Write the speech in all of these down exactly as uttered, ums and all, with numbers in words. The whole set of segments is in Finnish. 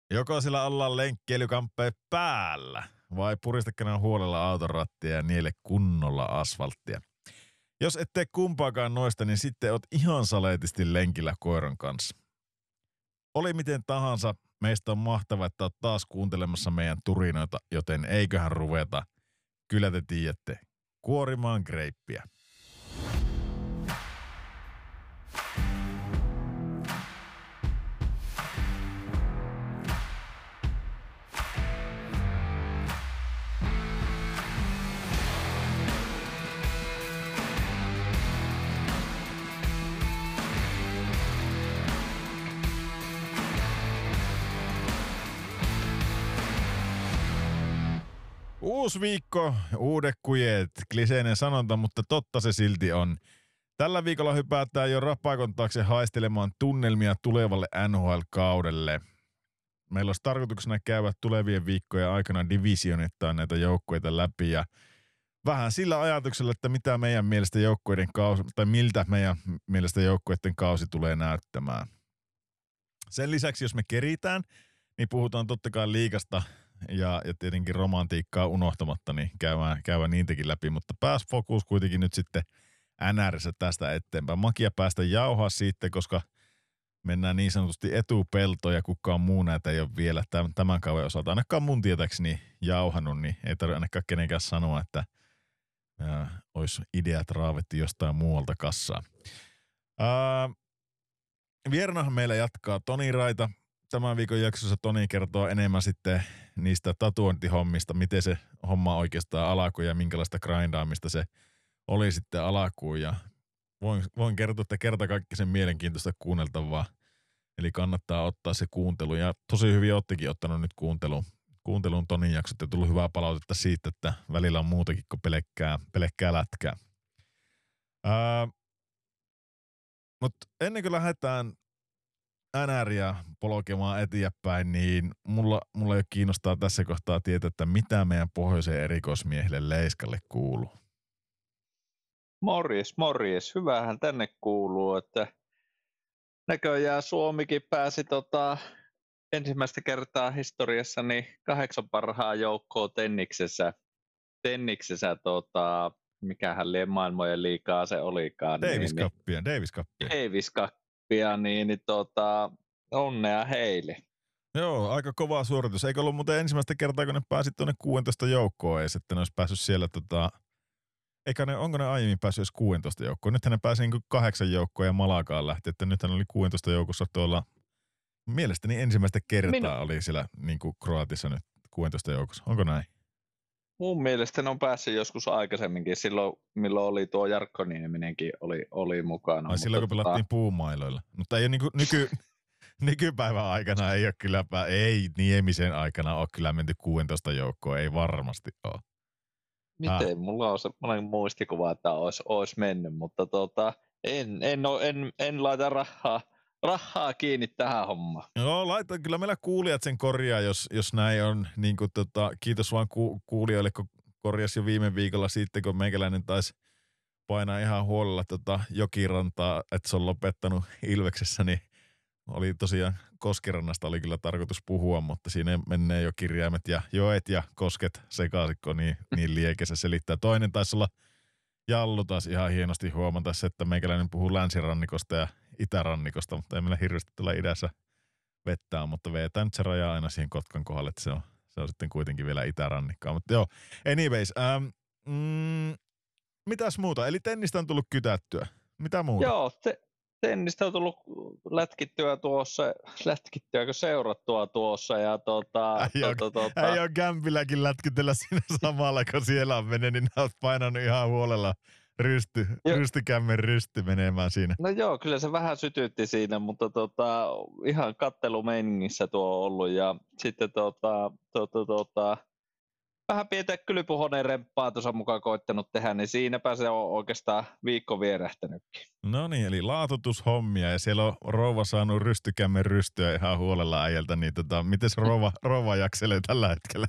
Jokaisella ollaan lenkkeilykamppeet päällä, vai puristakana huolella autorattia ja niille kunnolla asfalttia. Jos et tee kumpaakaan noista, niin sitten oot ihan saletisti lenkillä koiran kanssa. Oli miten tahansa, meistä on mahtavaa, että oot taas kuuntelemassa meidän turinoita, joten eiköhän ruveta. Kyllä te tiedätte, kuorimaan greippiä. Uusi viikko, uudet kujet, kliseinen sanonta, mutta totta se silti on. Tällä viikolla hypätään jo rapaikon taakse haistelemaan tunnelmia tulevalle N H L-kaudelle. Meillä olisi tarkoituksena käydä tulevien viikkojen aikana divisionittaa näitä joukkueita läpi ja vähän sillä ajatuksella, että mitä meidän mielestä joukkueiden kausi, tai miltä meidän mielestä joukkueiden kausi tulee näyttämään. Sen lisäksi, jos me keritään, niin puhutaan totta kai liigasta ja, ja tietenkin romantiikkaa unohtamatta, niin käydään, käydään niitäkin läpi, mutta pääsfokus kuitenkin nyt sitten N R:ssä tästä eteenpäin. Makia päästä jauhaa siitä, koska mennään niin sanotusti etupeltoon ja kukaan muu näitä ei ole vielä tämän kauden osalta. Ainakaan mun tietääkseni jauhannut, niin ei tarvitse ainakaan kenenkään sanoa, että ää, olisi ideat raavettu jostain muualta kassaa. Ää, Viernahan meillä jatkaa Toni Raita. Tämän viikon jaksossa Toni kertoo enemmän sitten niistä tatuointihommista, miten se homma oikeastaan alkoi ja minkälaista grindaamista se oli sitten alkuun. Ja voin, voin kertoa, että kerta kaikki sen mielenkiintoista kuunneltavaa. Eli kannattaa ottaa se kuuntelu. Ja tosi hyvin oottekin ottanut nyt kuunteluun, kuunteluun Tonin jaksot ja tullut hyvää palautetta siitä, että välillä on muutakin kuin pelkkää, pelkkää lätkää. Ää, Mutta ennen kuin lähdetään N R:ää polkemaan eteenpäin, niin mulla, mulla jo kiinnostaa tässä kohtaa tietää, että mitä meidän pohjoisen erikoismiehelle Leiskalle kuuluu. Morjes, morjes. Hyvähän tänne kuuluu, että näköjään Suomikin pääsi tota, ensimmäistä kertaa historiassa niin kahdeksan parhaan joukkoon tenniksessä. Tenniksessä tota, mikähän lie maailmojen liigaa se olikaan. Davis niin, Cupia, Davis Cupia. Davis Cupia, niin, niin tota, onnea heille. Joo, aika kova suoritus. Eikö ollut muuten ensimmäistä kertaa, kun ne pääsit tuonne kuusitoista joukkoon edes, että ne olisi päässyt siellä, tota, eikä ne, onko ne aiemmin päässyt edes kuusitoista joukkoon? Nythän ne pääsi niin kuin kahdeksan joukkoon ja Malakaan lähti, että nythän oli kuusitoista joukossa tuolla, mielestäni ensimmäistä kertaa Minu. oli siellä niin kuin Kroatissa nyt kuusitoista joukossa. Onko näin? Mun mielestä ne on päässyt joskus aikaisemminkin, silloin milloin oli tuo Jarkko Nieminenkin oli, oli mukana. Ai silloin kun pelattiin tota... puumailoilla. Mutta ei ole niin kuin nyky... Nykypäivän aikana ei ole kyllä, ei Niemisen aikana ole kyllä menty kuusitoista joukkoon, ei varmasti ole. Miten? Ah. Mulla on semmoinen muistikuva, että olisi, olisi mennyt, mutta tota, en, en, ole, en, en laita rahaa, rahaa kiinni tähän hommaan. Joo, laita, kyllä meillä kuulijat sen korjaa, jos, jos näin on. Niin kuin, tota, kiitos vaan ku, kuulijoille, kun korjasi jo viime viikolla sitten, kun meikäläinen taisi painaa ihan huolella tota Jokirantaa, että se on lopettanut Ilveksessä, niin oli tosiaan Koskirannasta oli kyllä tarkoitus puhua, mutta siinä menee jo kirjaimet ja joet ja kosket sekaisin, niin, niin liekessä selittää. Toinen taisi olla Jallu taas ihan hienosti huomata se, että meikäläinen puhuu länsirannikosta ja itärannikosta, mutta ei meillä hirveästi tulla idässä vettä on, mutta vetää nyt se raja aina siihen Kotkan kohdalle, että se on, se on sitten kuitenkin vielä itärannikkaa. Mutta joo, anyways, ähm, mm, mitäs muuta? Eli tennistä on tullut kytättyä. Mitä muuta? Joo, te- tennistä on tullut lätkittyä tuossa, lätkittyäkö seurattua tuossa ja tota... Äijä tota, tota, ei ole kämpilläkin lätkitellä siinä samalla, kun siellä on mennyt, niin ne oot painanut ihan huolella rysty, rystykämmen rysty menemään siinä. No joo, kyllä se vähän sytytti siinä, mutta tota, ihan kattelumeiningissä tuo on ollut ja sitten tota, tota, tota, vähän pientä kylpyhuoneen remppaa tuossa mukaan koittanut tehdä, niin siinäpä se on oikeastaan viikko vierähtänytkin. No niin, eli laatutushommia ja siellä on rouva saanut rystykämmen rystyä ihan huolella äijältä, niin tota, miten rouva, rouva jakselee tällä hetkellä?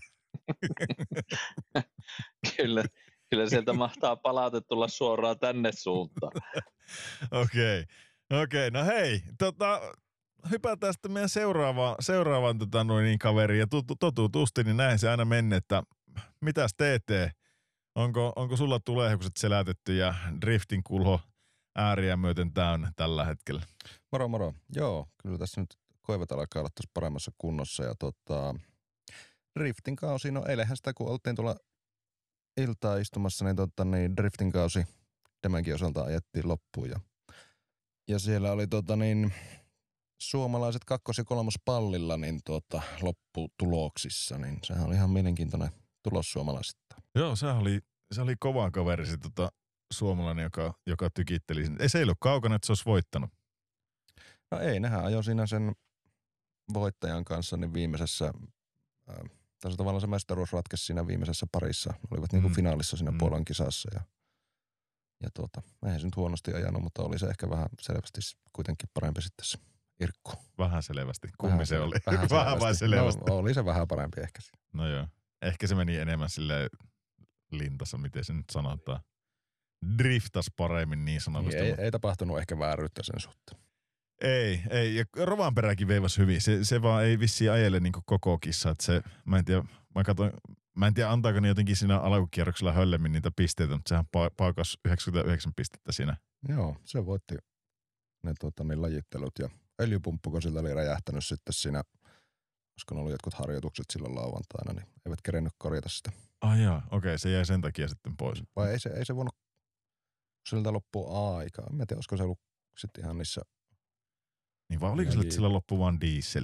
kyllä, kyllä sieltä mahtaa palaute tulla suoraan tänne suuntaan. Okei, okay. okei, okay, no hei, tota, hypätään sitten meidän seuraavaan, seuraavaan tota, noin niin kaveriin. Ja totutusti, niin näin se aina mennyt, että mitäs teette? Onko, onko sulla tulehukset selätetty ja driftin kulho ääriä myöten täynnä tällä hetkellä? Moro moro. Joo, kyllä tässä nyt koivat alkaa olla tuossa paremmassa kunnossa. Ja tota, driftin kausi, no eilähän sitä kun oltiin tuolla iltaa istumassa, niin, tota, niin driftin kausi tämänkin osalta ajettiin loppuun. Ja, ja siellä oli tota, niin, suomalaiset kakkos- ja kolmospallilla niin, tota, lopputuloksissa, niin sehän oli ihan mielenkiintoinen tulos suomalaisista. Joo, se oli, se oli kova kaveri se tota, suomalainen, joka, joka tykitteli. Ei se ei ollut kaukana, että se olisi voittanut. No ei, nehän ajoi siinä sen voittajan kanssa niin viimeisessä, äh, tässä tavallaan se mestaruus ratkesi siinä viimeisessä parissa. Olivat mm. niin kuin finaalissa siinä mm. Puolan kisassa ja, ja tuota, eihän se nyt huonosti ajanut, mutta oli se ehkä vähän selvästi kuitenkin parempi sitten se Irkku. Vähän selvästi. Kummi vähän, se oli? Vähän, vähän vai selvästi? No, oli se vähän parempi ehkä. No joo. Ehkä se meni enemmän silleen lintassa, miten se nyt sanotaan. Driftas paremmin niin sanotusti. Niin, ei, ei tapahtunut ehkä vääryyttä sen suhteen. Ei, ei. Ja Rovanperäkin veivasi hyvin. Se, se vaan ei vissiin ajele niin koko kissa. Että se, mä en tiedä, mä katson, mä en tiedä antaako ne jotenkin siinä alkukierroksella höllemmin niitä pisteitä, mutta sehän pa- paukasi yhdeksänkymmentäyhdeksän pistettä siinä. Joo, se voitti ne tuota, niin lajittelut ja öljypumppu, kun siltä oli räjähtänyt sitten siinä, koska ne oli jotkut harjoitukset silloin lauantaina, niin eivät kerennyt korjata sitä. Ah jaa, okei, se jäi sen takia sitten pois. Vai ei se, ei se voinut, siltä loppuu aikaa. En tiedä, olisiko se ollut sitten ihan niissä. Niin vai oliko sillä, että sillä loppui vaan diisseli?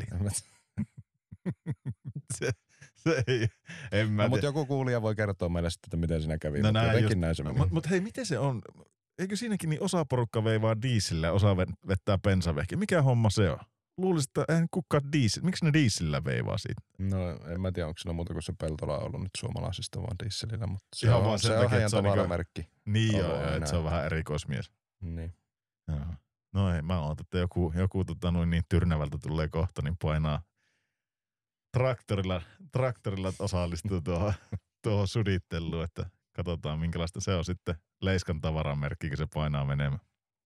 se, se ei, en mä no, mutta joku kuulija voi kertoa meille sitten, että miten siinä kävi. No mutta näin just, näin se meni. Mutta mut hei, miten se on? Eikö siinäkin niin osa porukka veivaa diisillä ja osa vettää bensavehkiä? Mikä homma se on? Luulisin, että eihän kukaan diesel. Miksi ne dieselillä veivaa siitä? No en mä tiedä, onko siinä muuta kuin se Peltola ollut nyt suomalaisista vaan dieselillä, mutta se ihan on, vaan sen se takia, on heidän se on tavaramerkki. Niinku, niin joo, joo että se on vähän erikoismies. Niin. Joo. No ei, mä ootan, että joku, joku tota, noin niin tyrnävältä tulee kohta, niin painaa traktorilla, traktorilla osallistuu tuohon, tuohon suditteluun, että katsotaan minkälaista se on sitten Leiskan tavaramerkki, kun se painaa menemään.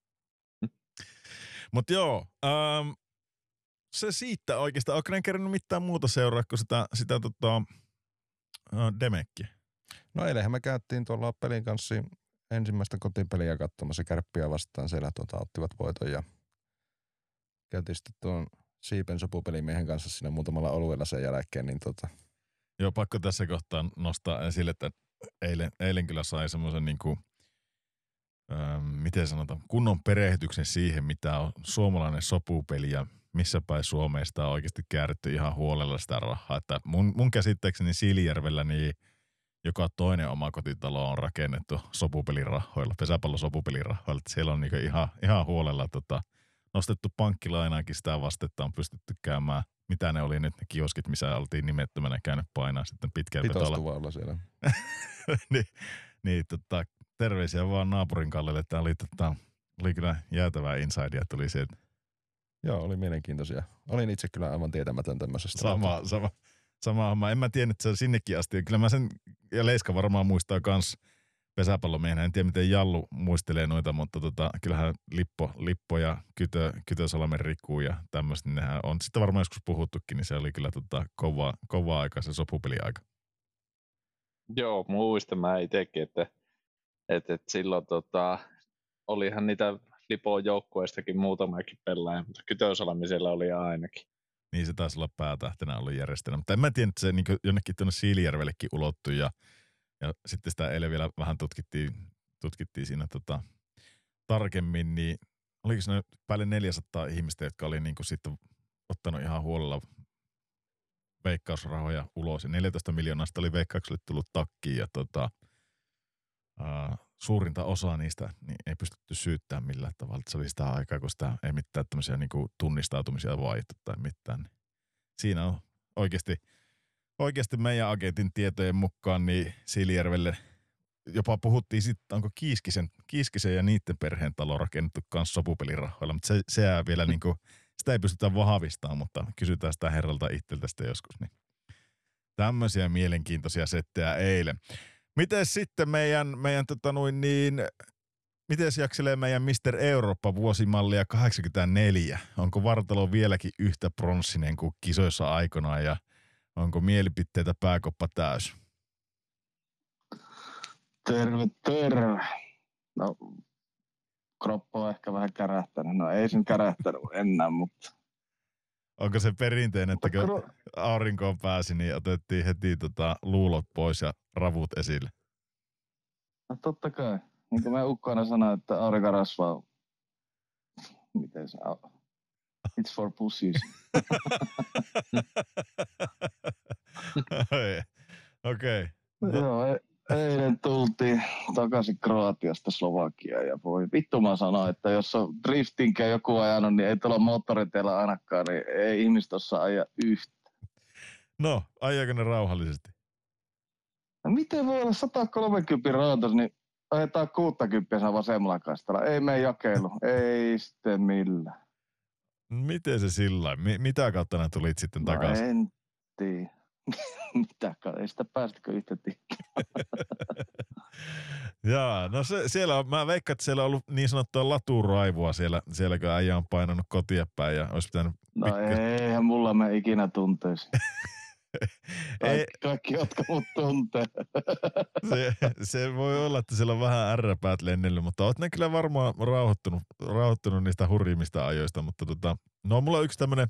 Mutta joo, ähm, se siitä oikeastaan. Onko ne kerännyt mitään muuta seuraa kuin sitä, sitä tota, äh, Demekkiä? No eilenhän me käyttiin tuolla pelin kanssa ensimmäistä kotipeliä katsomassa Kärppiä vastaan. Siellä tuota, ottivat voiton ja käytiin sitten tuon Siipen sopupelimiehen kanssa siinä muutamalla oluella sen jälkeen. Niin tota. Joo, pakko tässä kohtaa nostaa esille, että eilen, eilen kyllä sai semmoisen niinku, ähm, miten sanotaan, kunnon perehdytyksen siihen, mitä on suomalainen sopupeli ja missä päin Suomeen sitä on oikeasti kääritty ihan huolella sitä rahaa. Että mun, mun käsittääkseni Siilijärvellä niin joka toinen omakotitalo on rakennettu sopupelirahoilla, pesäpallosopupelirahoilla. Että siellä on niinku ihan, ihan huolella tota, nostettu pankkilainaakin sitä vastetta, on pystytty käymään. Mitä ne oli nyt ne kioskit, missä oltiin nimettömänä käynyt painaa sitten pitkään petolla. Pitostuvalla siellä. niin, niin tota, terveisiä vaan naapurin Kallelle. Tämä oli, tota, oli kyllä jäätävää insidea tuli sieltä. Joo, oli mielenkiintoisia. Olin itse kyllä aivan tietämätön tämmöisestä. Sama, sama, sama homma. En mä tiennyt, että se on sinnekin asti. Kyllä mä sen, ja Leiska varmaan muistaa kans pesäpallomiehenä. En tiedä, miten Jallu muistelee noita, mutta tota, kyllähän Lippo, Lippo ja Kytö, Kytösalmen Riku ja tämmöistä, niin nehän on sitten varmaan joskus puhuttukin, niin se oli kyllä tota, kova, kova aika se sopupeliaika. Joo, muistan mä itsekin, että, että, että silloin tota, olihan niitä Lipon joukkueistakin muutamakin pelaaja, mutta Kytösalmi siellä oli ainakin. Niin se taisi olla päätähtenä ollut järjestelmä, mutta en mä tiedä, että se niin jonnekin tuonne Siilijärvellekin ulottui ja Ja sitten sitä eilen vielä vähän tutkittiin, tutkittiin siinä tota, tarkemmin, niin oliko siinä päälle neljäsataa ihmistä, jotka oli niin kuin sitten ottanut ihan huolella veikkausrahoja ulos. Ja neljätoista miljoonasta oli veikkaukselle tullut takkiin ja tota, ää, suurinta osaa niistä niin ei pystytty syyttämään millään tavalla. Se oli sitä aikaa, kun sitä ei mitään tämmöisiä niin kuin tunnistautumisia vaihdettu tai mitään. Niin siinä on oikeasti... Oikeasti meidän agentin tietojen mukaan niin Siilijärvelle jopa puhuttiin sitten, onko Kiiskisen, Kiiskisen ja niiden perheen talo rakennettu kanssa sopupelirahoilla, mutta se, se jää vielä niin kuin, sitä ei pystytä vahvistamaan, mutta kysytään sitä herralta itseltä sitten joskus. Niin. Tämmöisiä mielenkiintoisia settejä eilen. Miten sitten meidän, meidän tota noin niin, mites jakselee meidän mister Eurooppa vuosimallia kahdeksankymmentäneljä? Onko vartalo vieläkin yhtä pronssinen kuin kisoissa aikanaan ja onko mielipiteitä pääkoppa täys? Terve, terve. No, kroppa on ehkä vähän kärähtänyt. No ei sen kärähtänyt enää, mutta... Onko se perinteinen, että kun Kro... aurinkoon pääsi, niin otettiin heti tota luulot pois ja ravut esille? No totta kai. Niin kuin me ukkoina sanoi, että aurinko rasvaa. Miten se on? It's for pussies. Okei. Okay. Joo, e- eilen tultiin takaisin Kroatiasta Slovakiaan ja voi vittu mä sanoin, että jos on driftinkä joku ajanut, niin ei tuolla moottoriteillä ainakaan, niin ei ihmiset osaa ajaa yhtä. No, ajaako ne rauhallisesti? No miten voi olla sata kolmekymmentä rautas, niin ajetaan kuusikymmentä saa vasemmalla kastalla. Ei mene jakeilu, ei sitten millään. Miten se sillä Mi- Mitä kautta ne tulit sitten no takaisin? En tiedä. Mitä kautta, ei sitä päästäkö yhtä tikkiä. Jaa, no se, siellä on, mä veikkaan, että siellä on ollut niin sanottua laturaivoa siellä, siellä kun äijä on painanut kotia päin ja olisi pitänyt... No pikkas... eihän mulla me ikinä tunteisi. Ei, Kaikki, kaikki, jotka mut tuntee. se, se voi olla, että siellä on vähän ärräpäät lennellyt, mutta oot ne kyllä varmaan rauhoittunut, rauhoittunut niistä hurjimmista ajoista, mutta tota, no mulla on yksi tämmönen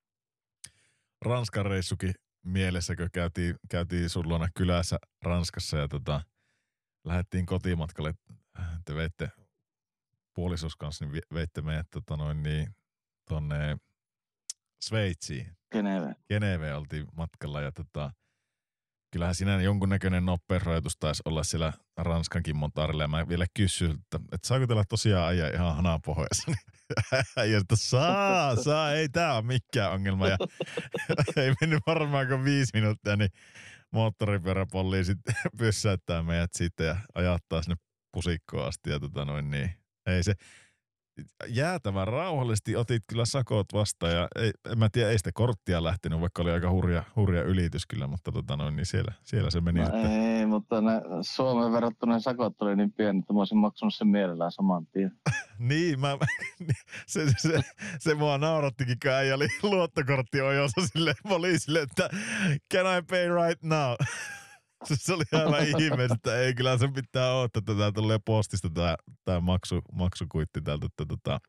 Ranskan reissukin mielessä, kun käytiin, käytiin sun luona kylässä Ranskassa ja tota, lähdettiin kotimatkalle, te veitte puolisos kanssa, niin veitte meidät tota noin niin, tonne Sveitsiin. Geneve. Geneve oltiin matkalla ja tota, kyllähän siinä jonkunnäköinen nopeusrajoitus taisi olla siellä Ranskankin montaarilla ja mä vielä kysyin, että, että saako teillä tosiaan ajaa ihan hanapohjassa. Ja että saa, saa, ei tää ole mikään ongelma. Ja ei mennyt varmaan kuin viisi minuuttia, niin moottoripyöräpolliin sitten pysäyttää meidät sitten ja ajattaa sinne pusikkoon asti. Ja tota noin niin, ei se... Jäätävän rauhallisesti otit kyllä sakot vastaan ja ei, en mä tiedä, ei sitä korttia lähtenyt, vaikka oli aika hurja, hurja ylitys kyllä, mutta tota noin, niin siellä, siellä se meni no sitten. Ei, mutta ne Suomeen verrattuna ne sakot oli niin pieni, että mä olisin maksanut sen mielellään saman tien. Niin, mä, se, se, se, se mua naurattikin, kun äijä oli luottokorttiojossa sille poliisille, että can I pay right now? Se oli aivan ihme, että ei kyllä sen pitää odottaa, että tää tulee postista tää, tää maksu, maksukuitti täältä, että tota,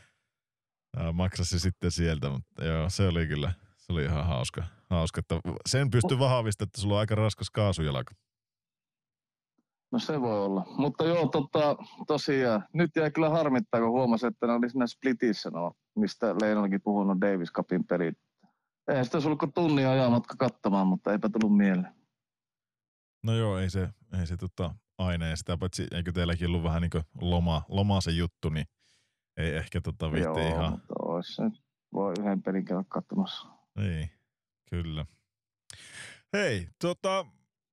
maksasi sitten sieltä, mutta joo, se oli kyllä, se oli ihan hauska, hauska että sen pystyy vahvistamaan, että sulla on aika raskas kaasujalka. No se voi olla, mutta joo, tota, tosiaan, nyt jäi kyllä harmittaa, kun huomasin, että ne oli siinä Splitissä, no, mistä Leinollakin puhunut Davis Cupin pelit. Eihän sitä olisi ollut kuin tunnin ajamatka katsomaan, mutta eipä tullut mieleen. No joo, ei se, ei se tota aineen sitä, paitsi eikö teilläkin ollut vähän niin kuin loma, loma se juttu, niin ei ehkä tota viitti joo, ihan. Joo, mutta olisi se, voi yhden pelin käydä katsomassa. Niin, kyllä. Hei, tota,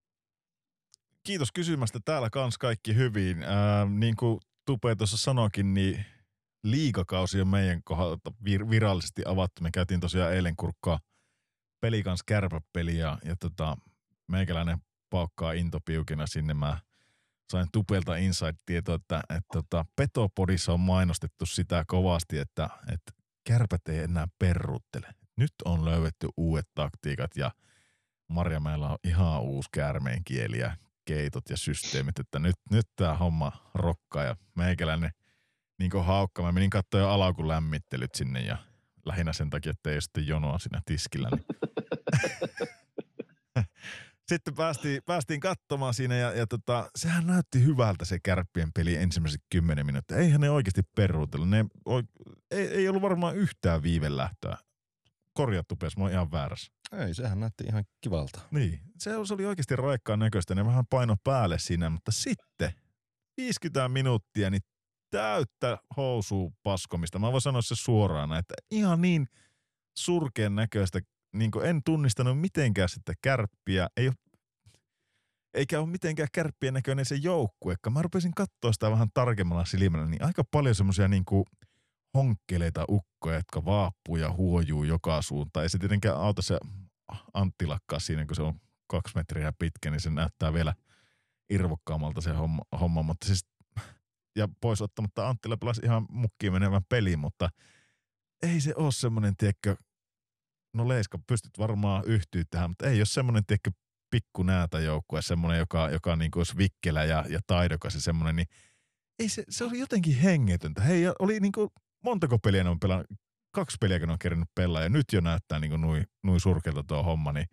kiitos kysymästä täällä kans kaikki hyvin. Ää, niin kuin Tupe tuossa sanoikin, niin liigakausi on meidän kohdalta vir- virallisesti avattu. Me käytiin tosiaan eilen kurkkaa peli kans kärpäpeli ja, ja tota, meikäläinen paukkaa intopiukina sinne. Mä sain Tupelta inside-tietoa, että, että, että tota, Petopodissa on mainostettu sitä kovasti, että, että kärpät ei enää perruttele. Nyt on löydetty uudet taktiikat ja Marjamäellä on ihan uusi käärmeen kieli ja keitot ja systeemit, että nyt, nyt tää homma rokkaa ja meikäläinen niin kuin haukka. Mä menin katsoa jo alaukun lämmittelyt sinne ja lähinnä sen takia, että ei ole sitten jonoa siinä tiskillä. Niin. Sitten päästiin, päästiin katsomaan siinä ja, ja tota, sehän näytti hyvältä se Kärppien peli ensimmäiset kymmenen minuuttia. Eihän ne oikeasti peruutella. Ne ei, ei ollut varmaan yhtään viivelähtöä. Korjattu pes, mä oon ihan väärässä. Ei, sehän näytti ihan kivalta. Niin, se, se oli oikeasti raikkaan näköistä. Ne vähän paino päälle siinä, mutta sitten viisikymmentä minuuttia, niin täyttä housua paskomista. Mä voin sanoa se suoraan, että ihan niin surkean näköistä. Niin kuin en tunnistanut mitenkään sitä Kärppiä, ei ole, eikä ole mitenkään Kärppien näköinen se joukkue. Mä rupesin katsoa sitä vähän tarkemmalla silmällä, niin aika paljon semmoisia niin kuin honkkeleita ukkoja, jotka vaappuu ja huojuu joka suuntaan. Ei se tietenkään auta se Anttilakkaa siinä, kun se on kaksi metriä pitkä, niin se näyttää vielä irvokkaammalta se homma, homma. Mutta siis ja pois ottamatta Anttila pelasi ihan mukkiin menevän pelin, mutta ei se ole semmoinen, tiedätkö, no Leiska, pystyt varmaan yhtyä tähän, mutta ei ole semmoinen, tiedätkö, pikku näätä joukkue, semmoinen, joka, joka niin kuin olisi vikkelä ja, ja taidokas ja semmoinen, niin ei se, se oli jotenkin hengetöntä. Hei, oli niin kuin, montako peliä ne on pelannut, kaksi peliä, kun ne on kerännyt pelaa, ja nyt jo näyttää niin kuin nui, nui surkealta tuo homma, niin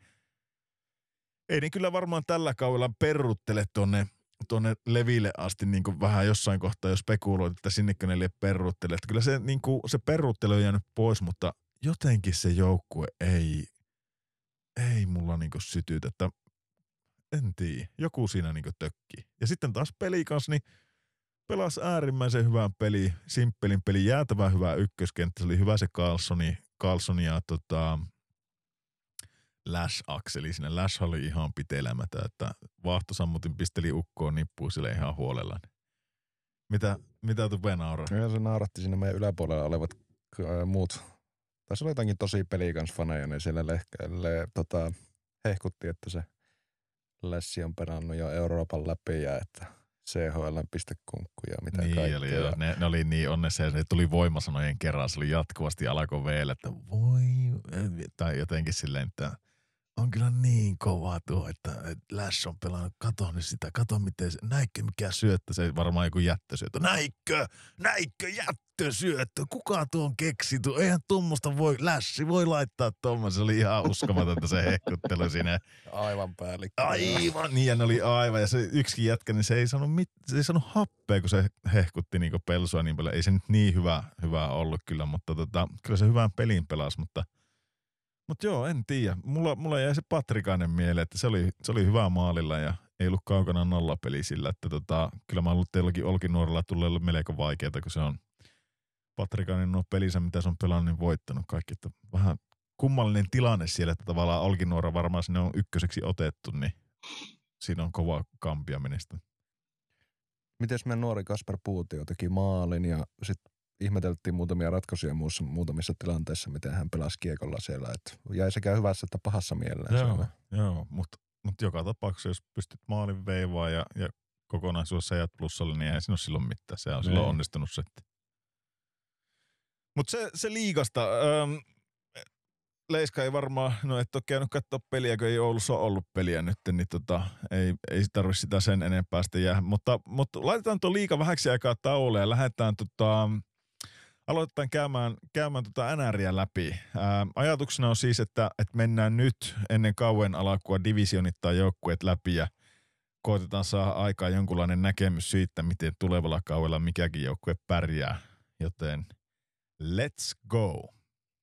ei niin kyllä varmaan tällä kaudella perruttele tuonne tuonne leville asti niin kuin vähän jossain kohtaa jo spekuloit, että sinnekö ne perruttele. Että kyllä se, niin kuin, se perruttelu on jäänyt pois, mutta jotenkin se joukkue ei, ei mulla niin kuin sytytä, että en tiedä. Joku siinä niin kuin tökkii. Ja sitten taas peli kanssa, niin pelasi äärimmäisen hyvän peli, simppelin peli, jäätävän hyvä ykköskenttä. Se oli hyvä se Carlsoni, Carlsoni ja tota, Lash-akseli. Siinä Lash oli ihan pitelemätön, että vaahtosammutin pisteli ukkoon nippuun sille ihan huolella. Mitä, mitä tupee nauraa? Ja se nauratti siinä meidän yläpuolella olevat äh, muut. Taisi olla jotakin tosi pelikansfaneja, niin siellä le, le, tota, hehkutti, että se Lässi on perannut jo Euroopan läpi ja että C H L piste kunkku ja mitä niin, kaikkea. Oli, ja... ne, ne oli niin onnessa ja se tuli voimasanojen kerran. Se oli jatkuvasti alkoi vielä, että voi, tai jotenkin silleen, että on kyllä niin kova tuo, että, että Lash on pelannut. Kato nyt sitä, kato miten se, näikkö mikä syöttö, se varmaan joku jättösyöttö. Näikkö, näikkö jättösyöttö, kuka tuon keksi tuo, eihän tuommoista voi, Lash voi laittaa tuommoista. Se oli ihan uskomatonta se hehkuttelu siinä. Aivan päällikkö. Aivan, niin ja ne oli aivan, ja se yksikin jätkä, niin se ei saanut, mit, se ei saanut happea, kun se hehkutti niinku pelsua niin paljon. Ei se nyt niin hyvä, hyvä ollut kyllä, mutta tota, kyllä se hyvän pelin pelasi, mutta Mutta joo, en tiedä. Mulla, mulla jäi se Patrikainen mieleen, että se oli, se oli hyvä maalilla ja ei ollut kaukana nollapeli sillä, että tota, kyllä mä luulen, että teilläkin Olkinuorella tulee melko vaikeaa, kun se on Patrikainen nuo pelinsä, mitä se on pelannut, niin voittanut kaikki. Että vähän kummallinen tilanne siellä, että tavallaan Olkinuora varmaan sinne on ykköseksi otettu, niin siinä on kova kampia menestä. Mites meidän nuori Kasper Puutio teki maalin ja sitten ihmeteltiin muutamia ratkaisuja muussa, muutamissa tilanteissa, miten hän pelasi kiekolla siellä. Et jäi sekä hyvässä että pahassa mieleen. Joo, joo mutta mut joka tapauksessa, jos pystyt maalin veivaa ja, ja kokonaisuudessa jäät plussalle, niin ei siinä ole silloin mitään. Se on silloin onnistunut setti. Mutta se, se liigasta. Ähm, Leiska ei varmaan, no et ole käynyt katsoa peliä, kun ei Oulussa ole ollut peliä nyt, niin tota, ei, ei tarvitse sitä sen enempää sitten jää. Mutta, mutta laitetaan tuo liiga vähäksi aikaa tauolle ja lähdetään tota... Aloitetaan käymään, käymään tuota N R:ää läpi. Ää, ajatuksena on siis, että, että mennään nyt ennen kauan alkua divisionittaa joukkueet läpi ja koitetaan saada aikaan jonkunlainen näkemys siitä, miten tulevalla kaudella mikäkin joukkue pärjää. Joten let's go!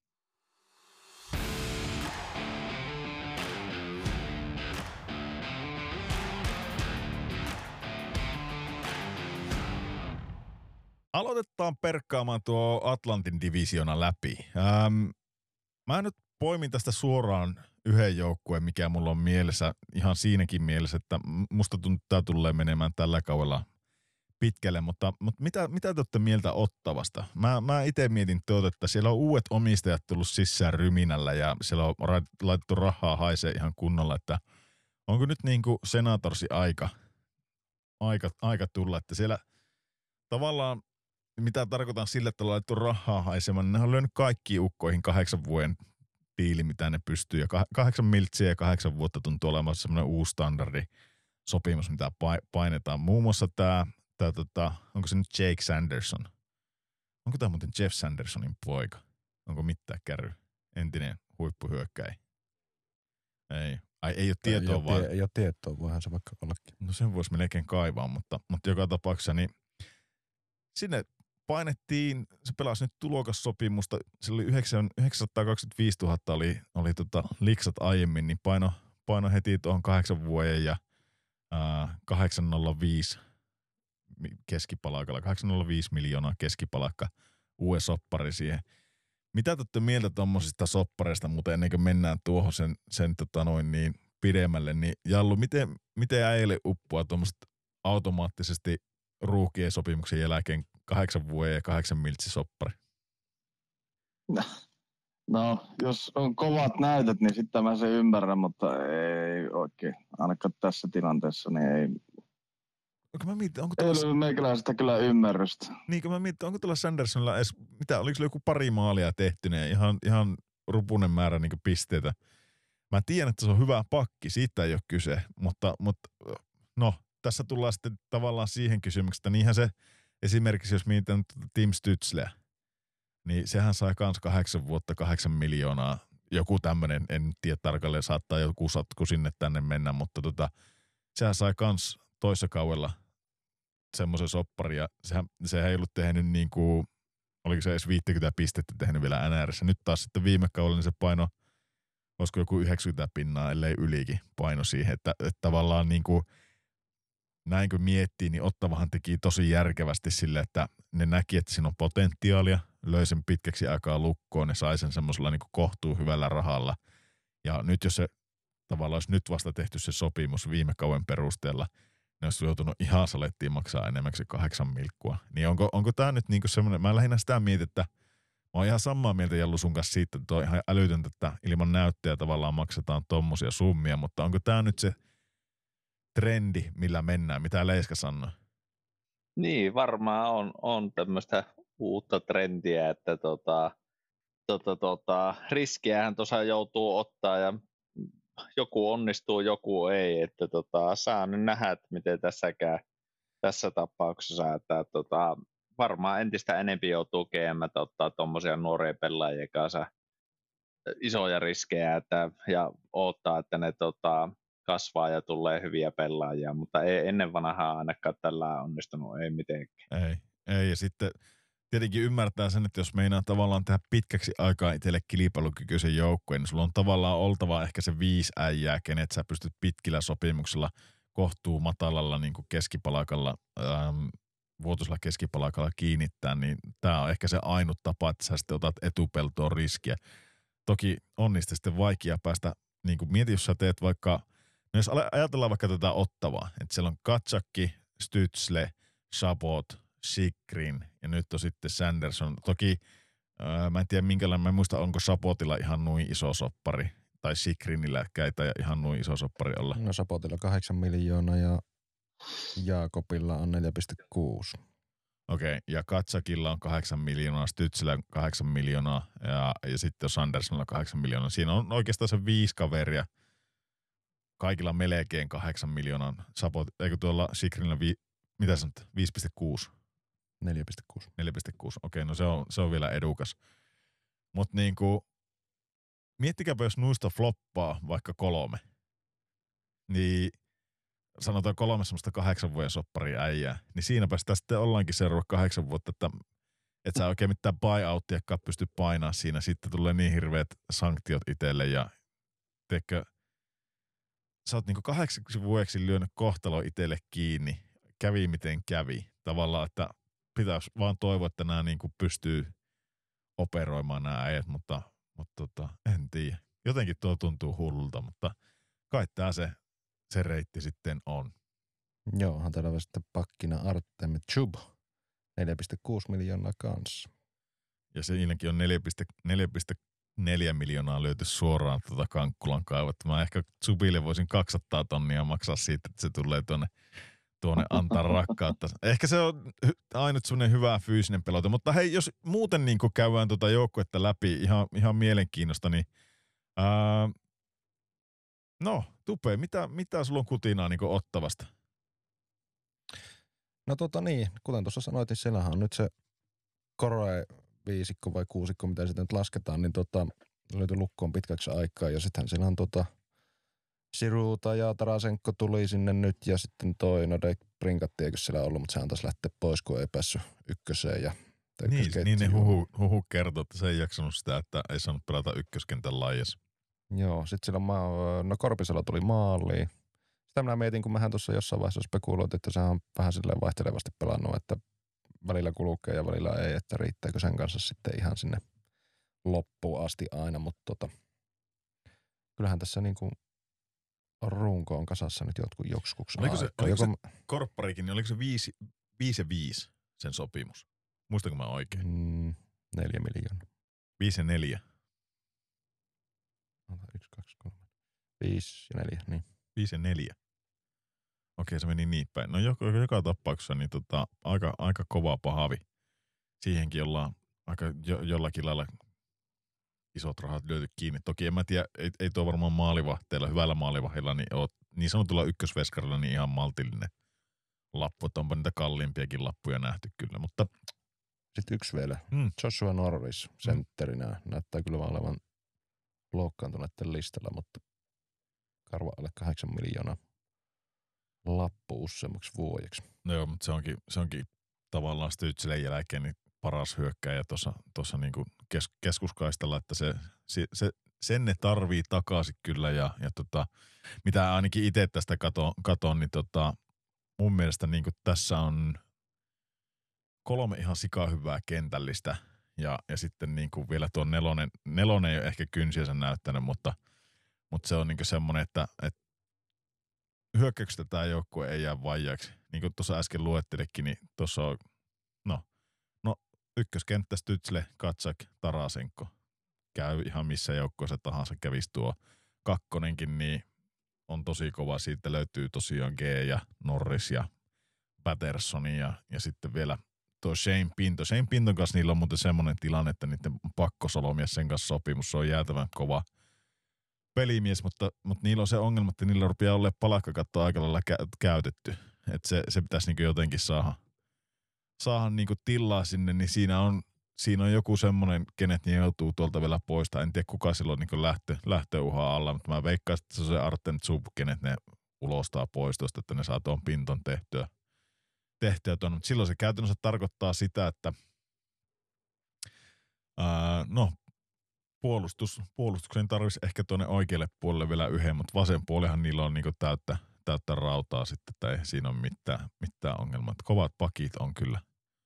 Aloitetaan perkkaamaan tuo Atlantin divisiona läpi. Ähm, mä nyt poimin tästä suoraan yhden joukkueen, mikä mulla on mielessä, ihan siinäkin mielessä, että musta tuntuu, että tämä tulee menemään tällä kaudella pitkälle, mutta, mutta mitä, mitä te olette mieltä Ottavasta? Mä, mä itse mietin tuota, että siellä on uudet omistajat tullut sisään ryminällä ja siellä on laitettu rahaa haisee ihan kunnolla, että onko nyt niin kuin Senatorsi aika, aika, aika tulla, että siellä tavallaan mitä tarkoitan sillä, että on laitettu rahaa haisemaan, ne on lyönyt kaikkiin ukkoihin kahdeksan vuoden diili, mitä ne pystyy. Ja kahdeksan miltsiä ja kahdeksan vuotta tuntuu olemaan semmoinen uusi standardi sopimus, mitä painetaan. Muun muassa tämä, tämä tota, onko se nyt Jake Sanderson? Onko tämä muuten Jeff Sandersonin poika? Onko mitään kärry? Entinen huippuhyökkäjä. Ei. Ai ei ole tietoa ei vaan. Tie, ei ole tietoa, voihan se vaikka ollakin. No sen voisi melkein kaivaa, mutta, mutta joka tapauksessa niin sinne painettiin, se pelasi nyt tulokassopimusta, se oli yhdeksänsataakaksikymmentäviisituhatta oli, oli tota liksat aiemmin, niin paino, paino heti tuohon kahdeksan vuoden ja ää, kahdeksansataaviisi keskipalakalla, kahdeksansataaviisi miljoonaa keskipalakka, uuden soppari siihen. Mitä te olette mieltä tuommoisista soppareista, mutta ennen kuin mennään tuohon sen, sen tota noin niin pidemmälle, niin Jallu, miten, miten äijälle uppoaa tuommoiset automaattisesti ruukien sopimuksen jälkeen kahdeksan vuoden ja kahdeksan miltsi soppari? No, jos on kovat näytöt, niin sitten mä sen ymmärrän, mutta ei oikein. Ainakaan tässä tilanteessa, niin ei. mä mietin, onko Ei tuolla, ollut meikäläisestä kyllä ymmärrystä. niin kun mä mietin, onko tuolla Sandersonilla edes, mitä, oliko sillä joku pari maalia tehtyneen ja ihan, ihan rupunen määrä niin pisteitä. Mä tiedän, että se on hyvä pakki, siitä ei ole kyse, mutta, mutta no, tässä tullaan sitten tavallaan siihen kysymykseen, että niinhän se esimerkiksi, jos mietitään Tim Stützleä, niin sehän sai kans kahdeksan vuotta, kahdeksan miljoonaa. Joku tämmönen, en tiedä tarkalleen, saattaa joku satku sinne tänne mennä, mutta tota, sehän sai kans toissa kaudella semmoisen soppari, ja sehän, sehän ei ollut tehnyt niinku, oliko se edes viisikymmentä pistettä tehnyt vielä N R:ssä. Nyt taas sitten viime kaudella niin se paino, olisiko joku yhdeksänkymmentä pinnaa, ellei ylikin paino siihen, että, että tavallaan niinku, näin kun miettii, niin Ottavahan teki tosi järkevästi sille, että ne näki, että siinä on potentiaalia, löi sen pitkäksi aikaa lukkoon ja sai sen semmoisella niin kohtuu hyvällä rahalla. Ja nyt jos se tavallaan olisi nyt vasta tehty se sopimus viime kauden perusteella, ne olisi joutunut ihan salettiin maksaa enemmäksi kahdeksan milkkua. Niin onko, onko tämä nyt niin semmoinen, mä lähinnä sitä mietin, että mä oon ihan samaa mieltä Jallu sun kanssa siitä, että on ihan älytöntä, että ilman näyttöjä tavallaan maksetaan tommosia summia, mutta onko tämä nyt se trendi, millä mennään, mitä Leiska sanoo? Niin, varmaan on, on tämmöistä uutta trendiä, että tota, tota, tota, riskiähän tuossa joutuu ottaa ja joku onnistuu, joku ei, että tota, saa nyt nähdä, että miten tässä käy tässä tapauksessa, että tota, varmaan entistä enempi joutuu G M ottaa tuommoisia nuoria pelaajia kanssa isoja riskejä että, ja odottaa, että ne tota, kasvaa ja tulee hyviä pelaajia, mutta ei ennen vanhaa ainakaan tällä onnistunut, ei mitenkään. Ei, ei ja sitten tietenkin ymmärtää sen, että jos meinaa tavallaan tehdä pitkäksi aikaa itselle kilpailukykyisen joukkueen, niin sulla on tavallaan oltava ehkä se viisi äijää, kenet sä pystyt pitkillä sopimuksella kohtuu matalalla niin kuin keskipalakalla, ähm, vuotuisella keskipalakalla kiinnittää, niin tää on ehkä se ainut tapa, että sä sitten otat etupeltoon riskiä. Toki on niistä sitten vaikea päästä, niin kuin mieti, jos sä teet vaikka, no jos ajatellaan vaikka tätä Ottavaa, että siellä on Katsakki, Stützle, Chabot, Sikrin ja nyt on sitten Sanderson. Toki ää, mä en tiedä minkälainen, mä en muista onko Chabotilla ihan noin iso soppari tai Sikrinillä ei ihan noin iso soppari olla. No Chabotilla kahdeksan miljoonaa ja Jaakobilla on neljä pilkku kuusi. Okei, okay, ja Katsakilla on kahdeksan miljoonaa, Stützillä kahdeksan miljoonaa ja, ja sitten on Sandersonilla kahdeksan miljoonaa. Siinä on oikeastaan se viisi kaveria. Kaikilla melkein kahdeksan miljoonaa. Chabot, eikö tuolla Sikrinillä, vi, mitä sanot, viisi pilkku kuusi? neljä pilkku kuusi. neljä pilkku kuusi, okei, no se on, se on vielä edukas. Mutta niinku, miettikääpä jos nuista floppaa vaikka kolme, niin sanotaan kolme semmoista kahdeksan vuoden sopparia äijää, niin siinäpä sitä sitten ollaankin seuraava kahdeksan vuotta, että et sä oikein mitään buyouttiakaan pysty painaa siinä, sitten tulee niin hirveät sanktiot itselle ja teekö, sä oot niinku kahdeksaksi vuodeksi lyönyt kohtalo itselle kiinni, kävi miten kävi, tavallaan, että pitäisi vaan toivoa, että nämä niinku pystyy operoimaan nämä äijät, mutta, mutta tota, en tiedä. Jotenkin tuo tuntuu hullulta, mutta kai tämä se, se reitti sitten on. Joo, onhan täällä sitten pakkina Artem Chub, neljä pilkku kuusi miljoonaa kanssa. Ja siinäkin on neljä pilkku neljä miljoonaa löyty suoraan tuota Kankkulan kaivetta. Mä ehkä Chubille voisin kaksisataa tonnia maksaa siitä, että se tulee tuonne tuonne antaa rakkautta. Ehkä se on ainut semmoinen hyvä fyysinen pelote. Mutta hei, jos muuten niin käydään tuota joukkuetta läpi ihan, ihan mielenkiinnosta, niin ää, no, Tupe, mitä, mitä sulla on kutinaa niin Ottavasta? No tota niin, kuten tuossa sanoit, niin siellähän on nyt se Koroe viisikko vai kuusikko, mitä sitten nyt lasketaan, niin tota, löytyi lukkoon pitkäksi aikaa ja sittenhän siellä on tota Siruta ja Tarasenko tuli sinne nyt ja sitten toi, no Dek Brinkatti eikö siellä ollut, mutta sehän taas lähteä pois, kun ei päässyt ykköseen. Ja niin, niin ne huhu, huhu kertoo, että se ei jaksanut sitä, että ei saanut pelata ykköskentän laajassa. Joo, sitten siellä maa, no Korpisalo tuli maaliin. Sitä minä mietin, kun mehän tuossa jossain vaiheessa spekuloitiin, että sehän on vähän silleen vaihtelevasti pelannut, että välillä kulkee ja välillä ei, että riittääkö sen kanssa sitten ihan sinne loppuun asti aina, mutta tota, kyllähän tässä niinku runko on kasassa nyt jotkut joksikuksi oliko se, aikaa. oliko Joko... se korpparikin, niin oliko se viisi, viisi ja viisi sen sopimus? Muistanko mä oikein? Mm, neljä miljoonaa. Viisi ja neljä. Yksi, kaksi, kolme. Viisi ja neljä, niin. Viisi ja neljä. Okei, se meni niin päin. No joka, joka tapauksessa niin tota, aika, aika kova pahavi. Siihenkin ollaan aika jo, jollakin lailla isot rahat löyty kiinni. Toki en mä tiedä, ei, ei tuo varmaan maalivahteella, hyvällä maalivahdilla, niin oot niin sanotulla ykkösveskarilla niin ihan maltillinen lappu. Että onpa niitä kalliimpiakin lappuja nähty kyllä, mutta... Sitten yksi vielä. Mm. Joshua Norris sentterinä. Mm. Näyttää kyllä vaan olevan loukkaantuneiden listalla, mutta karva alle kahdeksan miljoonaa lappu useammaksi vuodeksi. No joo, mutta se onkin, se onkin tavallaan Stützlen jälkeen niin paras hyökkääjä tuossa, tuossa niin kuin kes, keskuskaistalla, että se, se, se, sen ne tarvii takaisin kyllä ja, ja tota, mitä ainakin itse tästä katon, katon niin tota, mun mielestä niin kuin tässä on kolme ihan sikahyvää kentällistä ja, ja sitten niin kuin vielä tuo nelonen, nelonen ei ole ehkä kynsiänsä näyttänyt, mutta, mutta se on niin kuin semmoinen, että, että hyökkäyksestä tämä joukkue ei jää vajaaksi. Niin kuin tuossa äsken luettelikin, niin tuossa on, no, no ykköskenttä Stützle, Katsak, Tarasenko. Käy ihan missä joukkueessa tahansa kävisi tuo kakkonenkin, niin on tosi kova. Siitä löytyy tosiaan G ja Norris ja Patterson ja, ja sitten vielä tuo Shane Pinto. Shane Pinton kanssa niillä on muuten semmoinen tilanne, että niiden pakko solmia sen kanssa sopimus. Se on jäätävän kova pelimies, mutta, mutta niillä on se ongelma, että niillä rupeaa olemaan palkkakatto aika lailla kä- käytetty. Että se, se pitäisi niinku jotenkin saada, saada niinku tilaa sinne, niin siinä on, siinä on joku semmoinen, kenet ne joutuu tuolta vielä poistaa. En tiedä, kuka silloin niinku lähtö, lähtöuhaa alla, mutta mä veikkaan, että se on se Arten Zub, kenet ne ulostaa pois tuosta, että ne saa tuon Pinton tehtyä. tehtyä tuon. Mutta silloin se käytännössä tarkoittaa sitä, että ää, no, Puolustus, puolustuksen tarvitsisi ehkä tuonne oikealle puolelle vielä yhden, mutta vasen puolihan niillä on niinku täyttä, täyttä rautaa sitten, että ei siinä ole mitään, mitään ongelmaa. Kovat pakit on kyllä.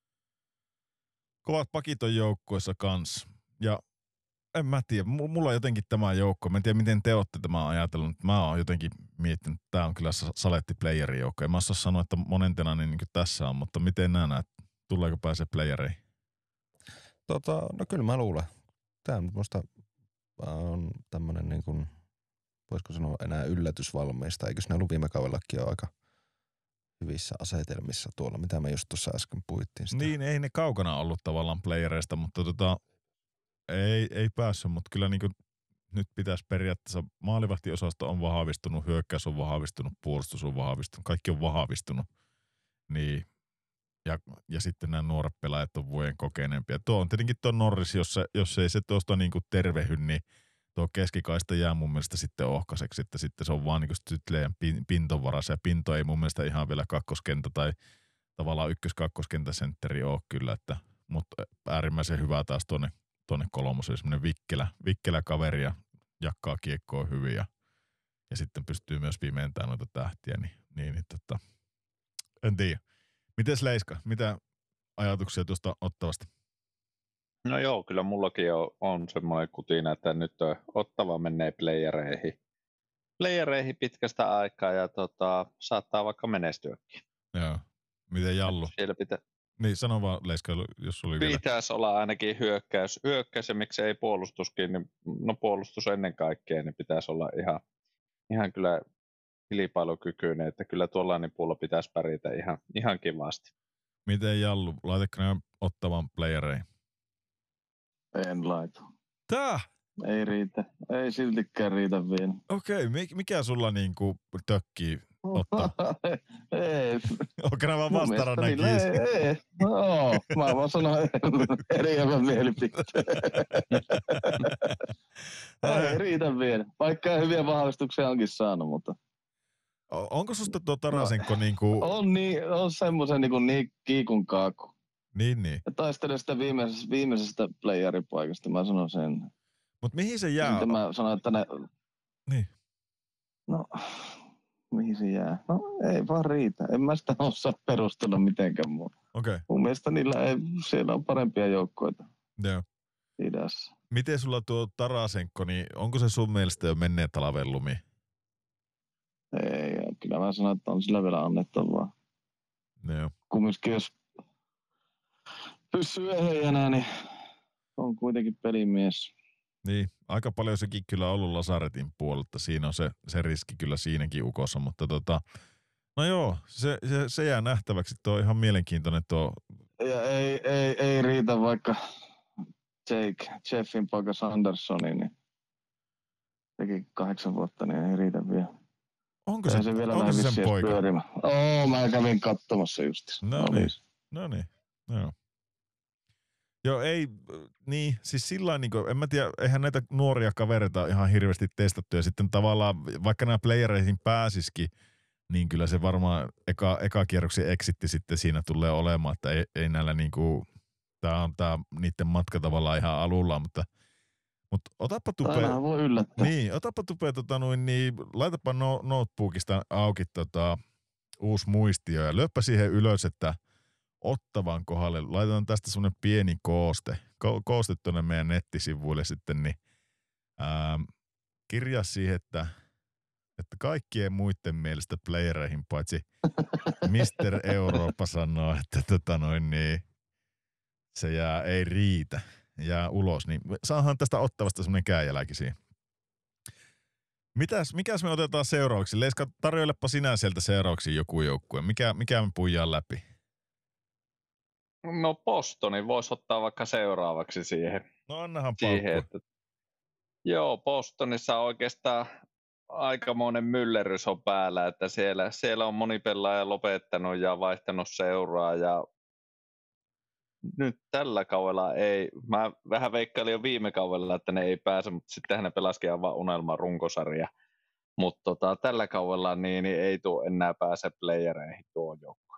Kovat pakit on joukkueessa kans. Ja en mä tiedä, mulla on jotenkin tämä joukko, mä en tiedä miten te olette tämän ajatellut, mutta mä oon jotenkin miettinyt, että tää on kyllä saletti playeri joukko. En mä osaa sanoa, että monentena niin, niin kuin tässä on, mutta miten nää näet, tuleeko pääsee playereihin? Tota, no kyllä mä luulen. Tää on musta on tämmönen niin kuin, voisiko sanoa enää yllätysvalmeista, eikö ne ollut viime kaudellakin jo aika hyvissä asetelmissa tuolla, mitä me just tuossa äsken puhuttiin sitä. Niin, ei ne kaukana ollut tavallaan playereista, mutta tota, ei, ei päässyt, mutta kyllä niin kuin nyt pitäisi periaatteessa, maalivahtiosasto on vahvistunut, hyökkäys on vahvistunut, puolustus on vahvistunut, kaikki on vahvistunut, niin Ja, ja sitten nämä nuoret pelaajat on vuoden kokeneempia. Tuo on tietenkin tuo Norris, jos, se, jos ei se tuosta niinku tervehdy, niin tuo keskikaista jää mun mielestä sitten ohkaiseksi. Että sitten se on vaan niinku Stützlen Pinton varassa. Ja Pinto ei mun mielestä ihan vielä kakkoskentä tai tavallaan ykkös-kakkoskentäsentteri ole kyllä. Että, mutta äärimmäisen hyvä taas tuonne, tuonne kolmoseen. Semmoinen vikkelä, vikkelä kaveri ja jakkaa kiekkoa hyvin. Ja, ja sitten pystyy myös pimentämään noita tähtiä. Niin, niin, niin tota, en tiedä. Mites Leiska, mitä ajatuksia tuosta Ottavasta? No joo, kyllä mullakin on, on semmoinen kutina, että nyt Ottava menee playereihin, playereihin pitkästä aikaa ja tota, saattaa vaikka menestyäkin. Joo. Miten Jallu? Siellä pitä, Niin, sano vaan Leiska, jos oli vielä. pitäisi olla ainakin hyökkäys, hyökkäys ja miksei ei puolustuskin, niin, no puolustus ennen kaikkea, niin pitäisi olla ihan, ihan kyllä kilpailukykyinen, että kyllä tuollainen puolella pitäisi pärjätä ihan, ihan kivasti. Miten Jallu, laitatko ne Ottavan playereihin? En laita. Tää? Ei riitä. Ei siltikään riitä vielä. Okei, okay. mikä sulla niinku tökkii Ottaa? ei. Onko nämä vaan vastarannan kiisi? Ei, ei. No, mä vaan sanon eriävän mielipiteen. Ei riitä vielä. Vaikka hyviä vahvistuksia onkin saanut, mutta... Onko susta tuo Tarasenko no, niinku... On, niin, on semmoisen niinku niin kiikun kaaku. Niin, niin. Ja taistelen sitä viimeisestä, viimeisestä playeripaikasta, mä sanon sen. Mut mihin se jää? Sitten mä sanon, että ne... Niin. No, mihin se jää? No, ei vaan riitä. En mä sitä osaa perustella mitenkään muu. Okei. Okay. Mun mielestä niillä ei, siellä on parempia joukkoita. Joo. Idässä. Miten sulla tuo Tarasenko, niin onko se sun mielestä jo menneet talven lumi? Ei, kyllä mä sanon, että on sillä vielä annettavaa. Joo. Kumminkin jos pysyy ehjänä, niin on kuitenkin pelimies. Niin, aika paljon sekin kyllä ollut Lasaretin puolelta. Siinä on se, se riski kyllä siinäkin ukossa, mutta tota, No joo, se, se, se jää nähtäväksi. Tuo on ihan mielenkiintoinen tuo. Ja ei, ei, ei riitä vaikka Jake, Jeffin poika Sandersoni, niin teki kahdeksan vuotta, niin ei riitä vielä. Onko se, se vielä onko se sen poika? Oo, mä kävin katsomassa just. No niin, no niin, joo. Joo, ei, niin, siis sillä niin kuin, en mä tiedä, eihän näitä nuoria kavereita ihan hirveästi testattu, ja sitten tavallaan, vaikka nämä playereihin pääsisikin, niin kyllä se varmaan eka, eka kierroksen exitti sitten siinä tulee olemaan, että ei, ei näillä niinku, tää on tää niiden matka tavallaan ihan alulla, mutta, mutta otapa tupea. Aina voi yllättää. Niin, otapa tupea tota noin, niin laitapa no, notebookista auki tota uusi muistio ja lyöppä siihen ylös, että Ottavan kohdalle laitetaan tästä semmonen pieni kooste, Ko- kooste tuonne meidän nettisivuille sitten, niin ää, kirjaa siihen, että että kaikkien muiden mielestä playereihin, paitsi mister Eurooppa sanoo, että tota noin, niin se jää, ei riitä, jää ulos, niin saadaan tästä Ottavasta semmoinen käänjälki siihen. Mitäs, mikäs me otetaan seuraavaksi? Leiska, tarjoilepa sinä sieltä seuraavaksi joku joukkue. Mikä, mikä me puijaan läpi? No Bostoni voisi ottaa vaikka seuraavaksi siihen. No annahan siihen että, joo, Bostonissa oikeastaan aikamoinen myllerrys on päällä, että siellä, siellä on moni pelaaja lopettanut ja vaihtanut seuraa ja nyt tällä kaudella ei, mä vähän veikkailin jo viime kaudella, että ne ei pääse, mutta sittenhän ne pelasikin aivan unelman runkosarja, mutta tota, tällä kaudella niin, niin ei tule enää pääse playereihin tuo joukko.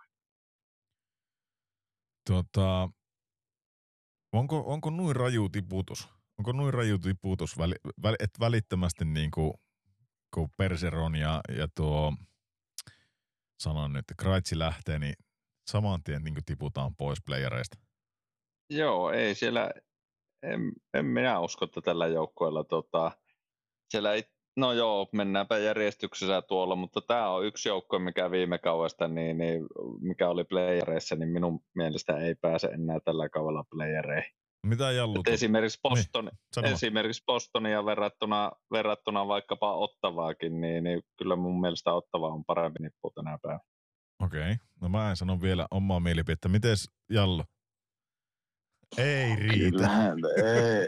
Tota, onko, onko nuin raju tiputus? Onko nuin raju tiputus, väli, väl, että välittömästi niin kuin kun Perseron ja, ja tuo, sanon nyt, Kreitsi lähtee, niin saman tien niin kuin tiputaan pois playereista? Joo, ei siellä, en, en minä usko, että tällä joukkueella, tota, siellä ei, no joo, mennäänpä järjestyksessä tuolla, mutta tämä on yksi joukkue, mikä viime kaudesta, niin, niin, mikä oli playereissa, niin minun mielestä ei pääse enää tällä kaudella playereihin. Mitä Jallu? Esimerkiksi, Boston, niin, esimerkiksi Bostonia verrattuna, verrattuna vaikkapa Ottavaakin, niin, niin kyllä mun mielestä Ottava on parempi nippu tänä päivänä. Okei, okay. No mä en sano vielä omaa mielipidettä. Mites Jallu? Ei riitä. Kyllähän, ei.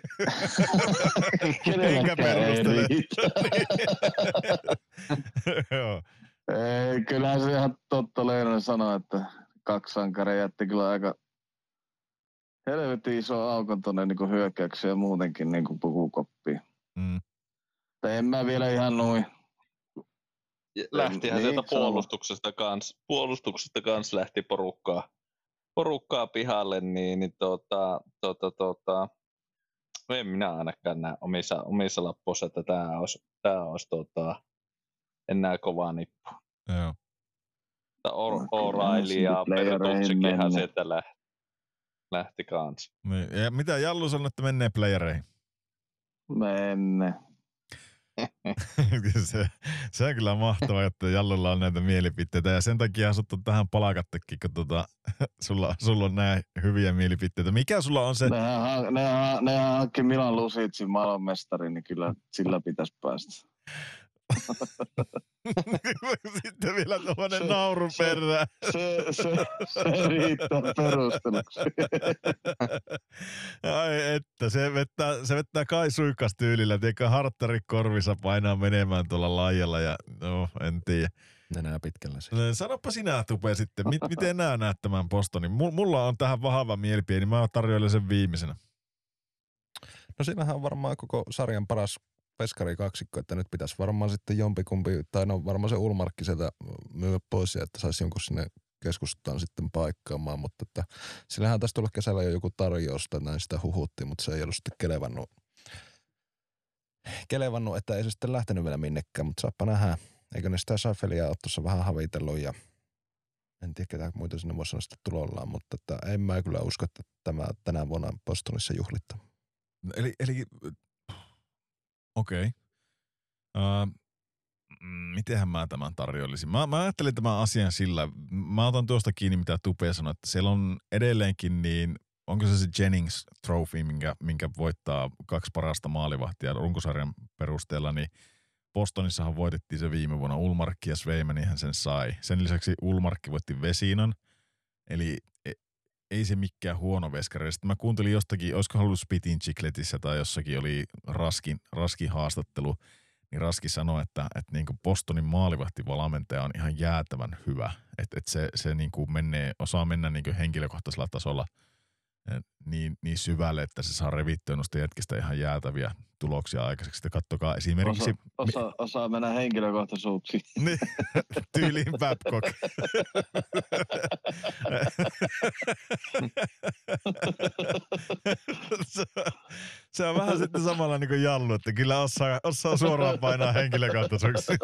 Enkä perustele. Joo. Ei, kyllähän se ihan totta Leinonen sanoi, että kaksi sankaria jätti kyllä aika helvetin iso aukon tuonne niin hyökkäyksiä ja muutenkin niin pukukoppiin. Mm. En mä vielä ihan noin. Lähtihän niin, sieltä puolustuksesta kans, puolustuksesta kans lähti porukkaa, porukkaa pihalle, niin, niin tota, tota, tota, en minä ainakaan näe omissa, omissa lappuissa, että tämä olisi, tää olisi tota, enää kovaa nippu. Joo. O'Reilly ja Bertuccikinhan sieltä lähti, lähti kans. Niin. Ja mitä Jallu sanoi, että menee playereihin? Menne. se, se on kyllä mahtavaa, että Jallulla on näitä mielipiteitä ja sen takia sut on tähän palakattekin, kun tota, sulla, sulla on näin hyviä mielipiteitä. Mikä sulla on se? Nehän, nehän, nehän hankki Milan Lusitsin maailmanmestari, niin kyllä sillä pitäisi päästä. Sitten vielä tuollainen nauru perään. Se, se, se, se riittää perusteluksi. Ai että, se vettää, se vettää Kai Suikas tyylillä, tiedätkö, harttari korvissa painaa menemään tuolla laajalla ja no, en tiedä. Enää pitkällä se. Sanoppa sinä Tupe sitten, miten nää näet tämän Bostonin? Mulla on tähän vahva mielipide, niin mä tarjoilen sen viimeisenä. No siinähän on varmaan koko sarjan paras peskari kaksikko, että nyt pitäisi varmaan sitten jompikumpi, tai no varmaan se Ulmarkki sieltä myydä pois, ja että saisi jonkun sinne keskustaan sitten paikkaamaan, mutta että sillähän taisi tulla kesällä jo joku tarjous, että näin sitä huhuttiin, mutta se ei ollut sitten kelevannut, kelevannut että ei se sitten lähtenyt vielä minnekään, mutta saappa nähdä, eikö ne sitä Seifelia ole tuossa vähän havitellut, ja en tiedä ketään muita sinne voisi sanoa sitten tulollaan, mutta että en mä kyllä usko, että tämä tänä vuonna Bostonissa juhlittaa. Eli, eli okei. Okay. Uh, mitenhän mä tämän tarjoilisin? Mä, mä ajattelin tämän asian sillä, mä otan tuosta kiinni, mitä Tupe sanoi, että siellä on edelleenkin niin, onko se se Jennings Trophy, minkä, minkä voittaa kaksi parasta maalivahtia runkosarjan perusteella, niin Bostonissahan voitettiin se viime vuonna. Ullmark ja Sveimanihan sen sai. Sen lisäksi Ullmark voitti Vesinan. Eli ei se mikään huono veskari. Sitten mä kuuntelin jostakin, olisiko ollut Spitin Chicletissä tai jossakin oli Raskin, Raskin haastattelu, niin Raski sanoi, että, että niin kuin Bostonin maalivahtivalmentaja on ihan jäätävän hyvä. Että että se, se niin kuin menee, osaa mennä niin kuin henkilökohtaisella tasolla niin, niin syvälle, että se saa revittyä noista jätkistä ihan jäätäviä tuloksia aikaiseksi. Sitten kattokaa esimerkiksi... Osa, osa, osaa mennä henkilökohtaisuuksiin. Niin, tyyliin Babcock. se, se on vähän sitten samalla niin kuin Jallu, että kyllä osaa, osaa suoraan painaa henkilökohtaisuuksia.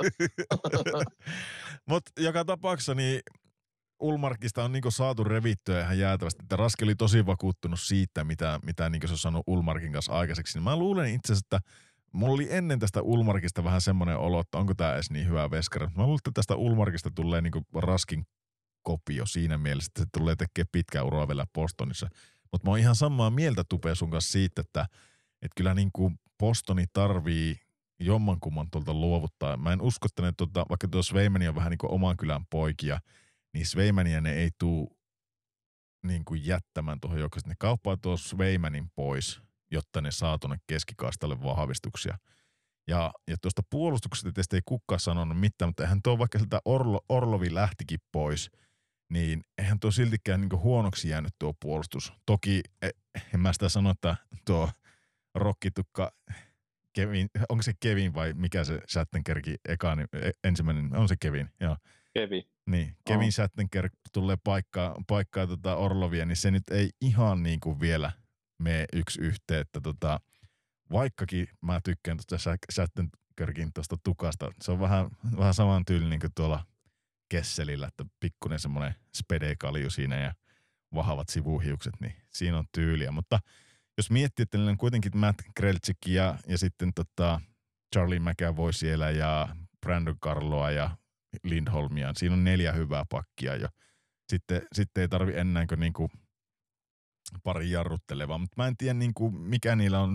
Mutta joka tapauksessa niin Ullmarkista on niinku saatu revittyä ihan jäätävästi. Että Raski oli tosi vakuuttunut siitä, mitä, mitä niinku se on saanut Ullmarkin kanssa aikaiseksi. Mä luulen itse asiassa, että mulla oli ennen tästä Ullmarkista vähän semmoinen olo, että onko tää edes niin hyvä veskari. Mä luulen, että tästä Ullmarkista tulee niinku Raskin kopio siinä mielessä, että se tulee tekemään pitkää uraa vielä Bostonissa. Mutta mä oon ihan samaa mieltä Tupe sun kanssa siitä, että, että kyllä niinku Bostoni tarvii jommankumman tuolta luovuttaa. Mä en usko, että ne tuota, vaikka tuo Sveimani on vähän niin kuin oman kylän poikia, niin Sveimania ne ei tuu niin kuin jättämään tuohon joukkoon. Ne kauppaa tuo Sveimanin pois, jotta ne saa tuonne keskikaistalle vahvistuksia. Ja, ja tuosta puolustuksesta teistä ei kukaan sanonut mitään, mutta eihän tuo vaikka sieltä Orlo, Orlovi lähtikin pois, niin eihän tuo siltikään niin kuin huonoksi jäänyt tuo puolustus. Toki en mä sitä sano, että tuo rokkitukka Kevin, onko se Kevin vai mikä se Shattenkirkin eka, ensimmäinen, on se Kevin, joo. Kevin. Niin, Kevin oh. Shattenkirk tulee paikkaa, paikkaa tota Orlovia, niin se nyt ei ihan niin kuin vielä mene yksi yhteen, että tota, vaikkakin mä tykkään tuosta Shattenkirkin tuosta tukasta, se on vähän, vähän saman tyylinen kuin tuolla Kesselillä, että pikkuinen semmoinen spedekalju siinä ja vahvat sivuhiukset, niin siinä on tyyliä, mutta jos miettii, että niillä on kuitenkin Matt Krelchik ja, ja sitten tota Charlie McAvoy siellä ja Brandon Carloa ja Lindholmia. Siinä on neljä hyvää pakkia ja sitten, sitten ei tarvi enää kuin niinku pari jarruttelevaa. Mutta mä en tiedä niinku mikä niillä on.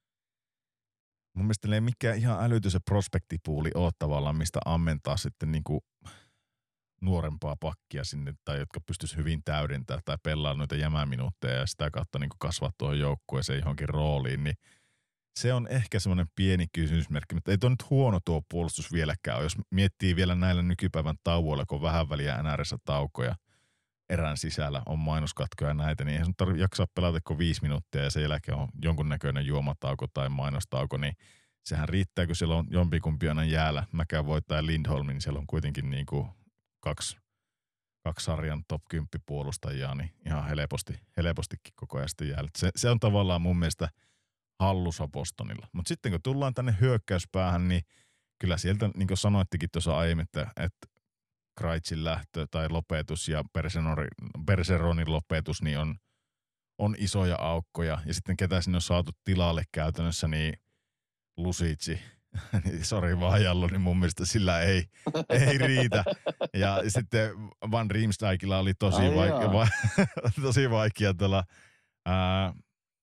Mun mielestä ei mikään ihan älytön se prospektipuuli ole tavallaan, mistä ammentaa sitten niinku nuorempaa pakkia sinne, tai jotka pystyisi hyvin täydentämään tai pelaamaan noita jämäminuutteja ja sitä kautta niin kasvaa tuohon joukkueeseen johonkin rooliin, niin se on ehkä semmoinen pieni kysymysmerkki, mutta ei tuo nyt huono tuo puolustus vieläkään ole. Jos miettii vielä näillä nykypäivän tauoilla, kun on vähän väliä N R:ssä taukoja erän sisällä, on mainoskatkoja ja näitä, niin ei sun tarvitse jaksaa pelata kuin viisi minuuttia ja sen jälkeen on jonkunnäköinen juomatauko tai mainostauko, niin sehän riittää, kun siellä on jompikumpi aina jäällä. Mäkään voittaa Lindholm, niin siellä on kuitenkin niin kuin kaksi, kaksi sarjan top kymmenen puolustajaa, niin ihan helposti, helpostikin koko ajan sitten jäällä. Se, se on tavallaan mun mielestä hallussa Bostonilla. Mutta sitten kun tullaan tänne hyökkäyspäähän, niin kyllä sieltä, niin kuin sanoittekin tuossa aiemmin, että, että Krejcin lähtö tai lopetus ja Bergeronin lopetus, niin on, on isoja aukkoja. Ja sitten ketä sinne on saatu tilalle käytännössä, niin Lucici, sori vaan Jallu, niin mun mielestä sillä ei, ei riitä. Ja sitten Van Riemsdijkilla oli tosi, Ai vaikea, va, tosi vaikea tuolla, ää,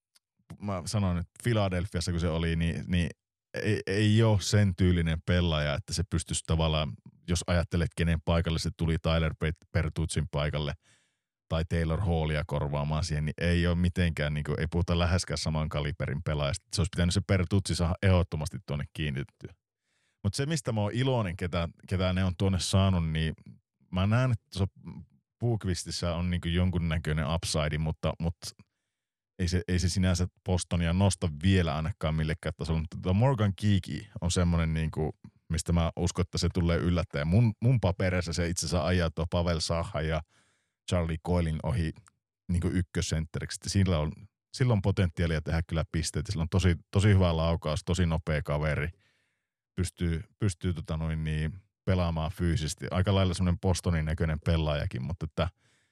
mä sanon, että Philadelphiassa kun se oli, niin, niin ei, ei ole sen tyylinen pelaaja, että se pystyisi tavallaan, jos ajattelet kenen paikalle se tuli Tyler Bertuzzin paikalle tai Taylor Hallia korvaamaan siihen, niin ei ole mitenkään, niin kuin, ei puhuta läheskään saman kaliberin pelaajasta. Se olisi pitänyt se Bertuzzi saada ehdottomasti tuonne kiinnitettyä. Mutta se, mistä mä oon iloinen, ketä, ketä ne on tuonne saanut, niin mä näen, että tuossa Bookvistissä on niin kuin jonkunnäköinen upside, mutta, mutta ei, se, ei se sinänsä Bostonia nosta vielä ainakaan millekään tasolla. Mutta Morgan Geekie on semmoinen, niin kuin, mistä mä uskon, että se tulee yllättäen. Mun, mun paperissa se itse asiassa ajaa tuo Pavel Saha ja Charlie Coilin ohi niin kuin ykkössentteriksi. Sillä on, sillä on potentiaalia tehdä kyllä pisteitä. Sillä on tosi, tosi hyvä laukaus, tosi nopea kaveri. Pystyy, pystyy tota noin niin, pelaamaan fyysisesti. Aika lailla semmoinen Bostonin näköinen pelaajakin, mutta että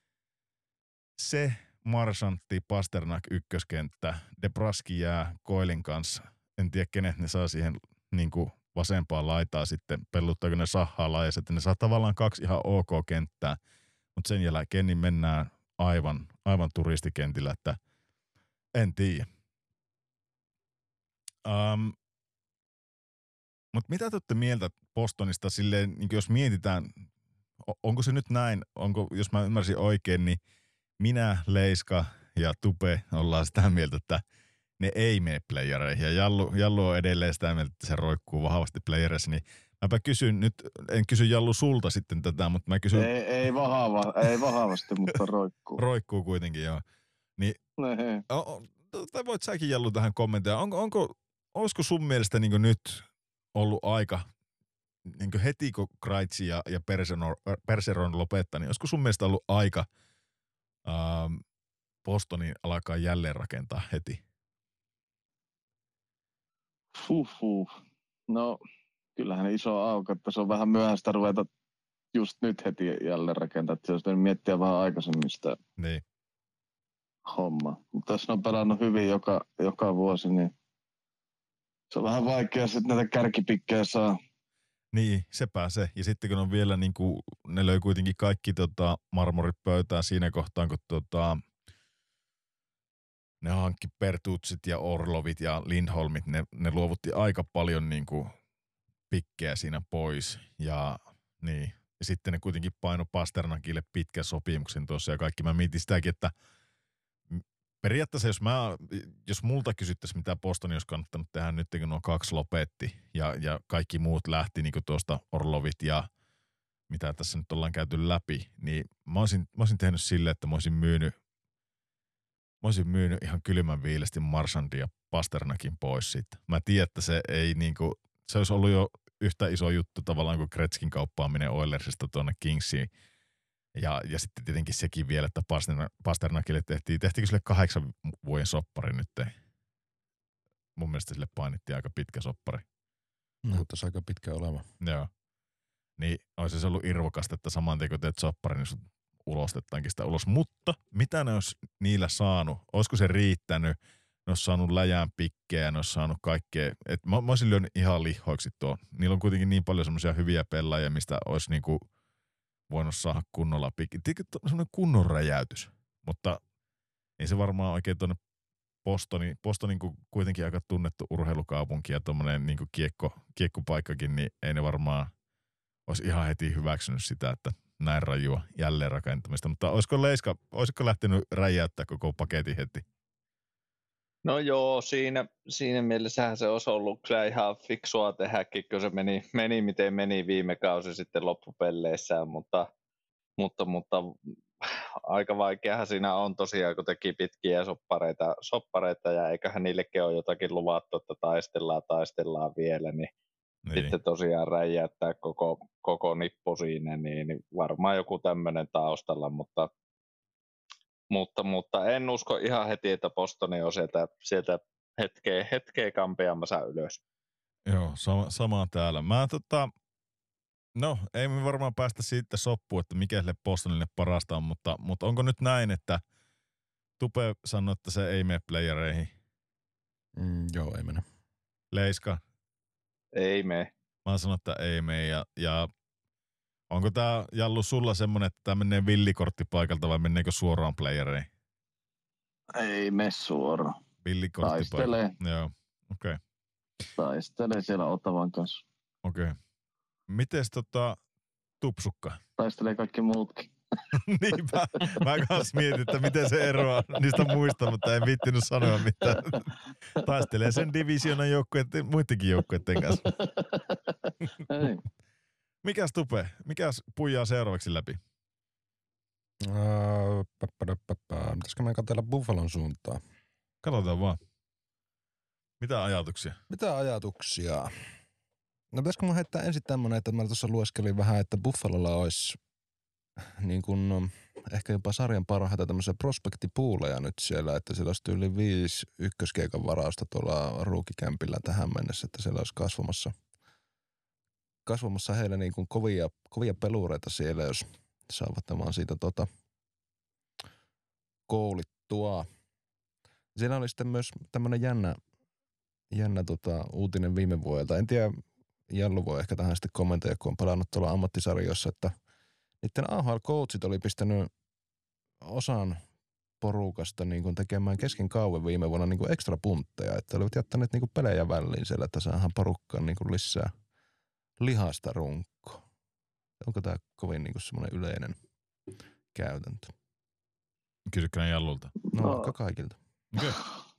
se Marsantti, Pasternak ykköskenttä, Debraski jää Coilin kanssa. En tiedä, kenet ne saa siihen niin kuin vasempaan laitaa sitten. Pelluttaako ne Sahaa laajassa, että ne saa tavallaan kaksi ihan ok kenttää. Mutta sen jälkeen niin mennään aivan, aivan turistikentillä, että en tiedä. Um, Mutta mitä te olette mieltä Bostonista silleen, niin jos mietitään, onko se nyt näin, onko, jos mä ymmärsin oikein, niin minä, Leiska ja Tupe ollaan sitä mieltä, että ne ei mene playereihin. Ja Jallu, Jallu on edelleen sitä mieltä, että se roikkuu vahvasti playereissa. Niin mäpä kysyn nyt, en kysy Jallu sulta sitten tätä, mutta mä kysyn... Ei, ei, vahava, ei vahvasti, mutta roikkuu. Roikkuu kuitenkin, joo. Niin, o, tai voit säkin Jallu tähän kommentoida. Onko, onko, olisiko sun mielestä niin nyt ollut aika, niin heti kun Kreitz ja, ja Perseron, Perseron lopettaa, niin olisiko sun mielestä ollut aika ähm, Bostonin alkaa jälleen rakentaa heti? Huhhuh. No, kyllähän iso auko, että se on vähän myöhäistä ruveta just nyt heti jälleen rakentaa. Että se olisi miettiä vähän aikaisemmin sitä niin. hommaa. Mutta jos ne on pelannut hyvin joka, joka vuosi, niin se on vähän vaikea sitten näitä kärkipikkejä saa. Niin, sepä se. Ja sitten kun on vielä, niin kuin, ne löi kuitenkin kaikki tota, marmorit pöytään siinä kohtaan, kun tota, ne hankki Pertutsit ja Orlovit ja Lindholmit, ne, ne luovutti aika paljon niin kuin, pikkejä siinä pois. Ja, niin. ja sitten ne kuitenkin paino Pasternakille pitkän sopimuksen tuossa ja kaikki. Mä mietin sitäkin, että periaatteessa jos, mä, jos multa kysyttäisiin, mitä Bostoni olisi kannattanut tehdä nyt, kun nuo kaksi lopetti ja, ja kaikki muut lähti niin kuin tuosta Orlovit ja mitä tässä nyt ollaan käyty läpi, niin mä olisin, mä olisin tehnyt silleen, että mä olisin myynyt, mä olisin myynyt ihan kylmän viilesti Marchandin ja Pasternakin pois siitä. Mä tiedän, että se ei niin kuin, se olisi ollut jo yhtä iso juttu tavallaan kuin Gretzkin kauppaaminen Oilersista tuonne Kingsiin. Ja, ja sitten tietenkin sekin vielä, että Pasternakille tehtiin, tehtiinkö sille kahdeksan vuoden soppari nyt? Mun mielestä sille painittiin aika pitkä soppari. No, tässä aika pitkä oleva. Joo. Niin olisi se ollut irvokasta, että saman tien kun teet soppari, niin sut ulostetaankin sitä ulos. Mutta mitä ne olisi niillä saanut? Olisiko se riittänyt? Ne olisi saanut läjään pikkejä, ne olisi saanut kaikkea. Et mä, mä olisin lyönyt ihan lihoiksi tuo. Niillä on kuitenkin niin paljon semmoisia hyviä pelaajia, mistä olisi niinku voinut saada kunnolla pikki. Tiedätkö, semmoinen kunnon räjäytys. Mutta ei se varmaan oikein tuonne Bostoni, Bostonin kuitenkin aika tunnettu urheilukaupunki ja tuommoinen niin kiekko, kiekkopaikkakin, niin ei ne varmaan olisi ihan heti hyväksynyt sitä, että näin rajua jälleenrakentamista. Mutta olisiko Leiska, olisiko lähtenyt räjäyttää koko paketin heti? No joo, siinä, siinä mielessähän se olisi ollut kyllä ihan fiksua tehdäkin, kun se meni, meni miten meni viime kausi sitten loppupelleissään, mutta, mutta, mutta aika vaikeahan siinä on tosiaan, kun teki pitkiä soppareita, soppareita ja eiköhän niillekin ole jotakin luvattu, että taistellaan, taistellaan vielä, niin, niin. Sitten tosiaan räjäyttää koko, koko nippu siinä, niin, niin varmaan joku tämmöinen taustalla, mutta Mutta, mutta en usko ihan heti, että Bostoni on sieltä, sieltä hetkeä, hetkeä kampeamassa ylös. Joo, sama, sama täällä. Mä tota, no ei me varmaan päästä siitä soppuun, että mikä sille Bostonille parasta on, mutta, mutta onko nyt näin, että Tupe sanoi, että se ei mene playereihin? Mm, joo, ei mene. Leiska? Ei mene. Mä sanon, että ei mene ja, ja onko tää Jallu sulla semmonen, että tää menee villikorttipaikalta vai meneekö suoraan playereihin? Ei mene suoraan. Villikorttipaikalta. Taistelee. Joo, okei. Okay. Taistelee siellä Ottavan kanssa. Okei. Okay. Mites tota Tupsukka? Taistelee kaikki muutkin. Niinpä. Mä kans mietin, että miten se eroaa niistä muista, mutta en viittinyt sanoa mitään. Taistelee sen divisioonan joukkueiden, muidenkin joukkueiden kanssa. Ei. Mikäs Tupe? Mikäs puijaa seuraavaksi läpi? Uh, Pitäisikö meidän katsella Buffalon suuntaan? Katsotaan vaan. Mitä ajatuksia? Mitä ajatuksia? No pitäisikö mun heittää ensin tämmönen, että mä tuossa lueskelin vähän, että Buffalolla olisi niin kun, ehkä jopa sarjan parhaita tämmöisiä prospektipuuleja nyt siellä, että siellä olisi yli viisi ykköskeikan varausta tuolla ruukikämpillä tähän mennessä, että siellä olisi kasvamassa, kasvamassa heillä niin kuin kovia, kovia pelureita siellä, jos saavat vaan siitä tota, koulittua. Siellä oli sitten myös tämmöinen jännä, jännä tota, uutinen viime vuodelta. En tiedä, Jallu voi ehkä tähän sitten kommentoida, kun on palannut tuolla ammattisarjoissa, että niiden A H L-coachit oli pistänyt osan porukasta niin kuin tekemään kesken kauden viime vuonna niin kuin ekstra puntteja, että olivat jättäneet niin kuin pelejä väliin siellä, että saadaan porukkaan niin kuin lisää lihasta runkkoa. Onko tämä kovin niin kuin semmoinen yleinen käytäntö? Kysykään Jallulta. No, No. aika kaikilta. Okay.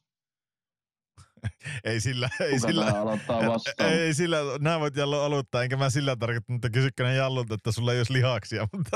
ei sillä, ei Kuka sillä, tähän aloittaa vastaan? ei sillä, nää voit Jallu aloittaa, enkä mä sillä tarkoittanut, että kysykään Jallulta, että sulla ei olisi lihaksia, mutta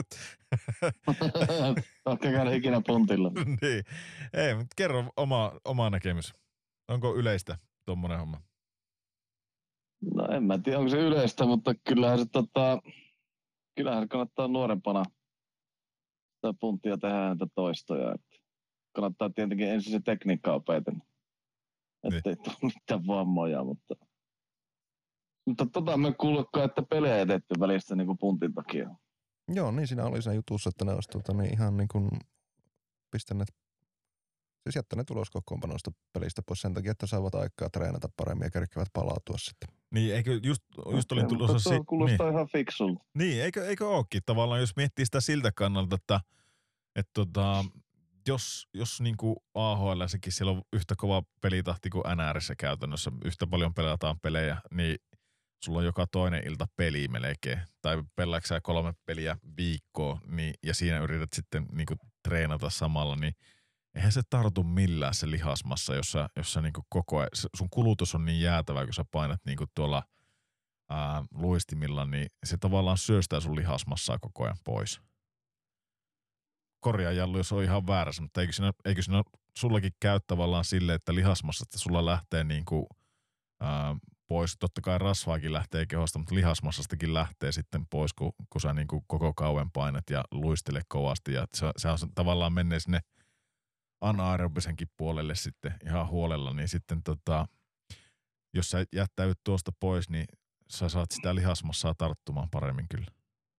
Oletko käynyt ikinä puntilla? niin. Ei, mutta kerro oma, oma näkemys. Onko yleistä tommonen homma? No en mä tiedä, onko se yleistä, mutta kyllähän se, tota, kyllähän se kannattaa nuorempana sitä punttia tehdä näitä toistoja. Että kannattaa tietenkin ensin se tekniikka opetella, ettei tule mitään vammoja, mutta, mutta tota me kuulokkaan, että pelejä ei tehty välistä niin kuin puntin takia. Joo, niin siinä oli siinä jutussa, että ne olisi tuota, niin ihan niin kuin pistäneet, siis jättäneet ulos kokoonpanoista pelistä pois sen takia, että saavat aikaa treenata paremmin ja kerkevät palautua sitten. Niin, eikö just, just olin Okei, tulossa... mutta tuo si- kuulostaa niin. ihan fiksulta. Niin, eikö, eikö ookin tavallaan, jos miettii sitä siltä kannalta, että et tota, jos, jos niinku A H L:ssäkin siellä on yhtä kova pelitahti kuin N R:ssä käytännössä, yhtä paljon pelataan pelejä, niin sulla on joka toinen ilta peli melkein, tai pelaaksä sä kolme peliä viikkoa, niin, ja siinä yrität sitten niinku treenata samalla, niin eihän se tartu millään se lihasmassa, jossa, jossa niinku koko ajan, sun kulutus on niin jäätävä, kun sä painat niinku tuolla ää, luistimilla, niin se tavallaan syöstää sun lihasmassaa koko ajan pois. Korjaa Jallu, jos on ihan väärässä, mutta eikö siinä, eikö siinä sullakin käy tavallaan silleen, että lihasmassasta sulla lähtee niinku, ää, pois. Totta kai rasvaakin lähtee kehosta, mutta lihasmassastakin lähtee sitten pois, kun, kun sä niinku koko kauan painat ja luistelet kovasti. Ja se, se on tavallaan menee sinne anaerobisenkin puolelle sitten ihan huolella, niin sitten tota, jos sä jättäyt tuosta pois, niin sä saat sitä lihasmassaa tarttumaan paremmin kyllä.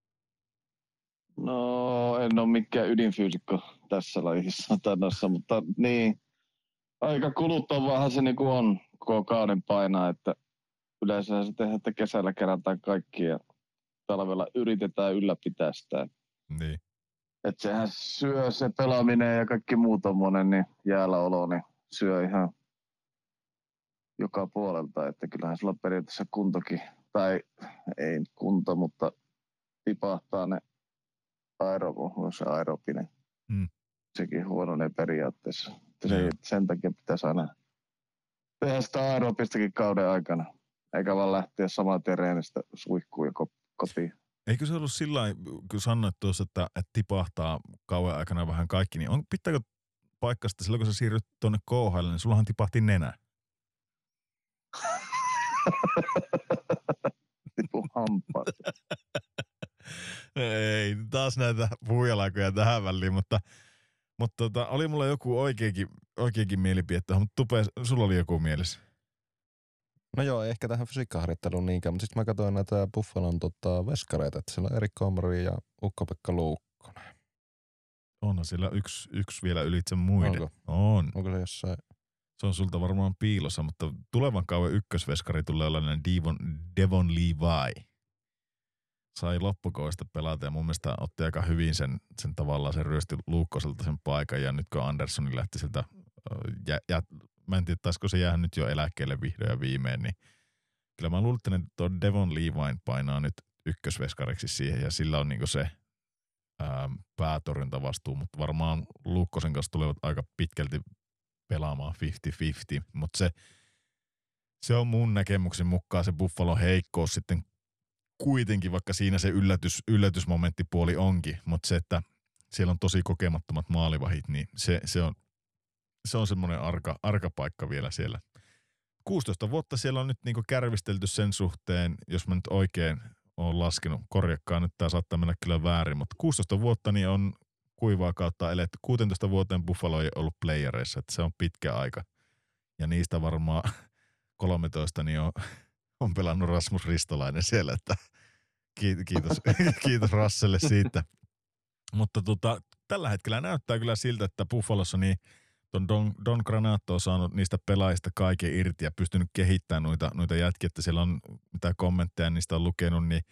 No, en ole mikään ydinfyysikko tässä lajissa tänässä, mutta niin, aika kuluttavaahan se niinku on koko kauden painaa, että yleensä se tehdään, että kesällä kerätään kaikki ja talvella yritetään ylläpitää sitä. Niin. Että sehän syö se pelaaminen ja kaikki muu tommonen, niin jäällä olo, niin syö ihan joka puolelta, että kyllähän sulla periaatteessa kuntokin, tai ei kunto, mutta tipahtaa ne aerobo, se aerobinen. Mm. Sekin huononee periaatteessa. Se, Joo. sen takia pitäisi aina tehdä sitä aerobistakin kauden aikana, eikä vaan lähteä saman tien reenistä suihkuun ja ko- kotiin. Eikö se ollut sillä lailla, kun sanoit tuossa, että, että tipahtaa kauan aikana vähän kaikki, niin on, pitääkö paikkasta silloin, kun sä siirryt tuonne K H L:lle, niin sullahan tipahti nenä. Tipu hampaat. Ei, taas näitä puhujalaikoja tähän väliin, mutta, mutta tota, oli mulla joku oikeakin, oikeakin mielipide, mutta Tupe, sulla oli joku mielessä. No joo, ei ehkä tähän fysiikkaharjoitteluun niinkään, mutta sitten mä katsoin näitä Buffalon tota, veskareita, että siellä on Erik Komari ja Ukko-Pekka Luukkonen. Onhan siellä yksi, yksi vielä ylitse muiden. Onko? On. Onko se jossain? Se on sulta varmaan piilossa, mutta tulevan kauan ykkösveskari tulee olemaan Devon, Devon Levi. Sai loppukoista pelata ja mun mielestä otti aika hyvin sen, sen tavallaan sen ryösti Luukkoselta sen paikan ja nyt kun Anderssoni lähti sieltä, ja, ja mä en tiedä, taisiko se jäädä nyt jo eläkkeelle vihdoin ja viimein, niin kyllä mä luulen, että tuo Devon Levi painaa nyt ykkösveskariksi siihen ja sillä on niinku se ää, päätorjuntavastuu, mutta varmaan Luukkosen kanssa tulevat aika pitkälti pelaamaan viisikymmentä viisikymmentä, mutta se, se on mun näkemyksen mukaan se Buffalon heikkous sitten kuitenkin, vaikka siinä se yllätys, yllätysmomenttipuoli onkin, mutta se, että siellä on tosi kokemattomat maalivahit, niin se, se on, se on semmoinen arka, arka paikka vielä siellä. kuusitoista vuotta siellä on nyt niinku kärvistelty sen suhteen, jos mä nyt oikein oon laskenut, korjakkaan nyt tää saattaa mennä kyllä väärin, mutta kuusitoista vuotta niin on kuivaa kautta eletty. kuusitoista vuoteen Buffalo ei ollut playereissa, että se on pitkä aika. Ja niistä varmaan kolmetoista niin on, on pelannut Rasmus Ristolainen siellä, että kiitos, kiitos Rasselle siitä. Mutta tota, tällä hetkellä näyttää kyllä siltä, että Buffalossa niin Don, Don, Don Granato on saanut niistä pelaajista kaiken irti ja pystynyt kehittämään noita, noita jätkiä, että siellä on mitä kommentteja niistä on lukenut, niin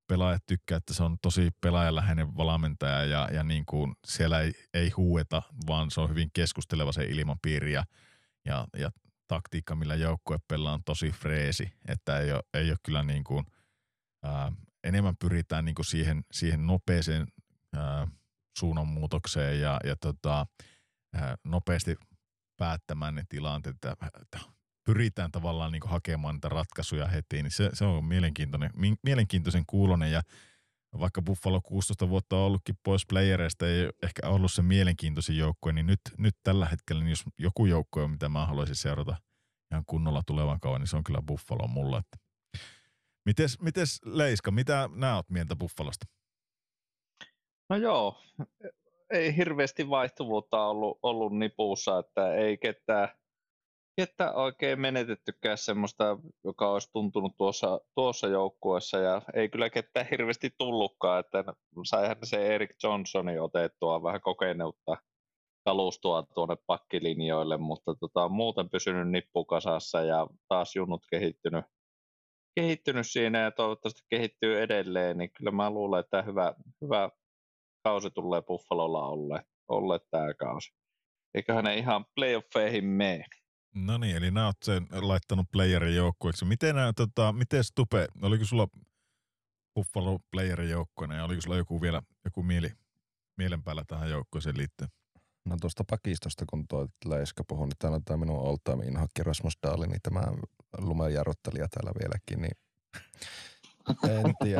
pelaajat tykkää, että se on tosi pelaajaläheinen valmentaja ja, ja niin kuin siellä ei, ei huueta, vaan se on hyvin keskusteleva se ilmapiiri ja, ja, ja taktiikka, millä joukkue pelaa on tosi freesi, että ei ole, ei ole kyllä niin kuin, ää, enemmän pyritään niin kuin siihen, siihen nopeeseen ää, suunnanmuutokseen ja, ja tota, ää, nopeasti päättämään ne tilanteet, että, että pyritään tavallaan niin kuin hakemaan niitä ratkaisuja heti, niin se, se on mielenkiintoinen, mielenkiintoisen kuulonen ja vaikka Buffalo kuusitoista vuotta on ollutkin pois playereista, ei ehkä ollut se mielenkiintoisin joukkue, niin nyt, nyt tällä hetkellä, niin jos joku joukkue on, mitä mä haluaisin seurata ihan kunnolla tulevan kauan, niin se on kyllä Buffalo mulla. Että. Mites, mites Leiska, mitä nää oot mieltä Buffalosta? No joo, ei hirveästi vaihtuvuutta ollut, ollut nipussa, että ei ketään, ketään oikein menetettykään semmoista, joka olisi tuntunut tuossa, tuossa joukkueessa ja ei kyllä ketään hirveästi tullutkaan, että saihan se Erik Johnsonin otettua vähän kokeneutta kalustoa tuonne pakkilinjoille, mutta tota, muuten pysynyt nippukasassa ja taas junnut kehittynyt, kehittynyt siinä ja toivottavasti kehittyy edelleen, niin kyllä mä luulen, että hyvä, hyvä kausi tulee Buffalolla olle, olle tämä kausi. Eiköhän ne ihan playoffeihin mene. No niin, eli nää oot sen laittanut playerin joukkueeksi. Miten nää, tota, miten Stupe, oliko sulla Buffalo playerin joukkueena ja oliko sulla joku vielä, joku mieli, mielen päällä tähän joukkueeseen liittyen? No tuosta pakistosta, kun toi Leiska puhui, niin täällä on tämä minun all time inhokki Rasmus Dahlin, niin tämä lumenjarruttelija täällä vieläkin, niin en tiedä.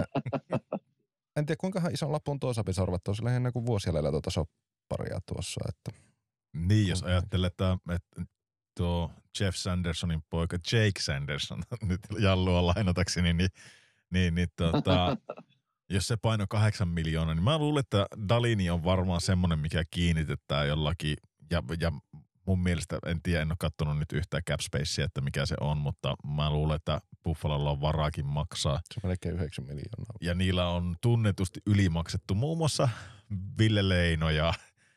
En tiedä, kuinka ison lapun tuo sapi sorvattua, sillä ihan joku vuosi jäljellä tuota sopparia tuossa. Että. Niin, jos ajattelee, että, että tuo Jeff Sandersonin poika Jake Sanderson, nyt jallua lainatakseni, niin, niin, niin tota, jos se paino kahdeksan miljoonaa, niin mä luulen, että Dalini on varmaan semmoinen, mikä kiinnitetään jollakin, ja, ja mun mielestä, en tiedä, en ole katsonut nyt yhtään cap spacea, että mikä se on, mutta mä luulen, että Buffalolla on varaakin maksaa. Se on melkein yhdeksän miljoonaa. Ja niillä on tunnetusti ylimaksettu muun muassa Ville Leino ja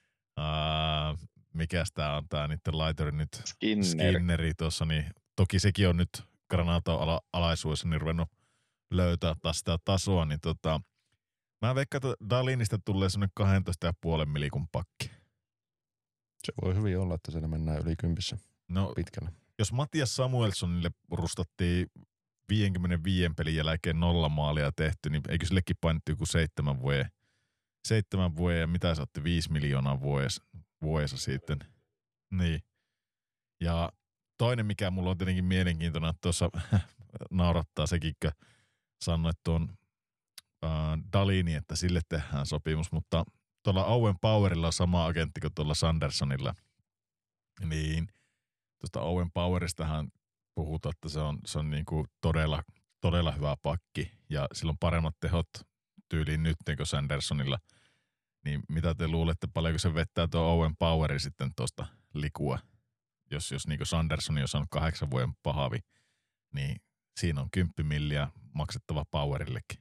ää, mikäs tää on tää niiden laituri nyt? Skinner. Skinneri tuossa, niin toki sekin on nyt Granaton ala- alaisuudessa niin ruvennut löytää taas sitä tasoa, niin tota, mä veikkaan, että Dalinista tulee semmoinen kaksitoista pilkku viisi milikun pakki. Se voi hyvin olla, että siellä mennään yli kympissä No, pitkälle. jos Matias Samuelsonille rustattiin viisikymmentäviisi pelin jälkeen nolla maalia tehty, niin eikö sillekin painettu joku seitsemän vuoden, seitsemän vuoden ja mitä sä otti, viisi miljoonaa vuodessa, vuodessa sitten. Niin. Ja toinen, mikä mulla on tietenkin mielenkiintoinen, että tuossa naurattaa sekin, kun sanoit tuon äh, Dalini, että sille tehdään sopimus, mutta tuolla Owen Powerilla on sama agentti kuin tuolla Sandersonilla. Niin tuosta Owen Poweristahan puhutaan, että se on, se on niinku todella, todella hyvä pakki ja sillä on paremmat tehot tyyliin nyt kuin Sandersonilla. Niin mitä te luulette, paljonko se vettää tuo Owen Poweri sitten tuosta likua? Jos, jos niinku Sandersoni on saanut kahdeksan vuoden pahavi, niin siinä on kymppi milliä maksettava Powerillekin.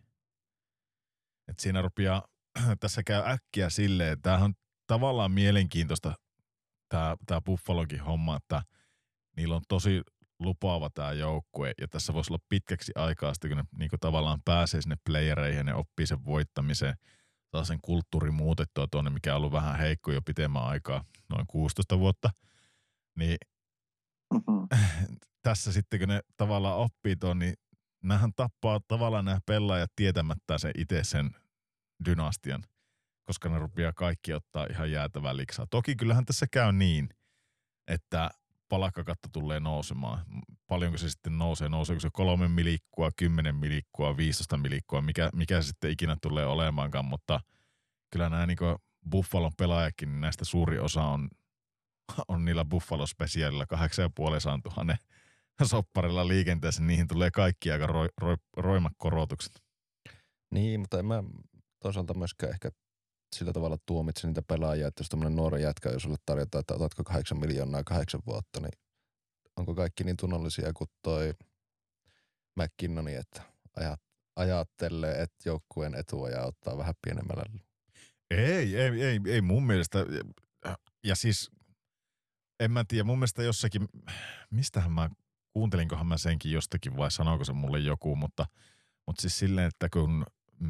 Et siinä rupeaa, tässä käy äkkiä silleen, että tämähän on tavallaan mielenkiintoista tämä, tämä Buffalonkin homma, että niillä on tosi lupaava tämä joukkue, ja tässä voisi olla pitkäksi aikaa sitten, kun ne niin kuin tavallaan pääsee sinne playereihin ja ne oppii sen voittamiseen, saa sen kulttuuri muutettua tuonne, mikä on ollut vähän heikko jo pitemmän aikaa, noin kuusitoista vuotta, niin Mm-hmm. tässä sitten, kun ne tavallaan oppii tuon, niin nämähän tappaa tavallaan nämä pelaajat tietämättä sen itse sen dynastian, koska ne rupeaa kaikki ottaa ihan jäätävää liksaa. Toki kyllähän tässä käy niin, että palakkakatto tulee nousemaan. Paljonko se sitten nousee? Nouseeko se kolme milikkua, kymmenen milikkua, viisitoista milikkua, mikä, mikä se sitten ikinä tulee olemaankaan, mutta kyllä nämä niin Buffalon pelaajakin, niin näistä suuri osa on, on niillä Buffalo-spesiaalilla kahdeksan ja puoli tuhannen sopparilla liikenteessä, niihin tulee kaikki aika roi, roi, roimat korotukset. Niin, mutta en mä toisaalta myöskään ehkä sillä tavalla tuomitse niitä pelaajia, että jos tämmöinen nuori jätkä, jos sulle tarjotaan, että otatko kahdeksan miljoonaa kahdeksan vuotta, niin onko kaikki niin tunnollisia kuin toi McKinnoni, että ajat, ajattelee, että joukkueen etua ja ottaa vähän pienemmällä. Ei, ei, ei, ei mun mielestä. Ja siis, en mä tiedä, mun mielestä jossakin, mistähän mä, kuuntelinkohan mä senkin jostakin vai sanoiko se mulle joku, mutta, mutta siis silleen, että kun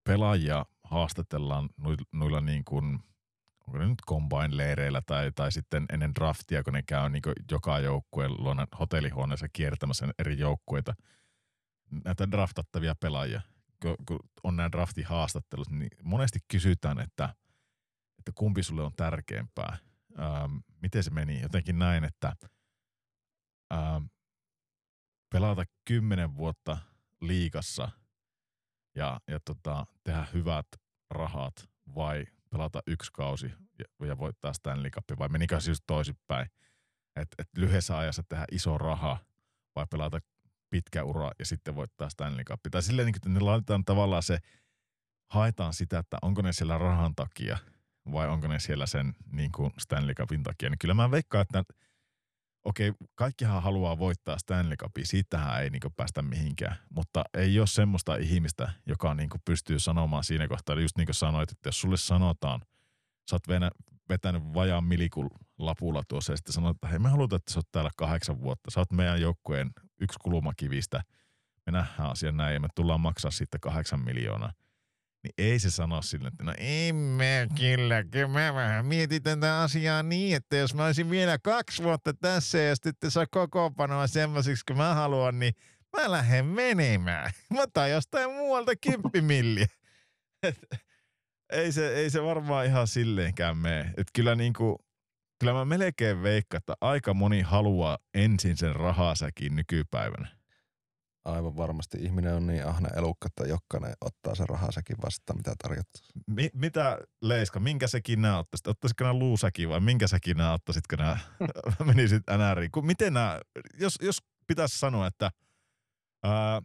pelaajia haastatellaan noilla, noilla niin kuin, onko ne nyt combine-leireillä tai, tai sitten ennen draftia, kun ne käy niin kuin joka joukkueen luona hotellihuoneessa kiertämässä eri joukkueita, näitä draftattavia pelaajia, kun, kun on nämä draftihaastattelut, niin monesti kysytään, että, että kumpi sulle on tärkeämpää. Ähm, miten se meni? Jotenkin näin, että ähm, pelata kymmenen vuotta liigassa ja, ja tota, tehdä hyvät rahat vai pelata yksi kausi ja, ja voittaa Stanley Cup, vai menikö se just toisinpäin? Että et lyhyessä ajassa tehdä iso raha vai pelata pitkä ura ja sitten voittaa Stanley Cup. Tai silleen, että ne laitetaan tavallaan se, haetaan sitä, että onko ne siellä rahan takia vai onko ne siellä sen niin kuin Stanley Cupin takia. Niin kyllä mä veikkaan, että okei, kaikkihan haluaa voittaa Stanley Cupia, siitähän ei niin kuin päästä mihinkään, mutta ei ole semmoista ihmistä, joka niin kuin pystyy sanomaan siinä kohtaa, just niin kuin sanoit, että jos sulle sanotaan, sä oot venä, vetänyt vajaan milikul lapulla tuossa ja sitten sanot, että hei, me halutaan, että sä oot täällä kahdeksan vuotta, sä oot meidän joukkueen yksi kulmakivistä, me nähdään asia näin ja me tullaan maksaa siitä kahdeksan miljoonaa. Niin ei se sano sille, että no ei me kyllä, kyllä mä vähän mietin tätä asiaa niin, että jos mä olisin vielä kaksi vuotta tässä ja sitten saa kokoonpanoa semmoisiksi, kun mä haluan, niin mä lähden menemään. Mä otan jostain muualta kymppimilliä. ei, se, ei se varmaan ihan silleenkään mene. Että kyllä niinku, kyllä mä melkein veikkaan, että aika moni haluaa ensin sen rahasäkin nykypäivänä. Aivan varmasti ihminen on niin ahne elukka, että jokainen ottaa sen rahasäkin vastaan, mitä tarjottaa. Mi- mitä Leiska, minkä säkin nää ottaisit? Ottaisitko nää luusäkin vai minkä säkin nää ottaisitko nää menisit N R:iin? Miten nää, jos, jos pitäisi sanoa, että ää,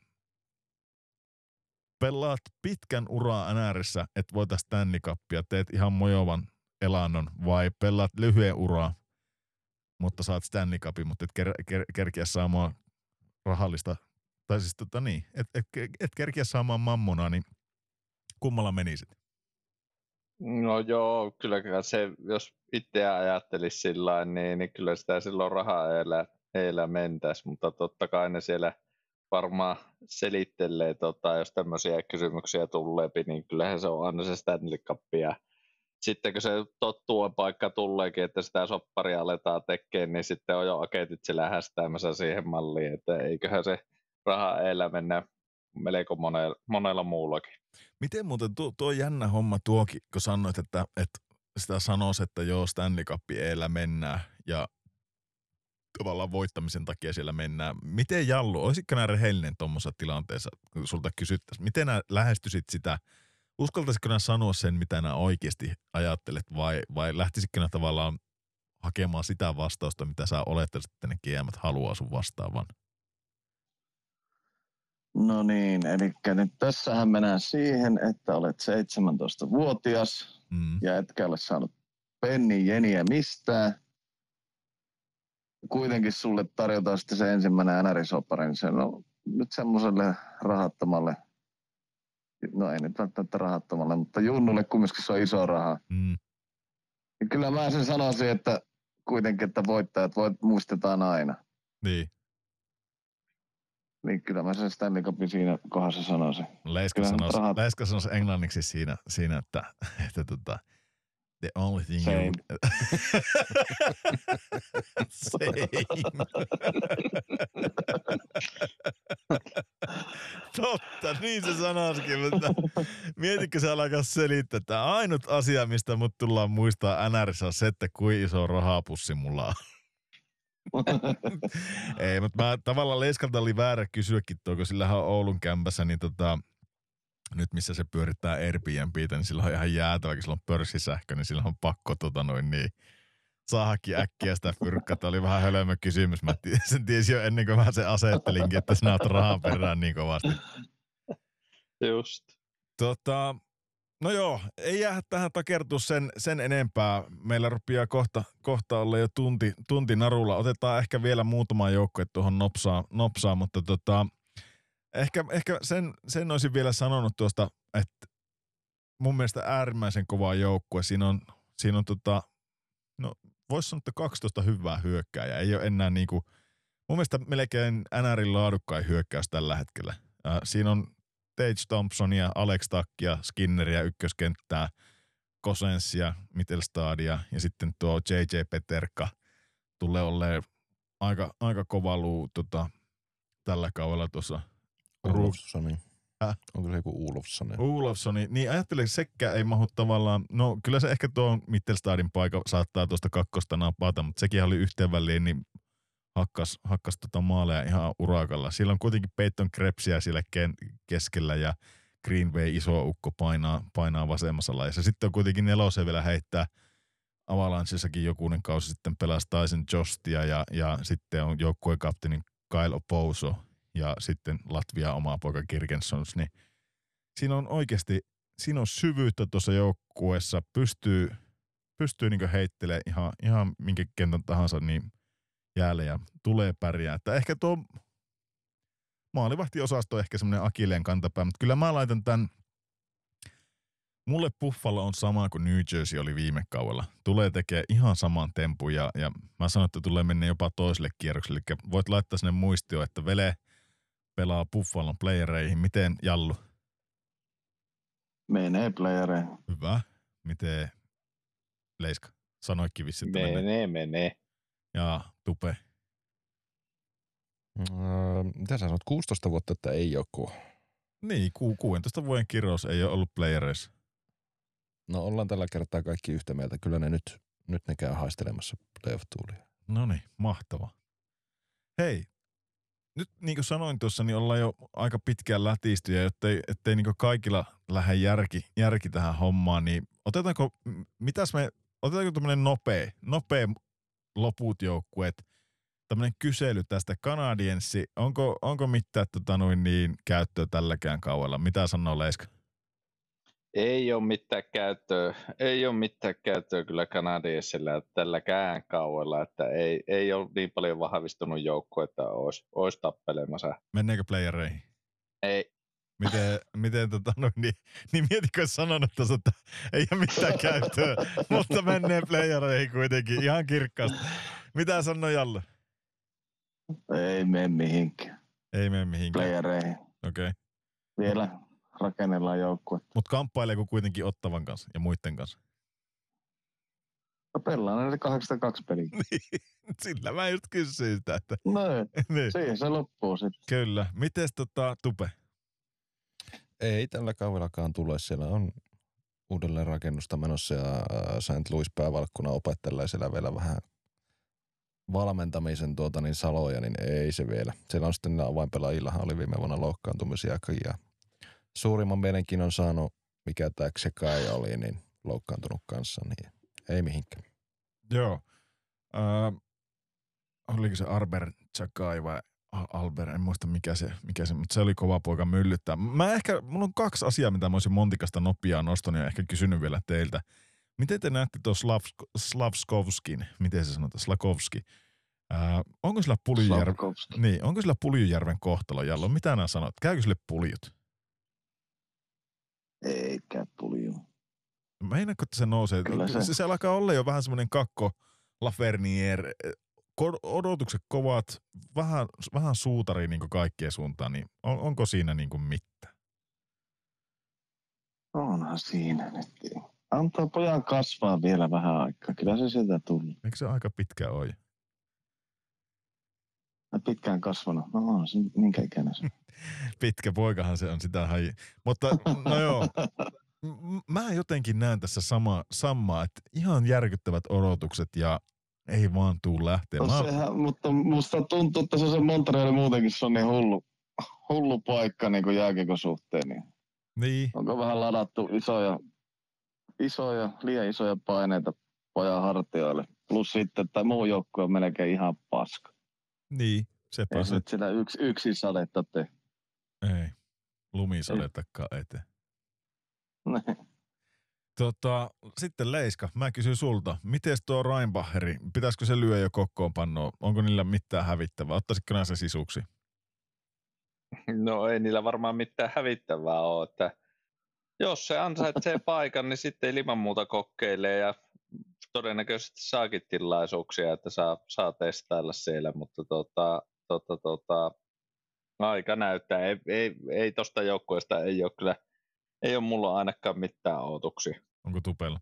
pelaat pitkän uraa N R:ssä, et voita Stanley Cupia, teet ihan mojovan elannon, vai pelaat lyhyen uraa, mutta saat Stanley Cupin, mutta et ker- ker- kerkiä saamaan rahallista. Tai siis tota niin, et, et, et kerkiä saamaan mammonaa, niin kummalla menisit? No joo, kyllä se, jos itseä ajattelisi sillä niin, niin kyllä sitä silloin rahaa eillä, eillä mentäisi, mutta totta kai ne siellä varmaan selittelee, tota, jos tämmöisiä kysymyksiä tulee, niin kyllähän se on aina se Stanley Cup. Ja sitten kun se tottuu paikka tuleekin, että sitä sopparia aletaan tekemään, niin sitten on jo aketit siellä hästäämässä siihen malliin, että eiköhän se rahaa eillä mennä melko monella, monella muullakin. Miten muuten tuo, tuo jännä homma tuokin, kun sanoit, että, että sitä sanoisi, että joo, Stanley Cup eillä mennään ja tavallaan voittamisen takia siellä mennään. Miten Jallu, olisitko nää rehellinen tuommoisessa tilanteessa, kun sulta kysyttäisiin, miten nää lähestyisit sitä, uskaltaisitko nää sanoa sen, mitä nää oikeasti ajattelet vai, vai lähtisitkö nää tavallaan hakemaan sitä vastausta, mitä sä olettaisit, että ne G M:t haluaa sun vastaavan? No niin, eli nyt tässähän mennään siihen, että olet seitsemäntoistavuotias mm. ja etkä ole saanut pennin jeniä mistään. Kuitenkin sulle tarjotaan sitten se ensimmäinen N R-soppari, niin se on nyt semmoiselle rahattomalle, no ei nyt välttämättä rahattomalle, mutta junnulle kumminkin se on iso raha. Mm. Ja kyllä mä sen sanoisin, että kuitenkin, että voittajat voit, muistetaan aina. Niin. Niin kyllä mä sen Stanley Cupin siinä kohdassa sanoisin. Leiska sanoisi, rahat... Leiska sanoisi englanniksi siinä, siinä että, että tota, the only thing Same. you... Same. Totta, niin se sanoisikin, mutta mietitkö sä alkaa selittää, että ainut asia, mistä mut tullaan muistaa N R:ssä on se, että kuin iso rahapussi mulla on. Ei, mutta mä tavallaan Leiskalta oli väärä kysyäkin tuo, kun sillähän on Oulun kämpässä, niin tota, nyt missä se pyörittää Airbnb:tä, niin sillä on ihan jäätävä, kun sillä on pörssisähkö, niin sillä on pakko tota noin niin, saadakin äkkiä sitä fyrkkaa. Tämä oli vähän hölmö kysymys. Mä sen tiesin jo ennen kuin mä sen asettelinkin, että sinä oot rahan perään niin kovasti. Just. Tota, no joo, ei jää tähän takertua sen, sen enempää. Meillä rupeaa kohta, kohta olla jo tunti, tunti narulla. Otetaan ehkä vielä muutama joukkue tuohon nopsaan, nopsaan mutta tota, ehkä, ehkä sen, sen olisin vielä sanonut tuosta, että mun mielestä äärimmäisen kova joukkue. Siinä on, siinä on tota, no voisi sanoa, että kaksitoista hyvää hyökkääjää. Ei ole enää niinku, mun mielestä melkein N R:n laadukkain hyökkäys tällä hetkellä. Äh, siinä on Tage Thompsonia, Alex Tackia, Skinneria ykköskenttää, Cosensia, Mittelstadia ja sitten tuo J J Peterka tulee olemaan aika, aika kova luu tota, tällä kaudella tuossa. Olofssoni. Äh? Onko se joku Olofssoni? Olofssoni. Niin ajattelin, että sekään ei mahu tavallaan, no kyllä se ehkä tuo Mittelstadin paikka saattaa tuosta kakkosta napata, mutta sekin oli yhteen väliin, niin hakkas, hakkas tota maaleja ihan urakalla. Siellä on kuitenkin Peyton Krebsiä siellä keskellä ja Greenway iso ukko painaa, painaa vasemmassa laajassa. Sitten on kuitenkin nelosen vielä heittää Avalanchessakin jokunen kausi sitten pelasi Tyson Jostia ja, ja sitten on joukkueen kapteenin Kyle Oposo ja sitten Latvia oma poika Kirkensons, niin siinä on oikeasti, siinä on syvyyttä tuossa joukkueessa, pystyy, pystyy niinku heittelemään ihan, ihan minkä kentän tahansa niin jäälle ja tulee pärjää. Että ehkä tuo maalivahtiosasto on ehkä semmoinen akilleen kantapää, mutta kyllä mä laitan tämän, mulle Buffalo on sama kuin New Jersey oli viime kaudella. Tulee tekemään ihan saman tempun ja, ja mä sanon, että tulee mennä jopa toiselle kierrokselle. Eli voit laittaa sinne muistioon, että Vele pelaa Buffalon playereihin. Miten Jallu? Menee playereihin. Hyvä. Miten Leiska? Sanoikin vissi, että menee. menee. menee. Ja Tupe? Öö, mitä sä sanot, kuusitoista vuotta, että ei joku? Niin, ku, kuusitoista vuoden kirous ei ole ollut playereissa. No ollaan tällä kertaa kaikki yhtä mieltä. Kyllä ne nyt, nyt ne käy haistelemassa playoff-tuulia. No niin, mahtava. Hei, nyt niin kuin sanoin tuossa, niin ollaan jo aika pitkään lätistyjä, ettei, ettei niin kuin kaikilla lähde järki, järki tähän hommaan, niin otetaanko, mitäs me, otetaanko tämmöinen nopea, nopea loput joukkueet, tämmöinen kysely tästä Canadiensi, onko, onko mitään tota noin niin, käyttöä tälläkään kauella? Mitä sanoo Leiska? Ei ole mitään käyttöä, ei ole mitään käyttöä kyllä Canadiensillä tälläkään kauella, että ei, ei ole niin paljon vahvistunut joukko, että olisi, olisi tappelemassa. Menneekö playereihin? Ei. Miten, miten tota, no, niin, niin mietitkö sanonut tuossa, että ei ole mitään käyttöä, mutta menee playereihin kuitenkin ihan kirkkaasti. Mitä sanoo Jalle? Ei mene mihinkään. Ei mene mihinkään. Playereihin. Okei. Okay. Vielä rakennellaan joukkue. Mutta kamppaileeko kuitenkin Ottavan kanssa ja muiden kanssa? No pellaan näitä kahdeksankymmentäkaksi peliä. Sillä mä just kysyin sitä, että... No niin. siihen se loppuu sitten. Kyllä. Mites tota Tupe? Ei tällä kaudellakaan tule. Siellä on uudelleen rakennusta menossa ja Saint Louis päävalkkuna opettelee siellä vielä vähän valmentamisen tuota niin saloja, niin ei se vielä. Siellä on sitten avainpelaajillahan oli viime vuonna loukkaantumisiakin ja suurimman mielenkiinnon saanut, mikä tämä Xekai oli, niin loukkaantunut kanssa, niin ei mihinkään. Joo. Äh, oliko se Arber Xekai vai Albert, en muista mikä se, mikä se, mutta se oli kova poika myllyttää. Mä ehkä, mulla on kaksi asiaa, mitä mä olisin Montikasta nopeaa nostanut ja ehkä kysynyt vielä teiltä. Miten te näette tuon Slav- Slavskovskin, miten se sanotaan, Slakovski? Äh, onko sillä Puljujärven, niin, onko sillä Puljujärven kohtalo, Jallo? Mitä nämä sanot? Käykö sille puljut? Ei käy pulju. Meinaatko, että se nousee? Kyllä se. Se, se alkaa olla jo vähän semmoinen kakko Lafreniere. Odotukset kovat, vähän, vähän suutari niin kaikkien suuntaan, niin on, onko siinä niin kuin mitään? Onhan siinä nyt. Antaa pojan kasvaa vielä vähän aikaa. Kyllä se sieltä tuli. Eikö se aika pitkä ole? Pitkään kasvanut. No on se, minkä ikäinen se. Pitkä poikahan se on, sitä haji. Mutta no joo, M- mä jotenkin näen tässä sama, samaa, että ihan järkyttävät odotukset ja ei vaan tuu lähteä. No Mä... sehän, mutta musta tuntuu, että se, se Montreal muutenkin se on niin hullu, hullu paikka niin kuin jääkiekon suhteen. Niin. Niin. Onko vähän ladattu isoja, isoja, liian isoja paineita pojan hartioille. Plus sitten, että muu joukkue on melkein ihan paska. Niin, sepä Ei se. nyt sitä yksi, yksi sadetta tee. Ei, lumisadettakaan eteen. Niin. Tota, sitten Leiska, mä kysyn sulta, miten tuo Reinbacheri, pitäisikö se lyö jo kokoonpanoa? Onko niillä mitään hävittävää? Ottaisitko nää se sisuksi? No ei niillä varmaan mitään hävittävää ole, että jos se ansaitsee paikan, niin sitten ilman muuta kokeilee ja todennäköisesti saakin tilaisuuksia, että saa, saa testailla siellä, mutta tota, tota, tota, Aika näyttää. Ei, ei, ei tosta joukkueesta ei ole kyllä, ei ole mulla ainakaan mitään odotuksia. Onko Tupella?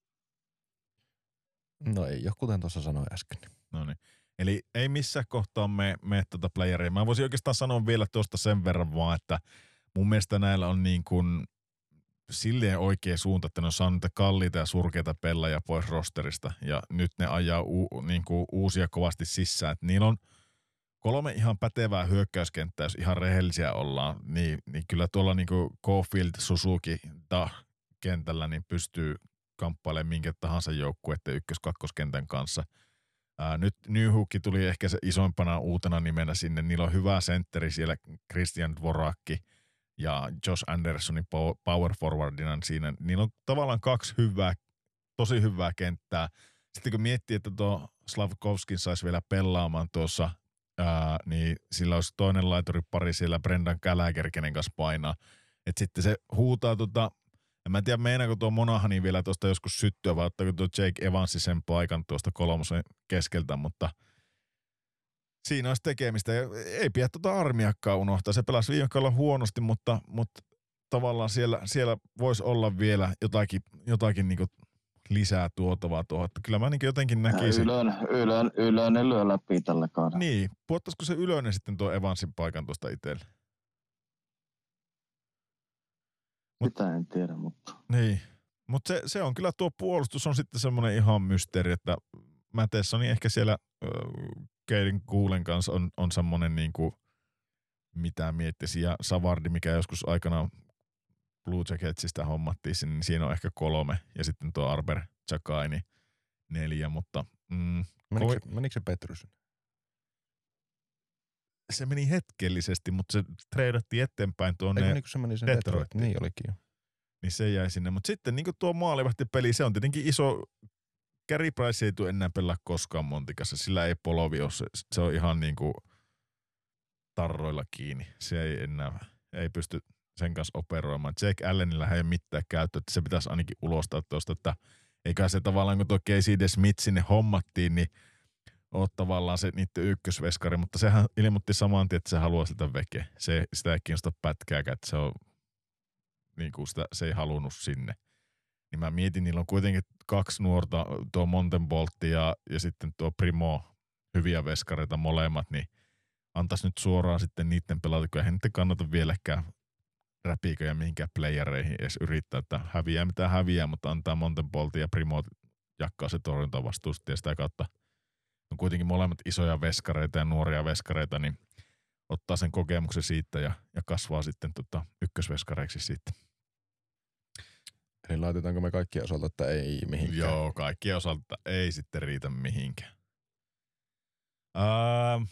No ei ole, kuten tuossa sanoin äsken. No niin. Eli ei missään kohtaa me, me tuota playeria. Mä voisin oikeastaan sanoa vielä tuosta sen verran vaan, että mun mielestä näillä on niin kuin silleen oikea suunta, että ne on saanut niitä kalliita ja surkeita pelaajia pois rosterista. Ja nyt ne ajaa u, niin kuin uusia kovasti sisään. Et niillä on kolme ihan pätevää hyökkäyskenttää, jos ihan rehellisiä ollaan. Niin, niin kyllä tuolla niin kuin Caulfield, Suzuki, da kentällä niin pystyy kamppailemaan minkä tahansa joukkueiden ykkös-kakkoskentän kanssa. Ää, nyt Newhook tuli ehkä se isoimpana uutena nimenä sinne. Niillä on hyvä sentteri siellä, Christian Dvorakki ja Josh Andersonin power forwardina siinä. Niillä on tavallaan kaksi hyvää, tosi hyvää kenttää. Sitten kun miettii, että tuo Slavkovskin saisi vielä pelaamaan tuossa, ää, niin sillä olisi toinen laituri pari siellä Brendan Gallagher, kenen kanssa painaa. Että sitten se huutaa tota, en mä tiedä meinaako tuo Monahani vielä tuosta joskus syttyä, vai ottaako tuo Jake Evansi sen paikan tuosta kolmosen keskeltä, mutta siinä olisi tekemistä. Ja ei pidä tuota armiakkaa unohtaa. Se pelasi viime kaudella huonosti, mutta, mutta tavallaan siellä, siellä voisi olla vielä jotakin, jotakin niinku lisää tuotavaa tuohon. Että kyllä mä niin jotenkin näkisin. Ylön, ylön, Ylönen lyö läpi tällä kaudella. Niin, puottaisiko se Ylönen sitten tuo Evansin paikan tuosta itselle? Sitä en tiedä, mutta... Niin, mutta se, se on kyllä tuo puolustus on sitten semmoinen ihan mysteeri, että Mattessoni ehkä siellä äh, Caden Coolen kanssa on, on semmoinen niinku, mitä miettisi, ja Savardi, mikä joskus aikana Blue Jacketsista hommattiin, niin siinä on ehkä kolme, ja sitten tuo Arber Chakai, niin neljä, mutta... Mm, menikö, koi... menikö se Petrus? Se meni hetkellisesti, mutta se treidattiin eteenpäin tuonne Eikö niin se meni sen Detroit? Niin olikin jo. Niin se jäi sinne, mutta sitten niin tuo maalivahtipeli, se on tietenkin iso. Carey Price ei tule enää pelaa koskaan Montikassa, sillä ei polovi ole, se, se on ihan niin kuin tarroilla kiinni. Se ei enää, ei pysty sen kanssa operoimaan. Jake Allenillä ei ole mitään käyttöä, että se pitäisi ainakin ulostaa tuosta, että eikä se tavallaan kun tuo Casey DeSmith sinne hommattiin, niin ole tavallaan se niiden ykkösveskari, mutta sehän ilmoitti saman tien, että se haluaa sitä veke. Se, sitä ei kiinnosta pätkääkään, että se on niin kuin sitä, se ei halunnut sinne. Niin mä mietin, niillä on kuitenkin kaksi nuorta, tuo Montenboltti ja, ja sitten tuo Primo, hyviä veskareita molemmat, niin antaisi nyt suoraan sitten niiden pelata, kun eihän niiden kannata vieläkään räpiiköjä mihinkään playereihin edes yrittää, että häviää mitä häviää, mutta antaa Montenboltti ja Primo jakkaa se torjuntavastuusta ja sitä kautta on kuitenkin molemmat isoja veskareita ja nuoria veskareita, niin ottaa sen kokemuksen siitä ja, ja kasvaa sitten tota ykkösveskareiksi siitä. Eli laitetaanko me kaikki osalta, että ei mihinkään? Joo, kaikki osalta ei sitten riitä mihinkään. Ää,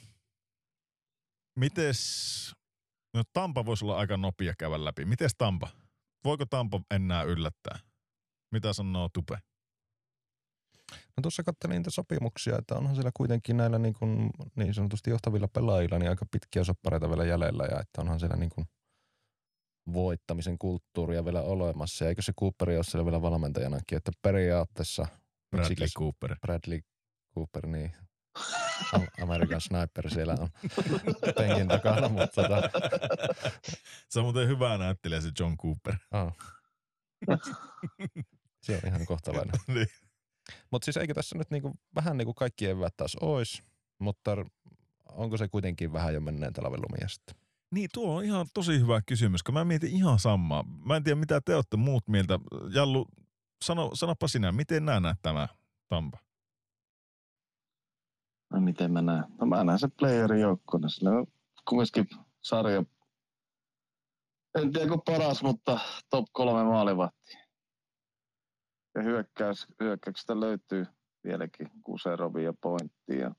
mites, no Tampa voisi olla aika nopea käydä läpi. Mites Tampa? Voiko Tampa enää yllättää? Mitä sanoo Tupe? No tuossa katselin niitä sopimuksia, että onhan siellä kuitenkin näillä niin, kuin, niin sanotusti johtavilla pelaajilla niin aika pitkiä soppareita vielä jäljellä ja että onhan siellä niin kuin voittamisen kulttuuria vielä olemassa. Ja eikö se Cooperi ole siellä vielä valmentajanakin, että periaatteessa Bradley miksikäs, Cooper. Bradley Cooper, niin American Sniper siellä on penkin takana, mutta tota... Se on muuten hyvä näyttelijä se John Cooper. Oh. Se on ihan kohtalainen. Niin. Mutta siis eikö tässä nyt niinku, vähän niinku kaikki eväät taas ois, mutta onko se kuitenkin vähän jo menneen talven lumia sitten? Niin, tuo on ihan tosi hyvä kysymys, kun mä mietin ihan samaa. Mä en tiedä, mitä te olette muut mieltä. Jallu, sano, sanoppa sinä, miten nää näet tämä Tampa? No miten mä näen? No mä näen se playerin joukkona. Sillä on kumminkin sarja, en tiedä kun paras, mutta top kolme maalivahti. Ja hyökkäys, hyökkäyksestä löytyy vieläkin Kuserovi ja Pointti. Ja,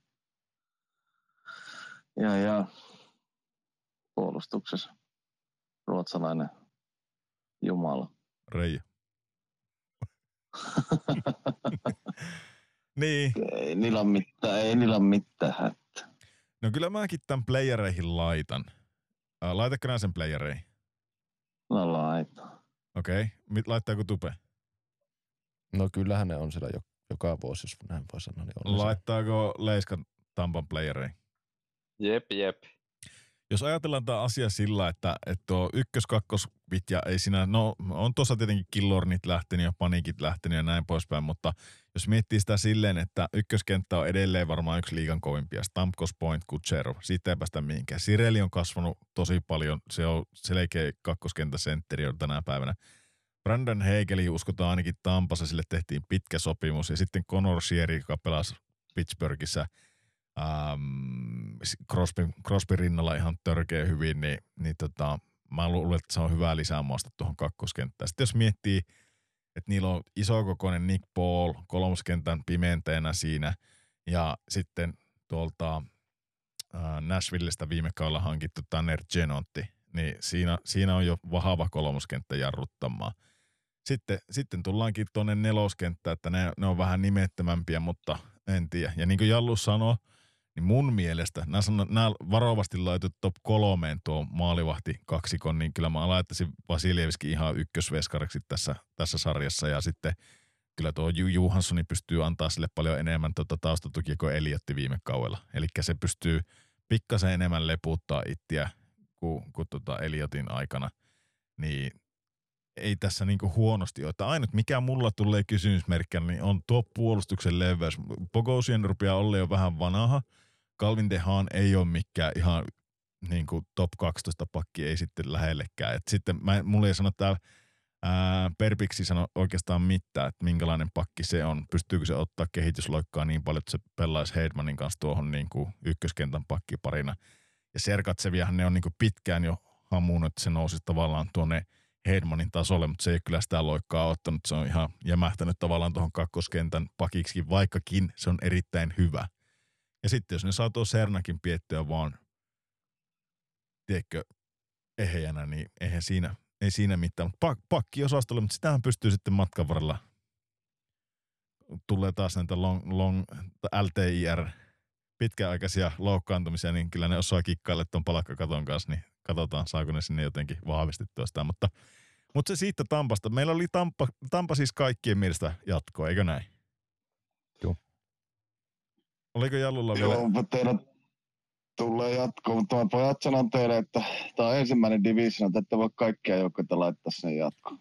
ja, ja puolustuksessa ruotsalainen jumala. Reija. Niin. Ei niillä ole mitään, ei niillä ole mitään hätää. No kyllä mäkin tämän playereihin laitan. Äh, laitatko nää sen playereihin? No laita. Okei. Okay. Laittaako Tupe? No kyllähän ne on siellä jo, joka vuosi, jos näin voi sanoa. Niin on Laittaako Leiskan Tampan playereihin? Jep, jep. Jos ajatellaan tämä asia sillä, että, että tuo ykkös-kakkospitja ei siinä, no on tuossa tietenkin killornit lähtenyt ja panikit lähtenyt ja näin poispäin, mutta jos miettii sitä silleen, että ykköskenttä on edelleen varmaan yksi liigan kovimpia, Stamkos, Point, Kucherov, siitä ei päästä mihinkään. Sireli on kasvanut tosi paljon, se on selkeä kakkoskenttäsentteri on tänä päivänä. Brandon Hageli uskotaan ainakin Tampassa, sille tehtiin pitkä sopimus ja sitten Conor Sheary, joka pelasi Pittsburghissa, Ähm, Crosby, Crosby rinnalla ihan törkeä hyvin, niin, niin tota, mä luulen, että se on hyvä lisämaasta tuohon kakkoskenttään. Sitten jos miettii, että niillä on isokokoinen Nick Paul kolmoskentän pimenteenä siinä ja sitten tuolta äh, Nashvillestä viime kaudella hankittu Tanner Genotti, niin siinä, siinä on jo vahva kolmoskenttä jarruttamaan. Sitten, sitten tullaankin tuonne neloskenttään, että ne, ne on vähän nimettömämpiä, mutta en tiedä. Ja niin kuin Jallu sanoi, niin mun mielestä, nämä, sanon, nämä varovasti laitettu top kolmeen tuo maalivahti kaksikon, niin kyllä mä laittaisin Vasiljevski ihan ykkösveskareksi tässä, tässä sarjassa. Ja sitten kyllä tuo Johanssoni pystyy antaa sille paljon enemmän tuota taustatukia kuin Eliotti viime kaudella. Eli se pystyy pikkasen enemmän leputtaa itseä kuin, kuin tuota Eliotin aikana. Niin ei tässä niinku huonosti ole. Ainut mikä mulla tulee kysymysmerkkinä, niin on tuo puolustuksen leveys. Bogosian rupeaa olla jo vähän vanha. Calvin DeHaan ei ole mikään ihan niinku top kaksitoista pakki, ei sitten lähellekään. Et sitten mä, mulla ei sano tää ää, Perbiksi sano oikeastaan mitään, että minkälainen pakki se on. Pystyykö se ottaa kehitysloikkaa niin paljon, että se pelaisi Hedmanin kanssa tuohon niinku ykköskentän pakkiparina. Ja Sergatseviahan ne on niinku pitkään jo hamuunut, että se nousisi tavallaan tuonne Hedmanin tasolle, mutta se ei kyllä sitä loikkaa ottanut. Se on ihan jämähtänyt tavallaan tuohon kakkoskentän pakiksi, vaikkakin se on erittäin hyvä. Ja sitten jos ne saa tuo Sernakin piettyä vaan, tiedätkö, ehjänä, niin eihän siinä, ei siinä mitään. Mutta pak, pakkiosastolle, mutta sitähän pystyy sitten matkan varrella. Tulee taas näitä long, long, L T I R, pitkäaikaisia loukkaantumisia, niin kyllä ne osaa kikkailla tuon palakkakaton kanssa, niin katsotaan, saako ne sinne jotenkin vahvistettua sitä. Mutta, mutta se siitä Tampasta. Meillä oli Tampa, Tampa siis kaikkien mielestä jatkoa, eikö näin? Joo. Oliko Jallulla vielä? Joo, teidän tulee jatkoa, mutta mä pojat sanon teille, että tämä on ensimmäinen division, että ette voi kaikkia joukkoita laittaa sen jatkoon.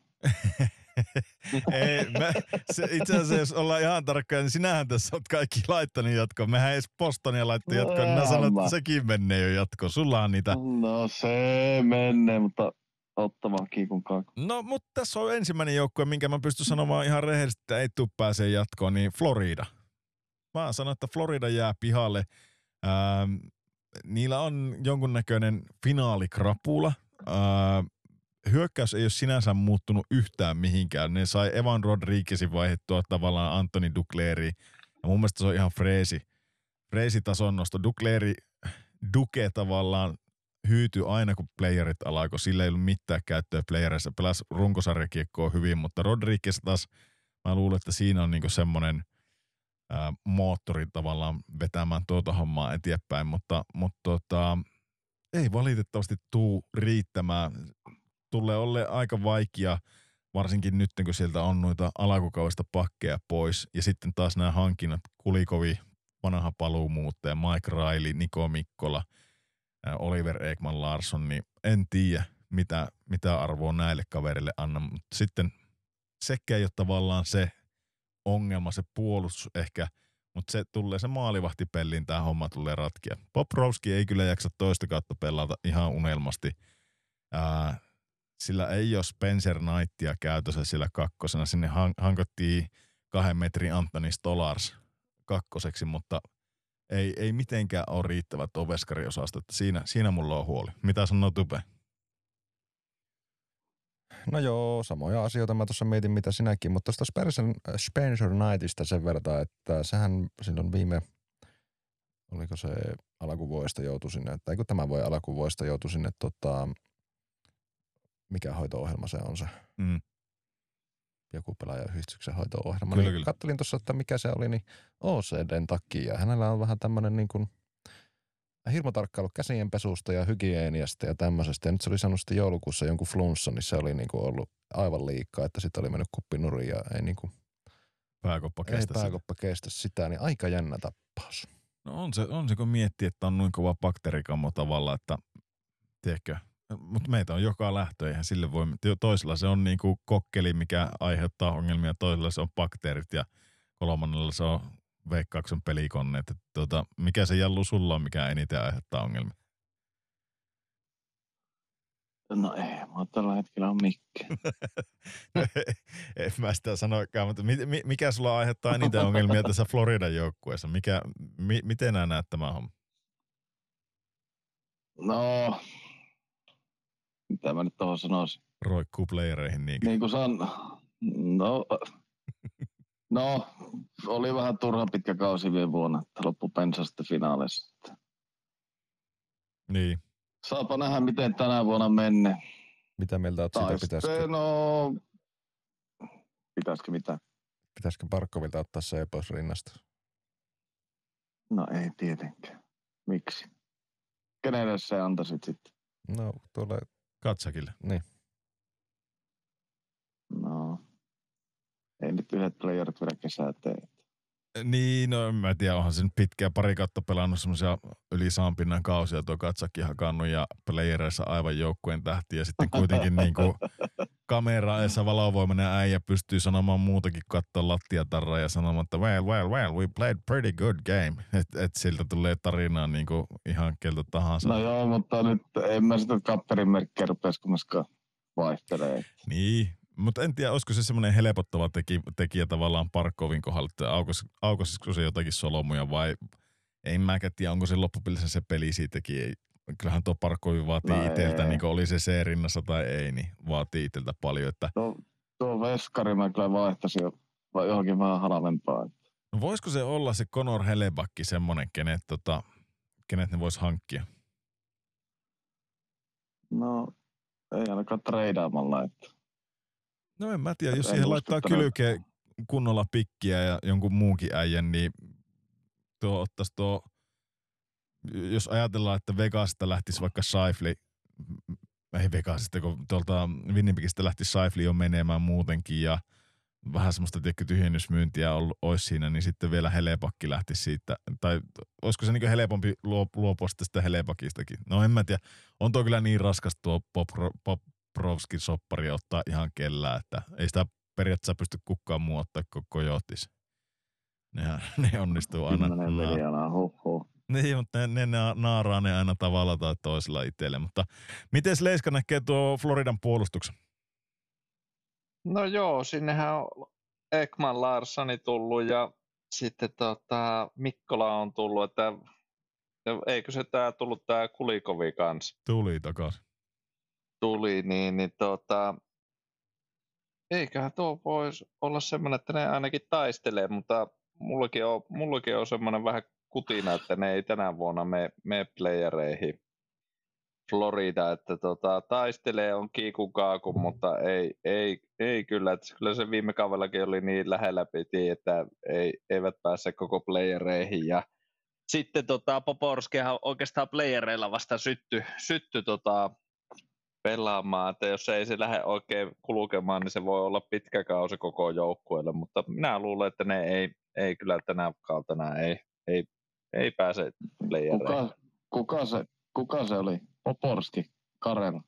Ei, mä, se, itse asiassa jos ollaan ihan tarkkoja, niin sinähän tässä oot kaikki laittanut jatkoon. Mehän edes Bostonia laittoi No jatkoon, niin mä sanon, mä. että sekin menee jo jatkoon. Sulla on niitä. No se menee, mutta ottamaan kiikun kaakun. No, mutta tässä on ensimmäinen joukkue, minkä mä pystyn sanomaan ihan rehellisesti, että ei tuu pääsee jatkoon, niin Florida. Mä sanon, että Florida jää pihalle. Ähm, niillä on jonkunnäköinen finaalikrapula. Ähm, hyökkäys ei ole sinänsä muuttunut yhtään mihinkään. Ne sai Evan Rodriguezin vaihdettua tavallaan Anthony Duclairiin. Ja mun mielestä se on ihan freesi, freesi tason nosto. Duclairi, Duke tavallaan hyytyi aina, kun playerit alkoi. Sillä ei ollut mitään käyttöä playerissa. Pelasi runkosarjakiekkoa hyvin, mutta Rodriguez taas, mä luulen, että siinä on niinku semmoinen ää, moottori tavallaan vetämään tuota hommaa eteenpäin. Mutta, mutta tota, ei valitettavasti tuu riittämään. Tulee olla aika vaikea, varsinkin nyt, kun sieltä on noita alkukaudesta pakkeja pois. Ja sitten taas nämä hankinnat, Kulikovi, vanha paluumuuttaja, Mike Riley, Niko Mikkola, Oliver Ekman Larsson, niin en tiedä, mitä, mitä arvoa näille kaverille anna. Mutta sitten sekä ei ole tavallaan se ongelma, se puolustus ehkä, mutta se tulee se maalivahtipelliin, tämä homma tulee ratkia. Bobrovski ei kyllä jaksa toista kautta pelata ihan unelmasti. Ää, Sillä ei ole Spencer Knightia käytössä sillä kakkosena. Sinne hankottiin kahden metrin Anthony Stolars kakkoseksi, mutta ei, ei mitenkään ole riittävä tuo veskariosasto. Siinä, siinä mulla on huoli. Mitä sanoo Tupe? No joo, samoja asioita mä tuossa mietin mitä sinäkin, mutta tuosta Spencer, Spencer Knightista sen verran, että sehän silloin viime, oliko se alkuvuodesta joutui sinne, tai kun tämä voi alkuvuodesta joutui sinne tota, mikä hoito-ohjelma se on se. Mm. Joku pelaajayhdistyksen hoito-ohjelma. Kyllä, niin kyllä. Kattelin tuossa, että mikä se oli, niin O C D:n takia. Hänellä on vähän tämmöinen niin kuin hirmu tarkkailu käsien pesusta ja hygieniasta ja tämmöisestä. Ja nyt se oli sanonut sitten joulukuussa jonkun flunssan, niin se oli niin kuin ollut aivan liikaa, että sitten oli mennyt kuppinurin ja ei niin kuin pääkoppa kestä, ei pääkoppa kestä sitä, niin aika jännä tappaus. No on se, on se kun miettii, että on noin kova bakteerikammo tavalla, että tiedätkö, mutta meitä on joka lähtö, eihän sille voi, toisella se on niinku kokkeli, mikä aiheuttaa ongelmia, toisella se on bakteerit ja kolmannella se on Veikkauksen pelikoneet. Että tuota, mikä se Jallu sulla on, mikä eniten aiheuttaa ongelmia? No ei, mä tällä hetkellä on Mikke. En mä sitä sanoikaan, mutta mikä sulla aiheuttaa eniten ongelmia tässä Floridan joukkueessa? Mikä, mi, miten nää näet tämä homma? No, mitä mä nyt tuohon sanoisin? Roikkuu playereihin niinkö? Niin kuin san... No, no, oli vähän turha pitkä kausi viime vuonna, että loppu pensa sitten finaaleissa. Niin. Saapa nähdä, miten tänä vuonna menne. Mitä mieltä oot siitä? Pitäisikö, no, pitäisikö mitä? Pitäisikö Barkovilta ottaa se pois rinnasta? No ei tietenkään. Miksi? Kenelle se antaisit sitten? No, tuolle... Katsakille. Niin. No, ei nyt yhdet playerit vielä kesää tee. Niin, no en mä tiedä, onhan se nyt pitkään pari kautta pelannut semmoisia yli saanpinnan kausia tuo Katsakki hakannut ja playereissa aivan joukkueen tähti ja sitten kuitenkin niinku kamera eessä valovoimainen äijä pystyy sanomaan muutakin, katsoa lattiatarraa ja sanomaan, että well, well, well, we played pretty good game. Että et siltä tulee tarinaa niinku ihan keltä tahansa. No joo, mutta nyt en mä sitä kapperin merkkiä rupesi kummaskaan vaihtelee. Niin. Mutta en tiedä, olisiko se semmoinen helpottava teki, tekijä tavallaan Parkovin kohdalla, että aukos, aukosisiko se jotakin solomuja vai en mäkään tiedä, onko se loppupelissä se peli siitäkin. Kyllähän tuo Parkovi vaatii no itseltä, niin oli se C-rinnassa tai ei, niin vaatii itseltä paljon. Että... Tuo, tuo veskari mä kyllä vaihtaisin johonkin vähän halvempaa. No voisiko se olla se Conor Helebakki semmoinen, kenet, tota, kenet ne vois hankkia? No ei ainakaan treidaamalla, että... No en mä tiedä, jos siihen laittaa kylkeen kunnolla pikkiä ja jonkun muunkin äijän, niin tuo ottaisi tuo, jos ajatellaan, että Vegasista lähtisi vaikka Saifli, ei Vegasista, kun tuolta Winnipegistä lähtisi Saifli jo menemään muutenkin ja vähän semmoista tiedätkö, tyhjennysmyyntiä olisi siinä, niin sitten vielä Helebakki lähtisi siitä, tai olisiko se niin helpompi luopua sitä Helebakistakin? No en mä tiedä, on tuo kyllä niin raskas tuo pop, pop Provskin soppari ottaa ihan kellään, että ei sitä periaatteessa pysty kukaan muu ottaa koko johtis. Nehän, ne onnistuu aina. kymmenen miljoonaa, huh, huh. Niin, mutta ne, ne naaraa ne aina tavalla tai toisella itselle. Mutta miten Leiska näkee tuo Floridan puolustuksen? No joo, sinnehän on Ekman Larssoni tullut ja sitten tota, Mikkola on tullut, että eikö se tää tullut tää Kulikovi kanssa? Tuli takaisin. Tuli, niin, niin tota, eiköhän tuo voisi olla semmoinen, että ne ainakin taistelee, mutta mullakin on, mullakin on semmoinen vähän kutina, että ne ei tänä vuonna mene, mene playereihin Florida, että tota, taistelee on kiikun kaakun, mutta ei, ei, ei kyllä, että kyllä se viime kaudellakin oli niin lähellä piti, että ei, eivät pääse koko playereihin ja sitten tota, Poporskihan oikeastaan playereilla vasta sytty, sytty tota, pelaamaan, että jos ei se lähde oikein kulkemaan, niin se voi olla pitkä kausi koko joukkueelle, mutta minä luulen, että ne ei, ei kyllä tänä kautena ei, ei, ei pääse playereihin. Kuka, kuka, se, kuka se oli? Poporski, Karela.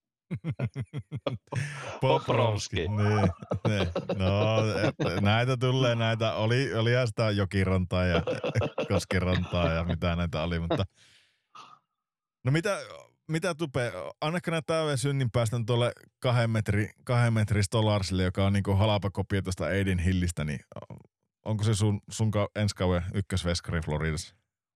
Poprovski. Niin, niin. No, et, näitä tulee, näitä oli, oli sitä Jokirantaa ja Koskirantaa ja mitä näitä oli, mutta no mitä, mitä Tupe, annakka näitä täyden synnin päästän tuolle kahden metri, kahden metri Stolarsille, joka on niinku halapa kopio tuosta Aiden Hillistä, niin onko se sun, sun ensi kauden ykkösveskari Floridassa?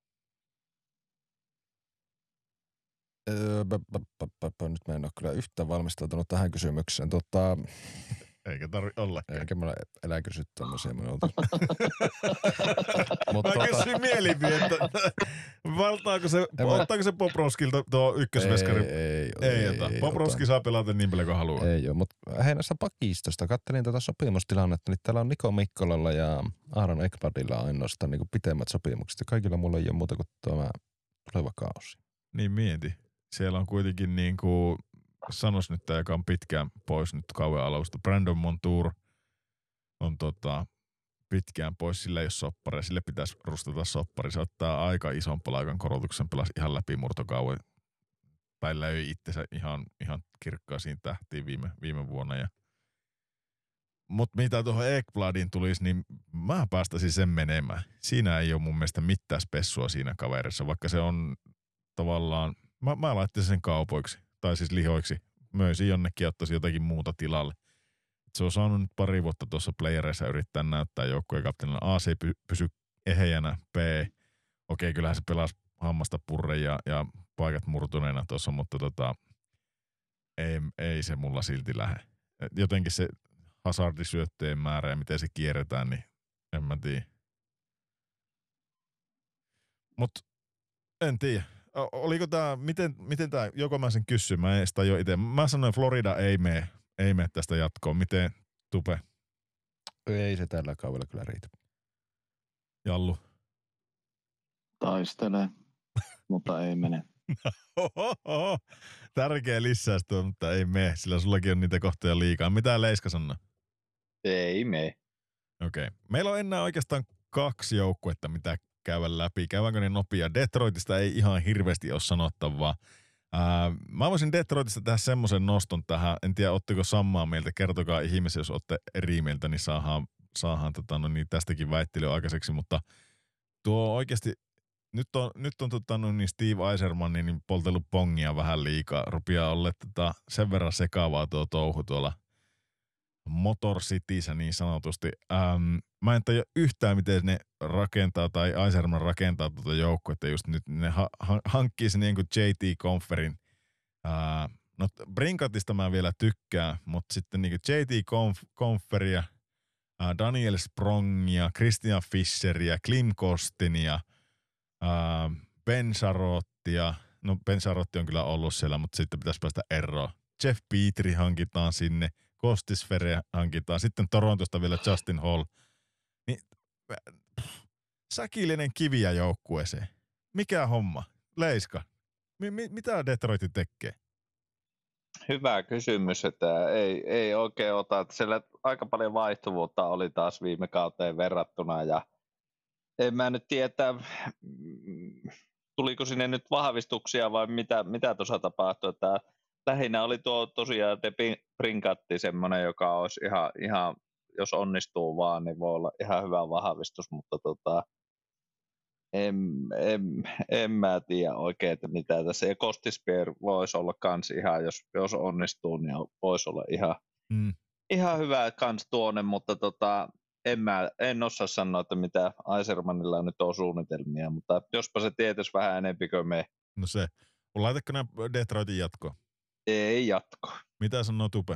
Öö, b- b- b- b- nyt mä en ole kyllä yhtään valmistautunut tähän kysymykseen. Tota, Eikä tarvi ollakaan. eikä mulla elä kysy tämmöisiä minulta. Mä tota... kysyin mielipidettä, valtaako se, ottaako se Poprovskilta tuo ykkösveskari? Ei, ei, ei, ei ota. Poprovski saa pelata niin paljon kuin haluaa. Ei joo, mutta hei näistä pakistosta, katselin tätä sopimustilannetta, niin täällä on Niko Mikkolalla ja Aaron Ekbladilla ainoastaan niin kuin pitemmät sopimukset ja kaikilla mulla ei ole muuta kuin tämä tuleva kausi. Niin mieti. Siellä on kuitenkin niin kuin, sanois nyt tämä, joka on pitkään pois nyt kauan alusta. Brandon Montour on tota, pitkään pois, sillä ei ole soppari. Sille pitäisi rustata soppari. Se ottaa aika ison palaikan korotuksen, pelasi ihan läpi murtokauan. tai löi itsensä ihan, ihan kirkkaisiin tähtiin viime, viime vuonna. Ja mutta mitä tuohon Ekbladiin tulisi, niin mä päästäisin sen menemään. Siinä ei ole mun mielestä mitään spessua siinä kaverissa, vaikka se on tavallaan, mä, mä laittaisin sen kaupoiksi, tai siis lihoiksi. Möisin jonnekin ja ottaisin jotakin muuta tilalle. Se on saanut nyt pari vuotta tuossa playereissa yrittää näyttää joukkueen kapteenilla. A, se ei py, pysy ehejänä. B, okei, kyllähän se pelasi hammasta purre ja, ja paikat murtuneena tuossa, mutta tota, ei, ei se mulla silti lähde. Jotenkin se hazardisyöttöjen määrä ja miten se kierretään, niin en mä tiedä. Mut en tiedä. Oliko tää, miten, miten tää, joko mä sen kysyn, mä en sitä jo ite. Mä sanoin, Florida ei mene, ei mene tästä jatkoon. Miten, Tupe? Ei se tällä kaudella kyllä riitä. Jallu? Taistelee, mutta ei mene. Ohoho. Tärkeä lisäys tuo, mutta ei mene, sillä sullakin on niitä kohtoja liikaa. Mitä Leiska sanoo? Ei mene. Okei. Okay. Meillä on enää oikeastaan kaksi joukkuetta, mitä käydä läpi. Käydäänkö ne nopea? Detroitista ei ihan hirveästi ole sanottavaa. Ää, mä voisin Detroitista tehdä semmoisen noston tähän. En tiedä, ootteko samaa mieltä. Kertokaa ihmeessä, jos ootte eri mieltä, niin saadaan, saadaan tota, no niin, tästäkin väittelyä aikaiseksi. Mutta tuo oikeasti, nyt on, nyt on tota, no niin Steve Yzerman niin poltellut pongia vähän liikaa. Rupeaa olla tota, sen verran sekaavaa tuo touhu tuolla Motor Cityssä niin sanotusti. Ähm, mä en tajua yhtään, miten ne rakentaa tai Yzerman rakentaa tuota joukkuetta just nyt. Ne ha- ha- hankkii sen niin kuin J T Conferin. Äh, no Brinkatista mä vielä tykkään, mutta sitten niin kuin J T Conf- Conferia, äh, Daniel Sprongia, Christian Fischeria, Klim Kostinia, äh, Ben Charottia. No Ben Charotti on kyllä ollut siellä, mutta sitten pitäisi päästä eroon. Jeff Petri hankitaan sinne. Kostisfere hankitaan. Sitten Torontosta vielä Justin Hall. Niin, säkillinen kiviä joukkueeseen. Mikä homma? Leiska. Mi- mi- mitä Detroit tekee? Hyvä kysymys, että ei, ei oikein ota. Että siellä aika paljon vaihtuvuutta oli taas viime kauteen verrattuna. Ja en mä nyt tiedä, tuliko sinne nyt vahvistuksia vai mitä, mitä tuossa tapahtui. Että lähinnä oli tuo tosiaan De Brinkatti semmoinen, joka olisi ihan, ihan, jos onnistuu vaan, niin voi olla ihan hyvä vahvistus, mutta tota, en, en, en mä tiedä oikein, että mitä tässä. Ja Kostispier voisi olla kans ihan, jos, jos onnistuu, niin voisi olla ihan, mm. ihan hyvä kans tuonne, mutta tota, en, mä, en osaa sanoa, että mitä Yzermanilla nyt on suunnitelmia, mutta jospa se tietäisi vähän enemmän kuin me. No se. Laitatko nämä Detroitin jatkoon? Ei jatko. Mitä sanoo Tupe?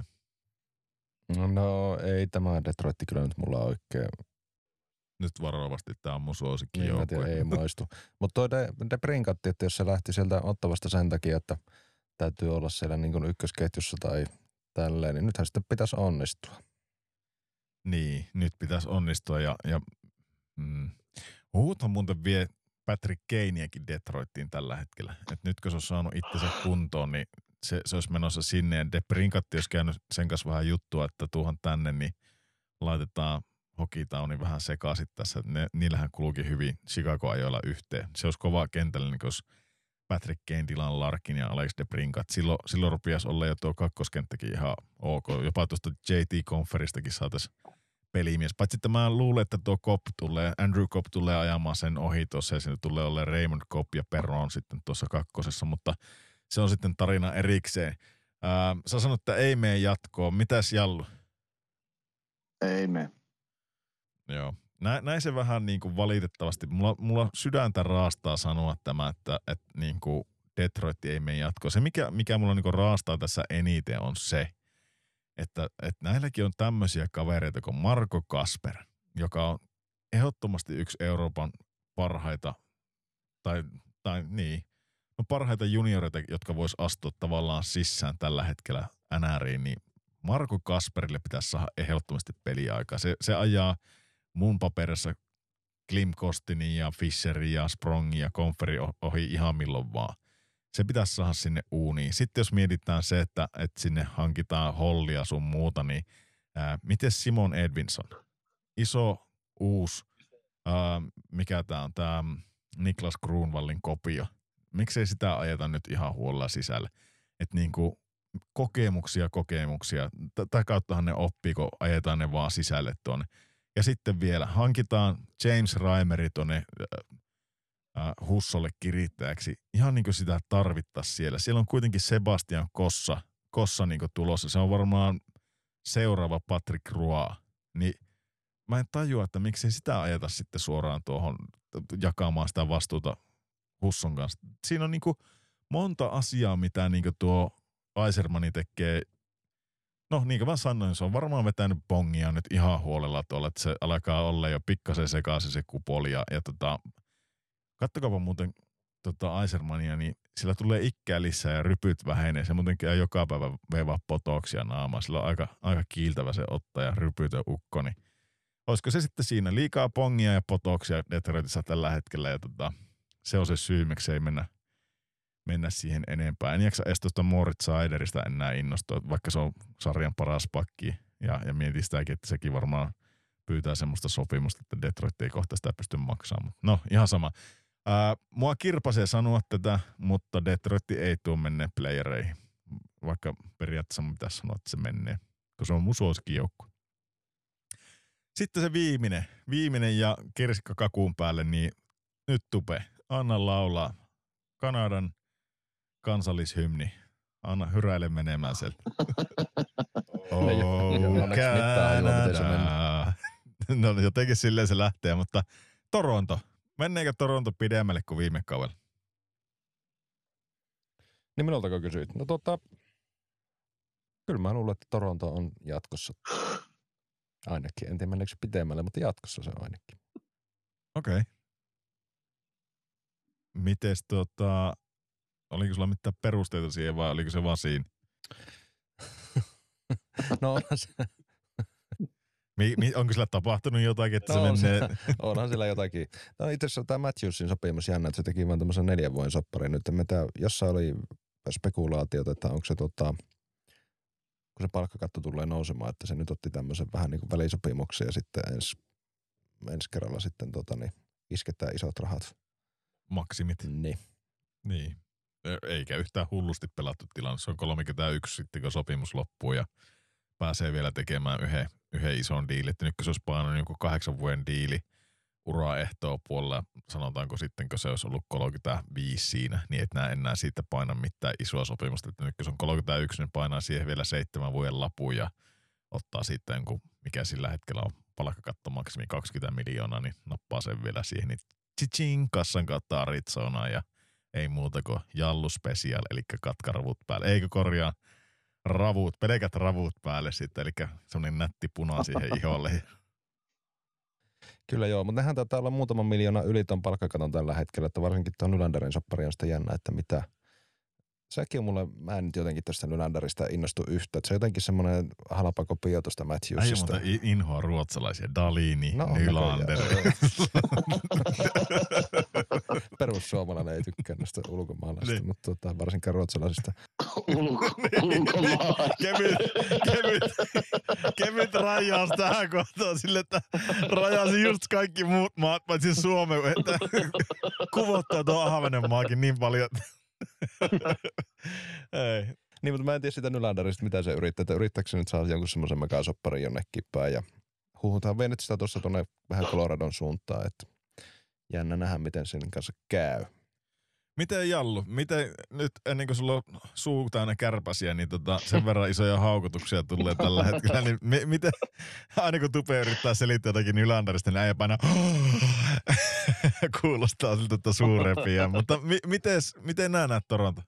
No ei tämä Detroit kyllä nyt mulla oikein. Nyt varovasti, tää on mun suosikki niin, joukkue. Ei maistu. Mutta toi De, De Brinkatti, että jos se lähti sieltä Ottavasta sen takia, että täytyy olla siellä niin kuin ykkösketjussa tai tälleen, niin nythän sitten pitäisi onnistua. Niin, nyt pitäisi onnistua ja, ja mm, huuthan muuten vie Patrick Kaneakin Detroittiin tällä hetkellä. Et nyt kun se on saanut itsensä kuntoon, niin se, se olisi menossa sinne. Ja De Brinkatti olisi käynyt sen kanssa vähän juttua, että tuohon tänne, niin laitetaan Hokitownin vähän sekaisin tässä. Ne, niillähän kulukin hyvin Chicago-ajoilla yhteen. Se olisi kova kentällä, niin jos Patrick Kane, Dylan Larkin ja Alex De Brincat. Silloin, silloin rupiaisi olla jo tuo kakkoskenttäkin ihan ok. Jopa tuosta J T-konferistakin saataisiin pelimies. Paitsi että mä luulen, että tuo Cobb tulee, Andrew Cobb tulee ajamaan sen ohi tuossa ja siinä tulee olemaan Raymond Cobb ja Perron sitten tuossa kakkosessa, mutta se on sitten tarina erikseen. Ää, sä sanot, että ei mene jatkoon. Mitäs Jallu? Ei mene. Joo. Nä, näin se vähän niin kuin valitettavasti. Mulla, mulla sydäntä raastaa sanoa tämä, että, että niin kuin Detroit ei mene jatkoon. Se, mikä, mikä mulla niin kuin raastaa tässä eniten, on se, että, että näilläkin on tämmöisiä kavereita kuin Marco Kasper, joka on ehdottomasti yksi Euroopan parhaita, tai, tai niin, no parhaita junioreita, jotka vois astua tavallaan sisään tällä hetkellä N R:iin, niin Marco Kasperille pitäisi saada ehdottomasti peliaikaa. Se, se ajaa mun paperissa Klim Kostinin ja Fischerin ja Sprongin ja Conferin ohi ihan milloin vaan. Se pitäisi saada sinne uuniin. Sitten jos mietitään se, että, että sinne hankitaan Hollia sun muuta, niin ää, miten Simon Edvinson? Iso, uusi, ää, mikä tää on, tää Niklas Kruunvallin kopio. miksei sitä ajeta nyt ihan huolella sisälle. Että niinku kokemuksia, kokemuksia. Tätä kauttahan ne oppii, kun ajetaan ne vaan sisälle tuonne. Ja sitten vielä hankitaan James Reimeri tuonne äh, Hussolle kirittäjäksi. Ihan niin kuin sitä tarvittaisiin siellä. Siellä on kuitenkin Sebastian Kossa, Kossa niin kuin tulossa. Se on varmaan seuraava Patrick Roy. Niin mä en tajua, että miksei sitä ajeta sitten suoraan tuohon jakamaan sitä vastuuta Husson kanssa. Siinä on niin kuin monta asiaa, mitä niin kuin tuo Isermani tekee. No niin kuin mä sanoin, se on varmaan vetänyt bongia nyt ihan huolella tuolla, että se alkaa olla jo pikkasen sekaisin se kupoli. Ja, ja tota, kattokaapa muuten tota Isermania, niin sillä tulee ikkää lisää ja rypyt vähenee. Se muuten käy joka päivä veivaa potoksia naamaa. Sillä on aika, aika kiiltävä se otta ja rypytön ukko. Niin olisiko se sitten siinä liikaa bongia ja potoksia Detroitissa tällä hetkellä. Ja tota, se on se syy, miksi ei mennä. mennä siihen enempää. En jaksa edes tuosta Moritz Seideristä enää innostua, vaikka se on sarjan paras pakki. Ja, ja mietin sitäkin, että sekin varmaan pyytää semmoista sopimusta, että Detroit ei kohta sitä pysty maksamaan. No, ihan sama. Ää, mua kirpasee sanoa tätä, mutta Detroit ei tule menneen playereihin. Vaikka periaatteessa mun pitäisi sanoa, että se menee, kun se on mun suosikkijoukko. Sitten se viimeinen, viimeinen ja kirsikka kakuun päälle, niin nyt Tupe, anna laulaa Kanadan kansallishymni. Anna hyräile menemään sieltä. Oh, Canada. No jotenkin silleen se lähtee, mutta Toronto. Menneekö Toronto pidemmälle kuin viime kaudella? Niin minultako kysyit? No tota, kyllä mä luulen, että Toronto on jatkossa ainakin. En tiedä menneekö se pidemmälle, mutta jatkossa se on ainakin. Okei. Okay. Mites tota... Oliko sulla mitään perusteita siihen vai oliko se vaan siinä? No onhan se. Mi, mi, onko sillä tapahtunut jotakin, että no, se on menee? Se, onhan sillä jotakin. No itse asiassa tämä Matthewsin sopimus jännä, että se teki vaan tämmöisen neljän vuoden sopparin. Nyt mitä, jossain oli spekulaatiota, että onko se tota, kun se palkkakatto tulee nousemaan, että se nyt otti tämmöisen vähän niin kuin välisopimuksen ja sitten ensi, ensi kerralla sitten tota, niin isketään isot rahat. Maksimit. Niin. Niin. Eikä yhtään hullusti pelattu tilanne. Se on kolmekymmentäyksi sitten, kun sopimus loppuu ja pääsee vielä tekemään yhden, yhden ison diilin. Että nyt kun se olisi painanut joku kahdeksan vuoden diili uraehtoa puolella, sanotaanko sitten, kun se olisi ollut kolmekymmentäviisi siinä, niin et näe enää siitä paina mitään isoa sopimusta. Että nyt kun se on kolmekymmentäyksi, niin painaa siihen vielä seitsemän vuoden lapun ja ottaa sitten jonkun, mikä sillä hetkellä on palkkakatto maksimi kaksikymmentä miljoonaa, niin nappaa sen vielä siihen. Niin tsi-ching, kassan kautta Arizonaan ja ei muuta kuin Jallu Special, eli katkaravut päälle. Eikö korjaa ravut, pelkät ravut päälle sitten, eli semmoinen nätti puna siihen iholle. Kyllä joo, mutta nehän taitaa olla muutaman miljoona yli ton palkkakaton tällä hetkellä, että varsinkin tuon Nylanderin soppari on sitä jännä, että mitä. Sekin on mulle, mä en nyt jotenkin tästä Nylanderista innostu yhtä, että se on jotenkin semmoinen halpa kopio tuosta Matthewsista. Ai mutta inhoa ruotsalaisia, Dalini, no, Nylander. Perussuomalainen ei tykkää näistä ulkomaalaisista, niin. Mutta tota, varsinkaan ruotsalaisista. Ulkomaalaisista. kevyt, kevyt, kevyt rajaus tähän kohtaan sille, että rajasi just kaikki muut maat, paitsi Suomen, että kuvottaa tuo Ahvenenmaakin niin paljon. Ei. Niin, mutta mä en tiedä sitä Nylanderista, mitä se yrittää. Että yrittääkö se nyt saada jonkun semmoisen megasopparin jonnekin päin. Ja huhutaan vienyt sitä tuossa tuonne vähän Coloradon suuntaan, että jännä nähdä, miten sen kanssa käy. Miten Jallu, miten nyt ennen kuin sulla on suu täynnä kärpäsiä, niin tota, sen verran isoja haukotuksia tulee tällä hetkellä, niin mi- miten, aina kun Tupe yrittää selittää jotakin Nylanderista, niin äijä painaa kuulostaa siltä, että suu repiää, mutta mi- mites, miten nää näet Toronto?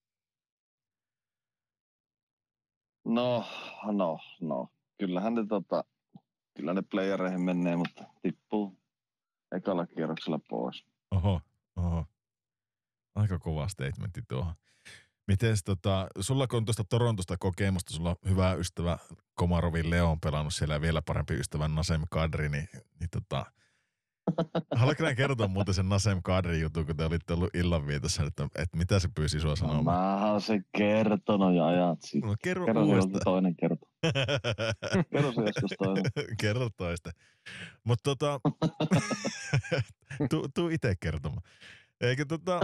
No, no, no. Kyllähän ne, tota, kyllä ne playereihin menee, mutta tippuu ekalla kierroksella pois. Oho, oho. Aika kova statementti tuohon. Mites tota, sulla kun on tuosta Torontosta kokemusta, sulla on hyvä ystävä Komarovin Leon pelannut siellä ja vielä parempi ystävä Nasem Kadri, niin, niin tota, haluatko näin kertoa muuten sen Nasem Kadri jutun, kun te olitte ollut illanvietossa, että, että mitä se pyysi sua sanomaan? No, mä oon sen kertonut ja ajat sitten. No, kerro kerro uudestaan. toinen kerta. Kerro se joskus toinen. Kerro toista. Mutta tota, tuu, tuu itse kertomaan. Eikö tota...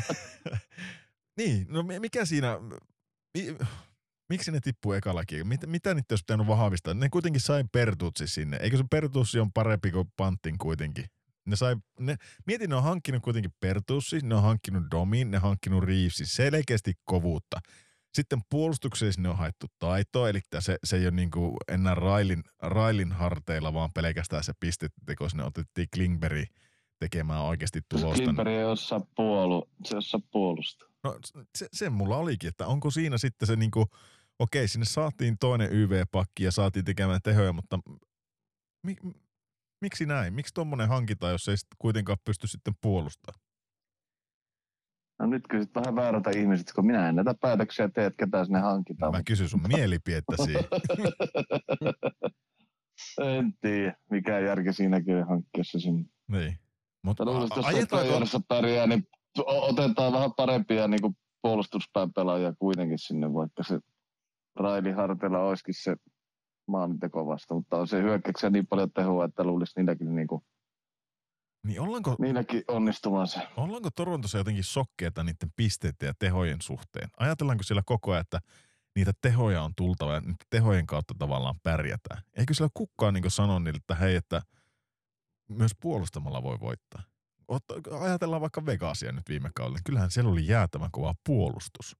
niin, no mikä siinä... Mi... Miksi ne tippuu ekalakin? Mitä, mitä niitä olisi pitänyt vahvistaa? Ne kuitenkin sai Pertutsi sinne. Eikö se Pertussi on parempi kuin Pantin kuitenkin? Ne sai, ne, mietin, ne on hankkinut kuitenkin Pertussi, ne on hankkinut Domin, ne on hankkinut Reevesin. Selkeästi kovuutta. Sitten puolustuksessa ne on haettu taitoa, eli se, se ei ole niin kuin enää Railin, Railin harteilla, vaan pelkästään se pisteteko. Sinne otettiin Klingberg tekemään oikeasti tulosta. Klingberg ei osaa puolu, se osaa puolustaa. No se, se mulla olikin, että onko siinä sitten se niinku, okei, sinne saatiin toinen Y V-pakki ja saatiin tekemään tehoja, mutta mi, miksi näin? Miksi tommonen hankitaan, jos ei sit kuitenkaan pysty sitten puolustamaan? No nyt kysyt vähän väärältä ihmiset, kun minä en näitä päätöksiä tee, että ketään sinne hankitaan. Mä kysyn sun mielipidettä siihen. En tiedä, mikä järki siinäkin on hankkia se sinne. Niin. Mutta jos ajetaanko... pärjää, niin otetaan vähän parempia niin kuin puolustuspään pelaajia kuitenkin sinne, vaikka se Raili Hartela olisikin se maalinteko vasta, mutta on se hyökkäyksessä niin paljon tehoa, että luulisi niilläkin, niin kuin, niin ollaanko, niilläkin onnistumaan se. Ollaanko Torontossa jotenkin sokkeita niiden pisteiden ja tehojen suhteen? Ajatellaanko siellä koko ajan, että niitä tehoja on tultava ja niiden tehojen kautta tavallaan pärjätään? Eikö siellä kukaan niin sano niille, että hei, että myös puolustamalla voi voittaa? Ajatellaan vaikka Vegasia nyt viime kaudella. Kyllähän siellä oli jäätävän kova puolustus.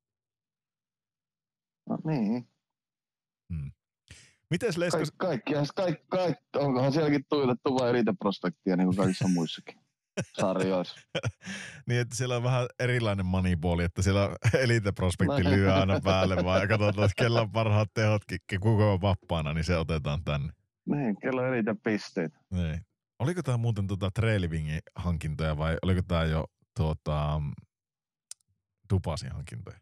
No niin. Hmm. Mites Leskas... Kaikki, kaikki, kaikki, kaikki, onkohan sielläkin tuijotettu vain elite-prospektia niin kuin kaikissa muissakin sarjoissa. Niin, että siellä on vähän erilainen moneyballi, että siellä elite-prospekti lyö aina päälle vaan ja katsotaan, että kellä on parhaat tehot, kuka on vapaana, niin se otetaan tänne. Niin, kello on eniten pisteitä. Niin. Oliko tämä muuten tuota Trailivingin hankintoja vai oliko tämä jo tuota, Dubasin hankintoja?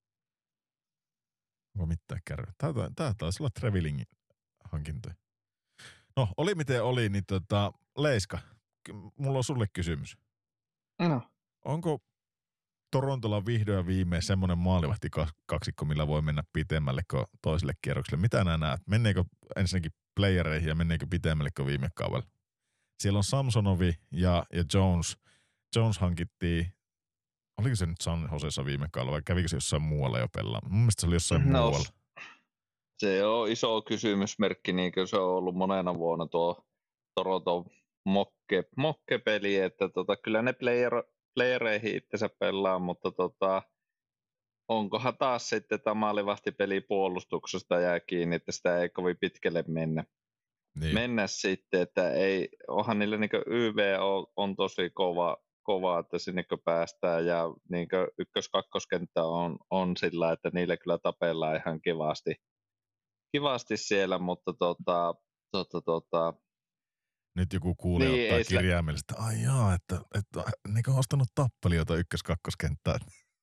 Onko mitään kärryä? Tämä taisi olla Trailivingin hankintoja. No, oli miten oli, niin tota, Leiska, mulla on sulle kysymys. No. Onko Torontolla vihdoin ja viimein semmoinen maalivahti kaksikko, millä voi mennä pitemmälle kuin toiselle kierrokselle? Mitä nää näet? Menneekö ensinnäkin playereihin ja menneekö pitemmälle kuin viime kaudella? Siellä on Samsonovi ja, ja Jones. Jones hankittiin, oliko se nyt San Josessa viime kaudella vai kävikö se jossain muualla jo pelaa? Mun mielestä se oli jossain no, muualla. Se on iso kysymysmerkki, niin kuin se on ollut monena vuonna tuo Toronto mokke, mokkepeli, että tota, kyllä ne player, playereihin itsensä pelaa, mutta tota, onkohan taas sitten tämä maalivahtipeli puolustuksesta jää kiinni, että sitä ei kovin pitkälle mennä. Niin. Mennä sitten, että ei, onhan niillä niin Y V on, on tosi kova, kova, että sinne päästään ja niin ykkös-kakkoskenttä on, on sillä, että niillä kyllä tapellaan ihan kivasti, kivasti siellä, mutta tota, tota, tota, nyt joku kuulee niin, ottaa sillä... kirjaimellisesti, ai jaa, että, että niin on ostanut tappelijoita ykkös-kakkoskenttään.